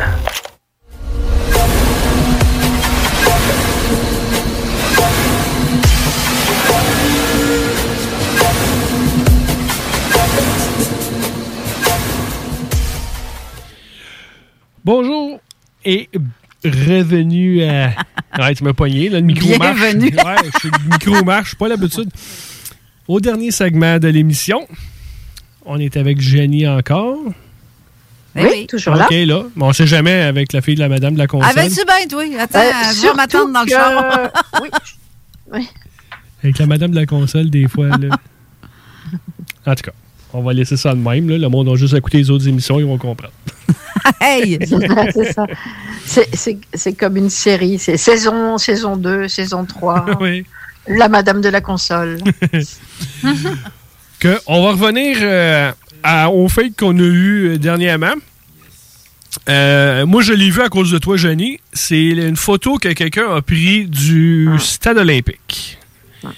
[SPEAKER 9] Bonjour et revenu à... Ouais, tu m'as pogné, là, le micro marche. Bienvenue. Ouais, le micro marche, pas l'habitude. Au dernier segment de l'émission, on est avec Jenny encore.
[SPEAKER 5] Oui, oui, toujours là.
[SPEAKER 9] OK, là. Bon, on ne sait jamais avec la fille de la madame de la console.
[SPEAKER 10] Avais-tu bien, toi? Attends, euh, je vais m'attendre dans le
[SPEAKER 5] que...
[SPEAKER 10] char.
[SPEAKER 5] oui. oui.
[SPEAKER 9] Avec la madame de la console, des fois, là. En tout cas, on va laisser ça de même, là. Le monde va juste écouter les autres émissions, ils vont comprendre.
[SPEAKER 10] Hey!
[SPEAKER 5] C'est ça. C'est, c'est, c'est comme une série. C'est saison, saison deux, saison trois.
[SPEAKER 9] Oui.
[SPEAKER 5] La madame de la console.
[SPEAKER 9] Que, on va revenir euh, à, au fait qu'on a eu euh, dernièrement. Euh, moi, je l'ai vu à cause de toi, Jenny. C'est une photo que quelqu'un a pris du ah. stade olympique. Ah.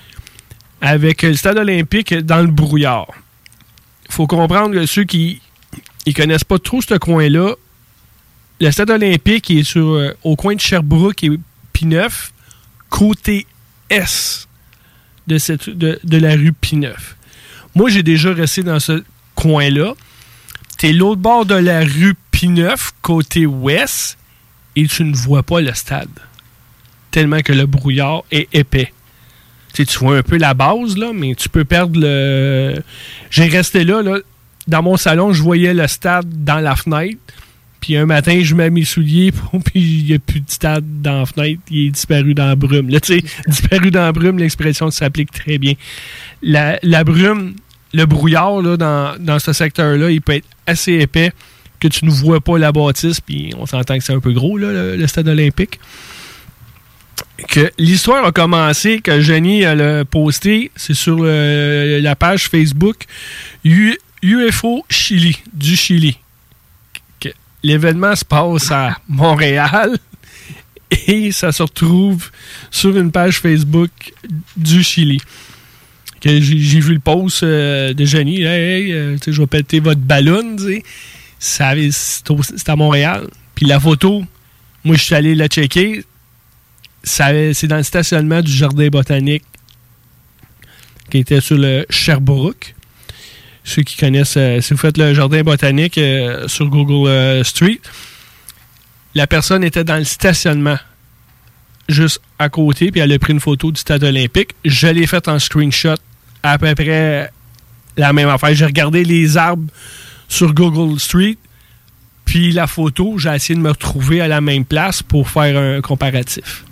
[SPEAKER 9] Avec le stade olympique dans le brouillard. Il faut comprendre que ceux qui ils connaissent pas trop ce coin-là. Le stade olympique est sur, euh, au coin de Sherbrooke et Pineuf, côté est de, cette, de, de la rue Pineuf. Moi, j'ai déjà resté dans ce coin-là. T'es l'autre bord de la rue Pineuf, côté ouest, et tu ne vois pas le stade. Tellement que le brouillard est épais. T'sais, tu vois un peu la base, là, mais tu peux perdre le... J'ai resté là, là. Dans mon salon, je voyais le stade dans la fenêtre. Puis un matin, je mets mes souliers, puis il n'y a plus de stade dans la fenêtre. Il est disparu dans la brume. Là, tu sais, disparu dans la brume, l'expression s'applique très bien. La, la brume, le brouillard, là, dans, dans ce secteur-là, il peut être assez épais que tu ne vois pas la bâtisse. Puis on s'entend que c'est un peu gros, là, le, le stade olympique. Que l'histoire a commencé, que Jenny a posté, c'est sur le, la page Facebook U, U F O Chili, du Chili. Que l'événement se passe à Montréal et ça se retrouve sur une page Facebook du Chili. Que j'ai, j'ai vu le post euh, de Jenny, hey, hey euh, je vais péter votre ballon, ça, c'est, au, c'est à Montréal. Puis la photo, moi je suis allé la checker. Ça, c'est dans le stationnement du Jardin botanique qui était sur le Sherbrooke. Ceux qui connaissent, euh, si vous faites le Jardin botanique euh, sur Google euh, Street, la personne était dans le stationnement juste à côté, puis elle a pris une photo du stade olympique. Je l'ai faite en screenshot à peu près la même affaire. J'ai regardé les arbres sur Google Street, puis la photo, j'ai essayé de me retrouver à la même place pour faire un comparatif.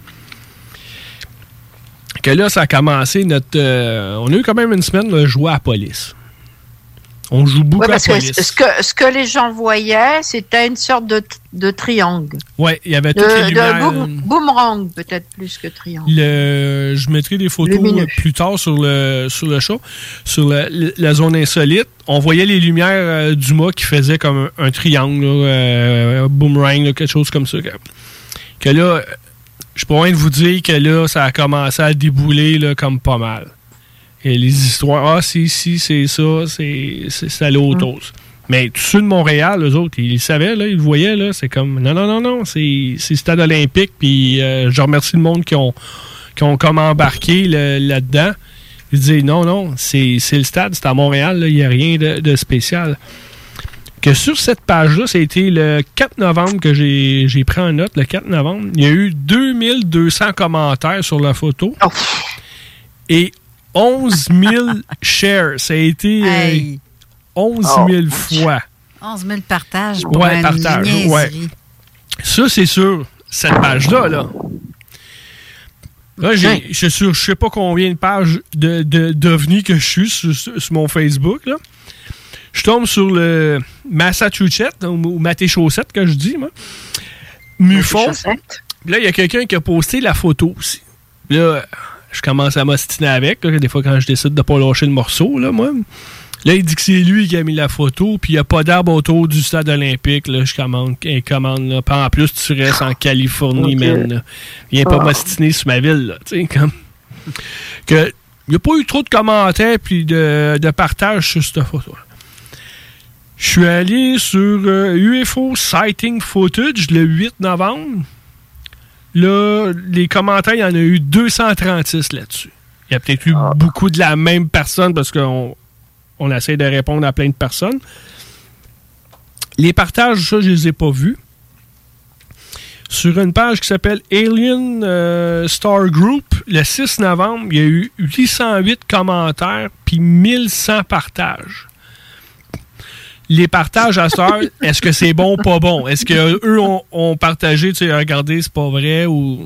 [SPEAKER 9] Que là, ça a commencé notre... Euh, on a eu quand même une semaine de jouer à la police. On joue beaucoup
[SPEAKER 5] ouais,
[SPEAKER 9] à la police.
[SPEAKER 5] Que, ce, que, ce que les gens voyaient, c'était une sorte de, de triangle.
[SPEAKER 9] Oui, il y avait
[SPEAKER 5] de,
[SPEAKER 9] toutes les lumières...
[SPEAKER 5] De boom, boomerang, peut-être plus que triangle.
[SPEAKER 9] Le, je mettrai des photos Lumineux. plus tard sur le, sur le show, sur la, la zone insolite. On voyait les lumières euh, du mât qui faisaient comme un, un triangle, là, euh, un boomerang, là, quelque chose comme ça. Que, que là... Je pourrais vous dire que là, ça a commencé à débouler là, comme pas mal. Et les histoires, ah, si, si, c'est ça, c'est, c'est, c'est allé aux mm. Mais tous ceux de Montréal, eux autres, ils le savaient, là, ils le voyaient, là, c'est comme, non, non, non, non, c'est, c'est le stade olympique, puis euh, je remercie le monde qui ont, qui ont comme embarqué le, là-dedans. Ils disaient, non, non, c'est, c'est le stade, c'est à Montréal, il n'y a rien de, de spécial. que sur cette page-là, ça a été le quatre novembre que j'ai, j'ai pris en note, le quatre novembre, il y a eu deux mille deux cents commentaires sur la photo
[SPEAKER 5] oh.
[SPEAKER 9] et onze mille shares. Ça a été hey. euh, onze mille oh. fois.
[SPEAKER 10] onze mille partages pour
[SPEAKER 9] ouais,
[SPEAKER 10] une
[SPEAKER 9] partage, ouais. Ça, c'est sur cette page-là, là. Là, j'ai, je suis sur je sais pas combien de pages de, de, d'OVNI que je suis sur, sur, sur mon Facebook, là. Je tombe sur le Massachusetts, ou Maté-Chaussette, que je dis, moi. Mufon. Là, il y a quelqu'un qui a posté la photo aussi. Là, je commence à m'ostiner avec, là, des fois quand je décide de pas lâcher le morceau, là, moi. Là, il dit que c'est lui qui a mis la photo, puis il n'y a pas d'arbre autour du stade olympique. Là, je commande, il commande là. Puis en plus, tu restes en Californie, okay. man. Là. Viens pas oh. m'ostiner sur ma ville, là. Tu sais, comme. Que, il n'y a pas eu trop de commentaires puis de, de partage sur cette photo. Je suis allé sur euh, U F O Sighting Footage le huit novembre. Là, les commentaires, il y en a eu deux cent trente-six là-dessus. Il y a peut-être eu oh. beaucoup de la même personne parce qu'on on essaie de répondre à plein de personnes. Les partages, ça, je les ai pas vus. Sur une page qui s'appelle Alien euh, Star Group, le six novembre, il y a eu huit cent huit commentaires puis mille cent partages. Les partages à cette heure, est-ce que c'est bon ou pas bon? Est-ce qu'eux ont, ont partagé, tu sais, regardez, c'est pas vrai ou...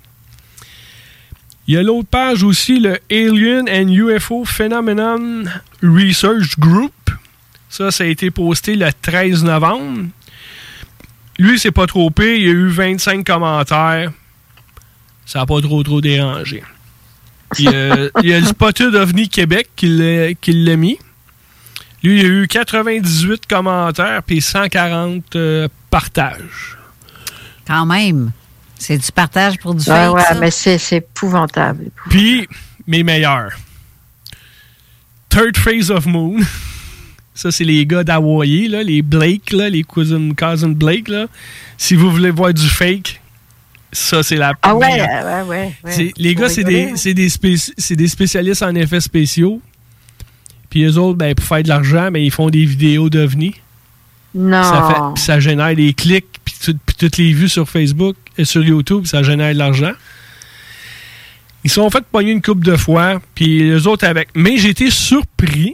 [SPEAKER 9] Il y a l'autre page aussi, le Alien and U F O Phenomenon Research Group. Ça, ça a été posté le treize novembre. Lui, c'est pas trop pire. Il y a eu vingt-cinq commentaires. Ça n'a pas trop trop dérangé. Il y a, il y a le Spotted OVNI Québec qui l'a, qui l'a mis. Lui, il y a eu quatre-vingt-dix-huit commentaires puis cent quarante euh, partages.
[SPEAKER 10] Quand même. C'est du partage pour du
[SPEAKER 5] ouais,
[SPEAKER 10] fake,
[SPEAKER 5] ouais,
[SPEAKER 10] ça.
[SPEAKER 5] mais c'est, c'est épouvantable, épouvantable.
[SPEAKER 9] Puis, mes meilleurs. Third Phase of Moon. Ça, c'est les gars d'Hawaii, là, les Blake, là, les cousin, cousin Blake. Là. Si vous voulez voir du fake, ça, c'est la
[SPEAKER 5] Ah ouais, ouais, ouais. ouais.
[SPEAKER 9] C'est, les gars, c'est des, c'est, des spéci- c'est des spécialistes en effets spéciaux. Puis eux autres, ben, pour faire de l'argent, ben, ils font des vidéos d'OVNI.
[SPEAKER 5] Non.
[SPEAKER 9] Ça, fait, puis ça génère des clics, puis, tout, puis toutes les vues sur Facebook et sur YouTube, ça génère de l'argent. Ils sont fait pogner une couple de fois, puis les autres avec. Mais j'ai été surpris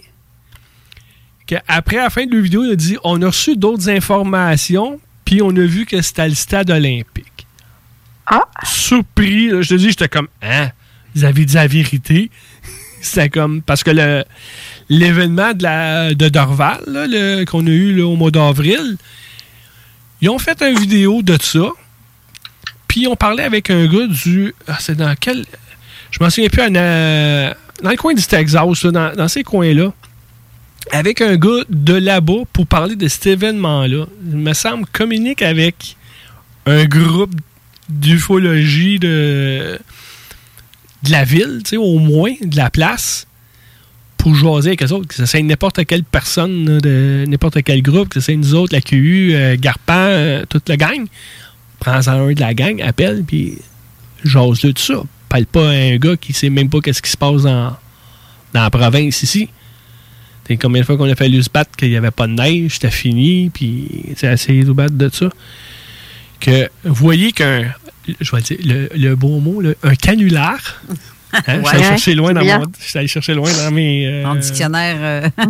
[SPEAKER 9] qu'après la fin de la vidéo, il a dit on a reçu d'autres informations, puis on a vu que c'était le stade olympique.
[SPEAKER 5] Ah!
[SPEAKER 9] Surpris, là, je te dis, j'étais comme hein, vous avez dit la vérité. C'était comme parce que le l'événement de la de Dorval là, le, qu'on a eu là, au mois d'avril, ils ont fait une vidéo de ça. Puis on parlait avec un gars du ah, c'est dans quel je m'en souviens plus en, euh, dans le coin du Texas là, dans, dans ces coins-là. Avec un gars de là-bas pour parler de cet événement-là. Il me semble communique avec un groupe d'ufologie de de la ville, tu sais, au moins, de la place, pour jaser avec eux autres, que ce soit n'importe quelle personne là, de n'importe quel groupe, que ce soit nous autres, la Q U, euh, Garpan, euh, toute la gang. Prends-en un de la gang, appelle, puis jase-le de ça. Parle pas à un gars qui sait même pas qu'est-ce qui se passe dans, dans la province ici. T'sais, combien de fois qu'on a fallu se battre qu'il n'y avait pas de neige, c'était fini, puis c'est essayé de battre de ça. Que vous voyez qu'un je vais dire le, le beau mot, là, un canular. Hein? Ouais, je suis allé chercher loin dans mon, je suis allé chercher loin dans mes euh,
[SPEAKER 10] mon dictionnaire euh...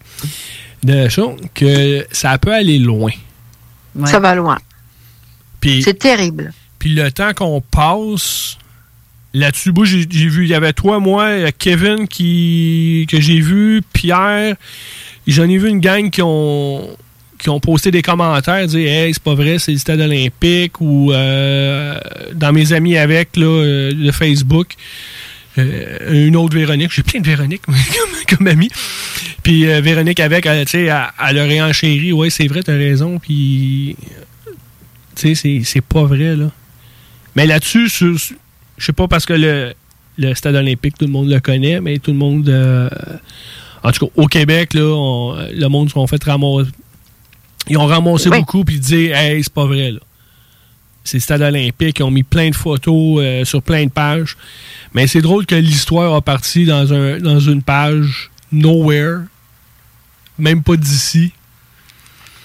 [SPEAKER 9] de choses que ça peut aller loin.
[SPEAKER 5] Ouais. Ça va loin.
[SPEAKER 9] Puis,
[SPEAKER 5] c'est terrible.
[SPEAKER 9] Puis le temps qu'on passe là-dessus, moi, j'ai, j'ai vu, il y avait toi, moi, Kevin qui que j'ai vu, Pierre, j'en ai vu une gang qui ont qui ont posté des commentaires, dire hey, c'est pas vrai, c'est le stade olympique, ou euh, dans mes amis avec là, euh, le Facebook, euh, une autre Véronique, j'ai plein de Véroniques comme, comme amis, puis euh, Véronique avec, tu sais, elle, elle a réenchéri, ouais, c'est vrai, t'as raison, puis tu sais, c'est, c'est pas vrai, là. Mais là-dessus, je sais pas, parce que le, le stade olympique, tout le monde le connaît, mais tout le monde, euh, en tout cas, au Québec, là, on, le monde s'en fait ramasser. Ils ont ramassé oui. beaucoup puis dit hey, c'est pas vrai là. C'est le stade olympique, ils ont mis plein de photos euh, sur plein de pages. Mais c'est drôle que l'histoire a parti dans un dans une page nowhere, même pas d'ici.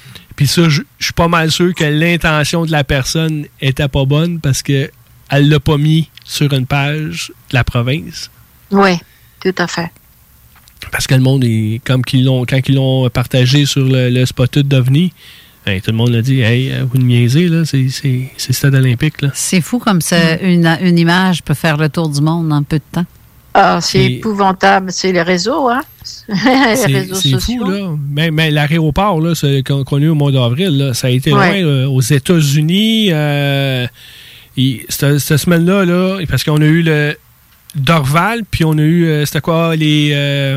[SPEAKER 9] Puis ça, je suis pas mal sûr que l'intention de la personne était pas bonne parce que elle l'a pas mis sur une page de la province.
[SPEAKER 5] Oui, tout à fait.
[SPEAKER 9] Parce que le monde, est, comme qu'ils l'ont, quand ils l'ont partagé sur le, le spot d'OVNI, hey, tout le monde l'a dit, hey, vous me niaisez, là, c'est, c'est, c'est le stade olympique. Là.
[SPEAKER 10] C'est fou comme ça, mm. une, une image peut faire le tour du monde en peu de temps.
[SPEAKER 5] Ah, c'est et épouvantable. C'est les réseaux, hein? les
[SPEAKER 9] c'est,
[SPEAKER 5] réseaux
[SPEAKER 9] c'est
[SPEAKER 5] sociaux.
[SPEAKER 9] Fou, là. Mais, mais l'aéroport, là, c'est, qu'on, qu'on a eu au mois d'avril, là, ça a été ouais. loin, là, aux États-Unis. Euh, et, cette, cette semaine-là, là, parce qu'on a eu le Dorval, puis on a eu, euh, c'était quoi, les, euh,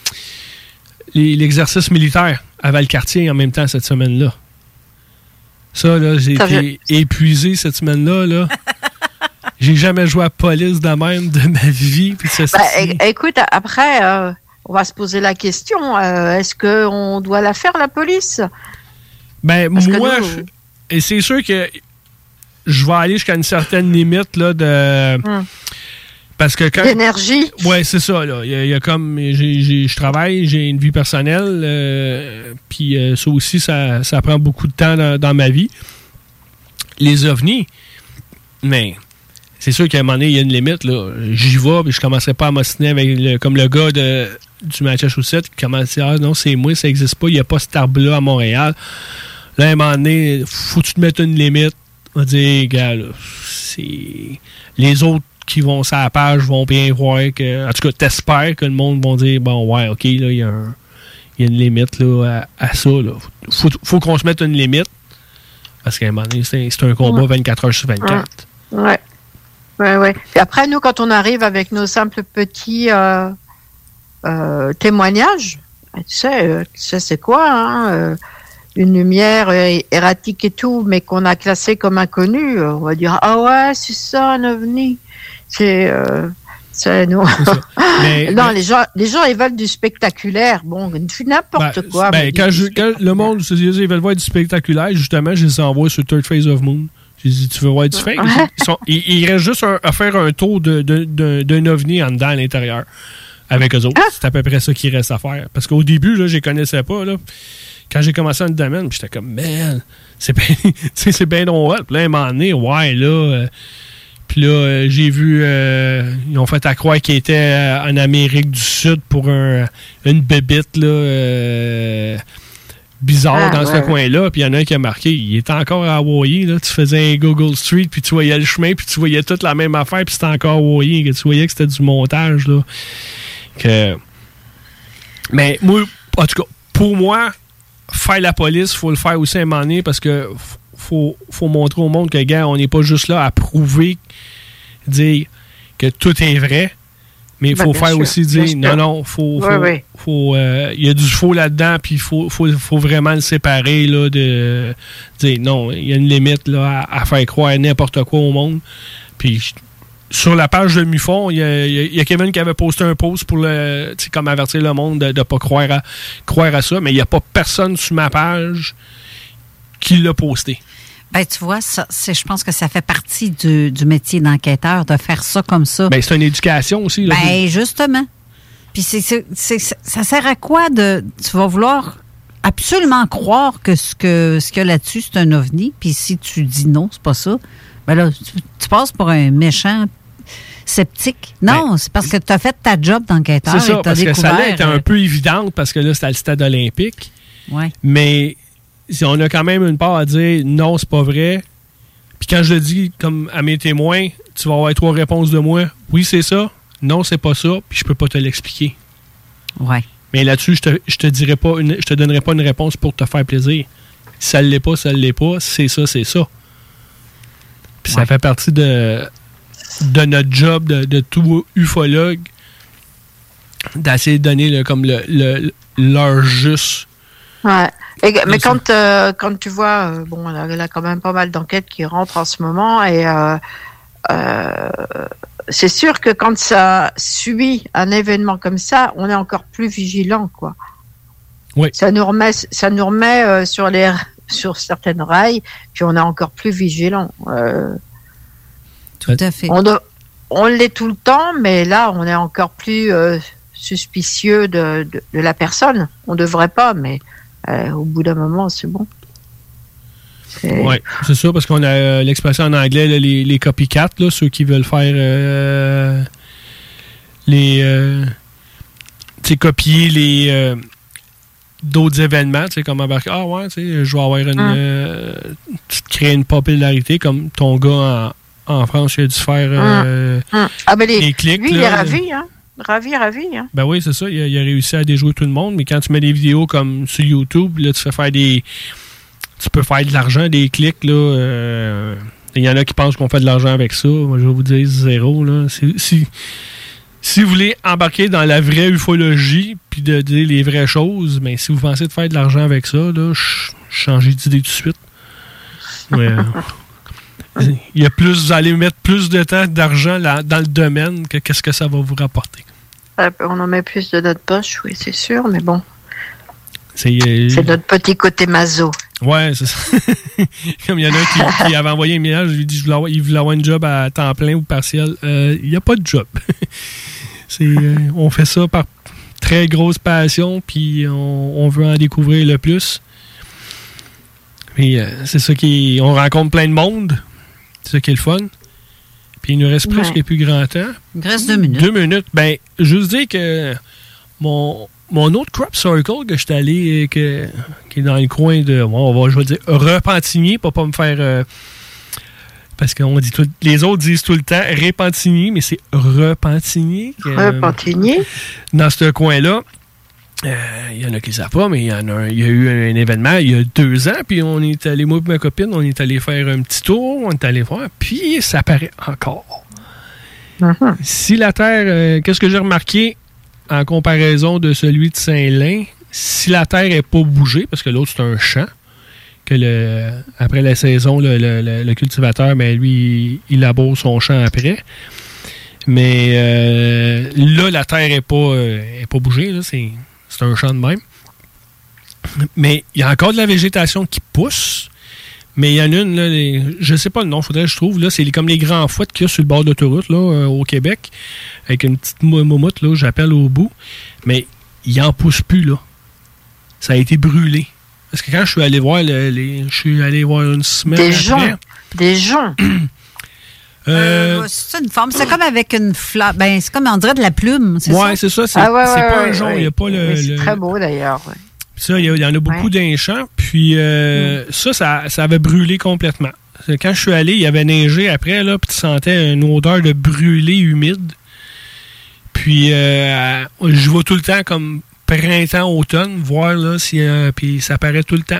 [SPEAKER 9] les l'exercice militaire à Valcartier en même temps cette semaine-là. Ça, là, j'ai ça été je... épuisé cette semaine-là, là. J'ai jamais joué à police de même de ma vie. Puis ça,
[SPEAKER 5] bah, é- écoute, après, euh, on va se poser la question, euh, est-ce qu'on doit la faire, la police?
[SPEAKER 9] Ben, Parce moi, nous, je, et c'est sûr que je vais aller jusqu'à une certaine limite là, de... Hum. Parce que quand...
[SPEAKER 5] L'énergie.
[SPEAKER 9] Ouais, c'est ça, là. Il y a, il y a comme... J'ai, j'ai, je travaille, j'ai une vie personnelle, euh, puis euh, ça aussi, ça, ça prend beaucoup de temps dans, dans ma vie. Les ovnis, mais... C'est sûr qu'à un moment donné, il y a une limite. Là. J'y vais, puis je ne commencerai pas à m'ostiner avec le, comme le gars de, du Massachusetts qui commence à dire ah, non, c'est moi, ça n'existe pas, il n'y a pas cet arbre-là à Montréal. Là, à un moment donné, faut que tu te mettes une limite. On va dire, gars, là, c'est. Les autres qui vont sur la page vont bien voir que. En tout cas, t'espères que le monde va dire bon, ouais, OK, là, il y, a un, y a une limite là, à, à ça. Là. Faut, faut qu'on se mette une limite. Parce qu'à un moment donné, c'est, c'est un combat ouais. vingt-quatre heures sur vingt-quatre.
[SPEAKER 5] Ouais. Oui, oui. Et après, nous, quand on arrive avec nos simples petits euh, euh, témoignages, tu sais, euh, tu sais c'est quoi, hein, euh, une lumière euh, erratique et tout, mais qu'on a classé comme inconnu, on va dire ah ouais, c'est ça un ovni. C'est, euh, c'est nous. Mais, non, mais... les gens, les gens ils veulent du spectaculaire. Bon, n'importe
[SPEAKER 9] ben,
[SPEAKER 5] quoi.
[SPEAKER 9] Ben, quand, je, quand le monde, ils veulent voir du spectaculaire, justement, je les envoie sur Third Phase of Moon. J'ai dit, tu veux voir du fake? Ils sont, il, il reste juste un, à faire un tour de, de, de, d'un ovni en dedans à l'intérieur avec eux autres. Ah. C'est à peu près ça qu'il reste à faire. Parce qu'au début, là, je les connaissais pas. Là. Quand j'ai commencé dans le domaine, j'étais comme, man, c'est bien c'est bien drôle. Puis là, à un moment donné, ouais, là. Euh, puis là, euh, j'ai vu, euh, ils ont fait à croire qu'ils étaient euh, en Amérique du Sud pour un, une bébite, là. Euh, bizarre ah, dans ouais. ce coin-là, puis il y en a un qui a marqué, il était encore à Hawaii, là, tu faisais un Google Street, puis tu voyais le chemin, puis tu voyais toute la même affaire, puis c'était encore Hawaii, que tu voyais que c'était du montage, là. Que... Mais moi, en tout cas, pour moi, faire la police, il faut le faire aussi à un moment donné, parce que faut, faut montrer au monde que, gars, on n'est pas juste là à prouver, dire que tout est vrai, mais il faut ben, faire sûr, aussi dire, non, non, il faut, faut, oui, oui. faut, euh, y a du faux là-dedans, puis il faut, faut, faut vraiment le séparer, là, de dire, non, il y a une limite, là, à, à faire croire n'importe quoi au monde. Puis, sur la page de MUFON, il y a, y a Kevin qui avait posté un post pour le, comme avertir le monde de ne pas croire à, croire à ça, mais il n'y a pas personne sur ma page qui l'a posté.
[SPEAKER 10] Ben, tu vois, ça, c'est, je pense que ça fait partie du, du métier d'enquêteur, de faire ça comme ça.
[SPEAKER 9] Ben, c'est une éducation aussi. Là,
[SPEAKER 10] ben, justement. Puis c'est, c'est, c'est, ça sert à quoi de... Tu vas vouloir absolument croire que ce, que, ce qu'il y a là-dessus, c'est un ovni, puis si tu dis non, c'est pas ça, ben là, tu, tu passes pour un méchant sceptique. Non, ben, c'est parce que tu as fait ta job d'enquêteur.
[SPEAKER 9] C'est ça,
[SPEAKER 10] et t'as
[SPEAKER 9] parce
[SPEAKER 10] découvert,
[SPEAKER 9] que ça là était un peu évidente, parce que là, c'était à le stade olympique.
[SPEAKER 10] Ouais.
[SPEAKER 9] Mais... Si on a quand même une part à dire non, c'est pas vrai. Puis quand je le dis comme à mes témoins, tu vas avoir trois réponses de moi. Oui, c'est ça. Non, c'est pas ça. Puis je peux pas te l'expliquer.
[SPEAKER 10] Ouais.
[SPEAKER 9] Mais là-dessus, je te, je te dirai pas une, je te donnerai pas une réponse pour te faire plaisir. Si ça l'est pas, ça l'est pas. C'est ça, c'est ça. Puis ouais. Ça fait partie de, de notre job de, de tout ufologue d'essayer de donner le, comme le, le, leur juste.
[SPEAKER 5] Ouais. Et, mais quand, euh, quand tu vois, euh, bon, il y a quand même pas mal d'enquêtes qui rentrent en ce moment, et euh, euh, c'est sûr que quand ça suit un événement comme ça, on est encore plus vigilant, quoi.
[SPEAKER 9] Oui.
[SPEAKER 5] Ça nous remet, ça nous remet euh, sur les, sur certaines rails, puis on est encore plus vigilant. Euh,
[SPEAKER 10] Tout à fait.
[SPEAKER 5] On, de, on l'est tout le temps, mais là, on est encore plus euh, suspicieux de, de, de la personne. On devrait pas, mais. Euh, au bout d'un moment, c'est bon.
[SPEAKER 9] Oui, c'est ça, parce qu'on a euh, l'expression en anglais, là, les, les copycats, là, ceux qui veulent faire euh, les... Euh, tu sais, copier les... Euh, d'autres événements, tu sais, comme embarquer, ah ouais, tu sais, je vais avoir une... Hum. Euh, tu te crées une popularité, comme ton gars en, en France, il a dû faire euh,
[SPEAKER 5] hum. Hum. Ah, ben les,
[SPEAKER 9] les clics.
[SPEAKER 5] Lui,
[SPEAKER 9] là,
[SPEAKER 5] il est ravi, hein. Ravi, ravi. Hein?
[SPEAKER 9] Ben oui, c'est ça. Il a, il a réussi à déjouer tout le monde, mais quand tu mets des vidéos comme sur YouTube, là, tu fais faire des... Tu peux faire de l'argent, des clics, là. Euh, il y en a qui pensent qu'on fait de l'argent avec ça. Moi, je vais vous dire zéro, là. Si, si, si vous voulez embarquer dans la vraie ufologie puis de dire les vraies choses, ben, si vous pensez de faire de l'argent avec ça, là, ch- changez d'idée tout de suite. Ouais. Il y a plus, vous allez mettre plus de temps, d'argent là, dans le domaine que qu'est-ce que ça va vous rapporter.
[SPEAKER 5] On en met plus de notre poche, oui, c'est sûr, mais bon.
[SPEAKER 9] C'est, euh,
[SPEAKER 5] c'est notre petit côté maso.
[SPEAKER 9] Ouais, c'est ça. Comme il y en a un qui, qui avait envoyé un message, je lui ai dit qu'il voulait, voulait avoir un job à temps plein ou partiel. Euh, il n'y a pas de job. c'est, euh, on fait ça par très grosse passion, puis on, on veut en découvrir le plus. Et euh, c'est ça qui... On rencontre plein de monde. C'est ça qui est le fun. Puis il nous reste ouais. presque plus grand temps.
[SPEAKER 10] Il nous reste deux minutes.
[SPEAKER 9] Deux minutes. Ben, juste dire que mon, mon autre crop circle que je suis allé, que, qui est dans le coin de, bon, on va, je vais dire, Repentigny, pour pas me faire... Euh, parce qu'on dit tout, les autres disent tout le temps Repentigny, mais c'est Repentigny. Euh,
[SPEAKER 5] Repentigny.
[SPEAKER 9] Dans ce coin-là. Il euh, y en a qui ne savent pas, mais il y en a un, il y a eu un événement il y a deux ans, puis on est allé, moi et ma copine, on est allé faire un petit tour, on est allé voir, puis ça paraît encore. Uh-huh. Si la Terre, euh, qu'est-ce que j'ai remarqué en comparaison de celui de Saint-Lin, si la Terre n'est pas bougée, parce que l'autre c'est un champ, que le après la saison, le, le, le, le cultivateur, ben lui, il, il laboure son champ après. Mais euh, là, la Terre n'est pas, euh, est pas bougée, là, c'est... C'est un champ de même. Mais il y a encore de la végétation qui pousse. Mais il y en a une, là, les, je ne sais pas le nom, il faudrait que je trouve. Là, c'est comme les grands fouettes qu'il y a sur le bord d'autoroute là, euh, au Québec. Avec une petite moumoute, là, j'appelle au bout. Mais il n'en pousse plus, là. Ça a été brûlé. Parce que quand je suis allé voir, le, les, je suis allé voir une semaine
[SPEAKER 5] des
[SPEAKER 9] après...
[SPEAKER 5] Joncs. Des joncs.
[SPEAKER 10] Euh, euh, c'est une forme. C'est comme avec une fleur. Ben, c'est comme on dirait de la plume. C'est
[SPEAKER 9] ouais,
[SPEAKER 10] ça?
[SPEAKER 9] c'est ça. C'est,
[SPEAKER 5] ah ouais,
[SPEAKER 9] c'est
[SPEAKER 5] ouais,
[SPEAKER 9] pas
[SPEAKER 5] ouais,
[SPEAKER 9] un jonc.
[SPEAKER 5] Ouais.
[SPEAKER 9] Il n'y a pas le.
[SPEAKER 5] C'est
[SPEAKER 9] le...
[SPEAKER 5] très beau d'ailleurs. Ouais.
[SPEAKER 9] Ça, il y, y en a beaucoup ouais. dans les champs. Puis euh, mm. ça, ça, ça avait brûlé complètement. Quand je suis allé, il y avait neigé après, là, puis tu sentais une odeur de brûlé humide. Puis euh, je vois tout le temps comme printemps, automne, voir là, si, euh, puis ça paraît tout le temps.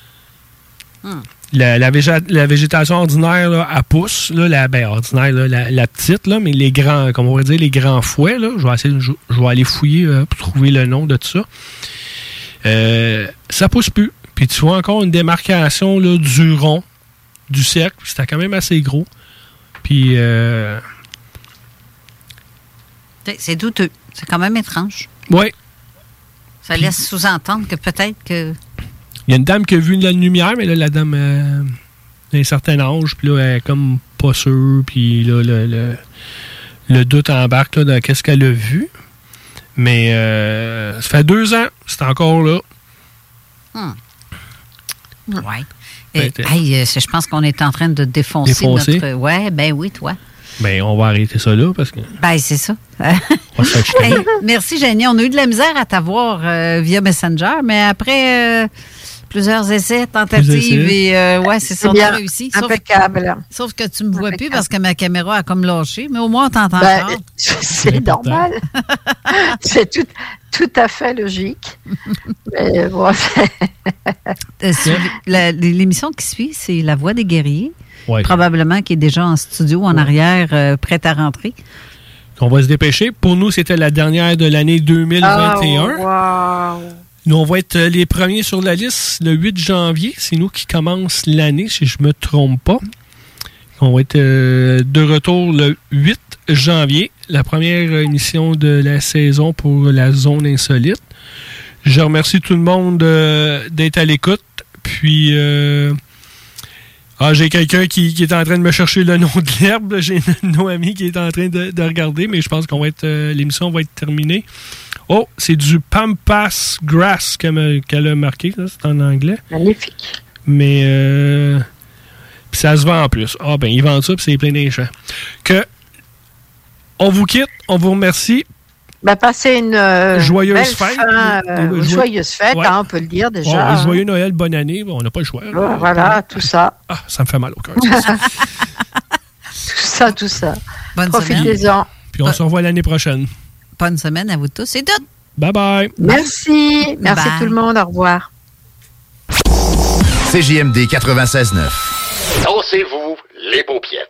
[SPEAKER 9] Mm. La, la, végé- la végétation ordinaire, là, elle pousse, là, la, ben, ordinaire, là, la, la petite, là, mais les grands, comme on va dire, les grands fouets, là, je vais essayer, je, je vais aller fouiller euh, pour trouver le nom de tout ça. Euh, ça pousse plus. Puis tu vois encore une démarcation là, du rond, du cercle, c'était quand même assez gros. Puis euh...
[SPEAKER 10] c'est douteux. C'est quand même étrange.
[SPEAKER 9] Oui.
[SPEAKER 10] Ça laisse Puis... sous-entendre que peut-être que...
[SPEAKER 9] Il y a une dame qui a vu la lumière, mais là, la dame euh, a un certain âge, puis là, elle est comme pas sûre, puis là, le, le, le doute embarque là, dans qu'est-ce qu'elle a vu. Mais euh, ça fait deux ans, c'est encore là.
[SPEAKER 10] Hmm. Oui. Ben, hey, je pense qu'on est en train de défoncer, défoncer. notre... Ouais, ben oui, toi.
[SPEAKER 9] Ben, on va arrêter ça là, parce que...
[SPEAKER 10] Ben, c'est ça. Hey, merci, Jenny. On a eu de la misère à t'avoir euh, via Messenger, mais après... Euh, plusieurs essais, tentatives, essais. et euh, ouais, c'est, c'est ça, on a réussi.
[SPEAKER 5] Impeccable.
[SPEAKER 10] Sauf, sauf que tu me vois plus parce que ma caméra a comme lâché, mais au moins on t'entend
[SPEAKER 5] ben,
[SPEAKER 10] encore.
[SPEAKER 5] C'est, c'est normal. C'est tout, tout à fait logique. Mais bon,
[SPEAKER 10] euh, la, l'émission qui suit, c'est La Voix des guerriers, ouais. Probablement qui est déjà en studio, en ouais. arrière, euh, prête à rentrer.
[SPEAKER 9] On va se dépêcher. Pour nous, c'était la dernière de l'année deux mille vingt et un.
[SPEAKER 5] Oh, wow.
[SPEAKER 9] Nous, on va être les premiers sur la liste le huit janvier. C'est nous qui commence l'année, si je ne me trompe pas. On va être euh, de retour le huit janvier, la première émission de la saison pour la zone insolite. Je remercie tout le monde euh, d'être à l'écoute. Puis, euh, ah, j'ai quelqu'un qui, qui est en train de me chercher le nom de l'herbe. J'ai Noémie qui est en train de, de regarder, mais je pense qu'on va être euh, l'émission va être terminée. Oh, c'est du Pampas Grass qu'elle a marqué, ça, c'est en anglais.
[SPEAKER 5] Magnifique.
[SPEAKER 9] Mais euh, puis ça se vend en plus. Ah ben, ils vendent ça, puis c'est plein des champs. Que on vous quitte, on vous remercie.
[SPEAKER 5] Ben, passez une euh,
[SPEAKER 9] joyeuse
[SPEAKER 5] belle
[SPEAKER 9] fête.
[SPEAKER 5] Fin, euh,
[SPEAKER 9] Une
[SPEAKER 5] jo- joyeuse fête, ouais. hein, on peut le dire déjà.
[SPEAKER 9] Ouais, joyeux Noël, bonne année. Bon, on n'a pas le choix.
[SPEAKER 5] Voilà, voilà tout ça.
[SPEAKER 9] Ah, ça me fait mal au cœur.
[SPEAKER 5] Tout ça, tout ça.
[SPEAKER 10] Bonne
[SPEAKER 5] Profitez-en.
[SPEAKER 9] Puis on ouais. se revoit l'année prochaine.
[SPEAKER 10] Bonne semaine à vous tous et toutes.
[SPEAKER 9] Bye bye.
[SPEAKER 5] Merci. Merci
[SPEAKER 10] bye.
[SPEAKER 5] tout le monde. Au revoir.
[SPEAKER 2] C J M D quatre-vingt-seize neuf.
[SPEAKER 7] Dansez-vous les paupiètes.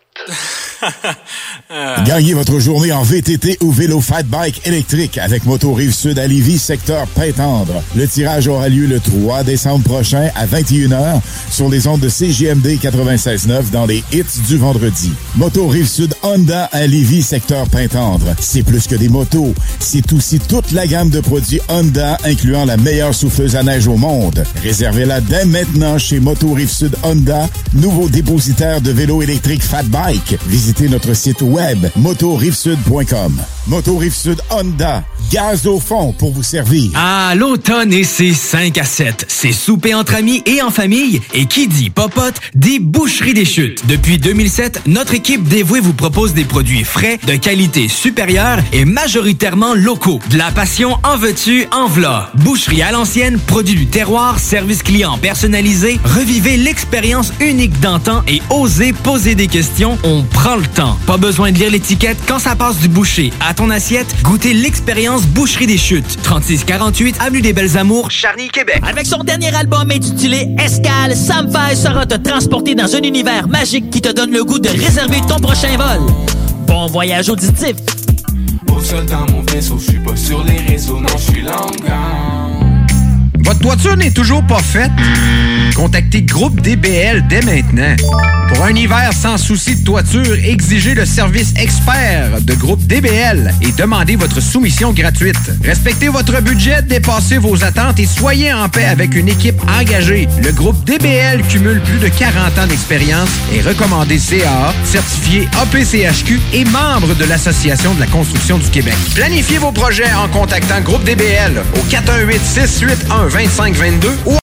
[SPEAKER 2] Gagnez votre journée en V T T ou vélo fat bike électrique avec Moto Rive-Sud à Lévis, secteur Pintendre. Le tirage aura lieu le trois décembre prochain à vingt et une heures sur les ondes de C J M D quatre-vingt-seize neuf dans les hits du vendredi. Moto Rive-Sud Honda à Lévis, secteur Pintendre. C'est plus que des motos. C'est aussi toute la gamme de produits Honda, incluant la meilleure souffleuse à neige au monde. Réservez-la dès maintenant chez Moto Rive-Sud Honda, nouveau dépositaire de vélos électriques fat bike. Visitez notre site web moto rive sud point com. Moto Rive-Sud Honda, gaz au fond pour vous servir.
[SPEAKER 4] Ah, l'automne et ses cinq à sept. C'est souper entre amis et en famille. Et qui dit popote, dit Boucherie des Chutes. Depuis deux mille sept, notre équipe dévouée vous propose des produits frais, de qualité supérieure et majoritairement locaux. De la passion en veux-tu, en v'là. Boucherie à l'ancienne, produit du terroir, service client personnalisé. Revivez l'expérience unique d'antan et osez poser des questions. On prend le temps. Pas besoin de lire l'étiquette quand ça passe du boucher à ton assiette. Goûtez l'expérience Boucherie des Chutes. trente-six quarante-huit Avenue des Belles Amours, Charny, Québec.
[SPEAKER 16] Avec son dernier album intitulé Escale, Sam Fay sera te transporter dans un univers magique qui te donne le goût de réserver ton prochain vol. Bon voyage auditif.
[SPEAKER 11] Au sol dans mon vaisseau, je suis pas sur les réseaux, non, je suis longueur.
[SPEAKER 20] Votre toiture n'est toujours pas faite? Contactez Groupe D B L dès maintenant. Pour un hiver sans souci de toiture, exigez le service expert de Groupe D B L et demandez votre soumission gratuite. Respectez votre budget, dépassez vos attentes et soyez en paix avec une équipe engagée. Le Groupe D B L cumule plus de quarante ans d'expérience, est recommandé C A A, certifié A P C H Q et membre de l'Association de la construction du Québec. Planifiez vos projets en contactant Groupe D B L au quatre un huit, six huit un, deux cinq deux deux ou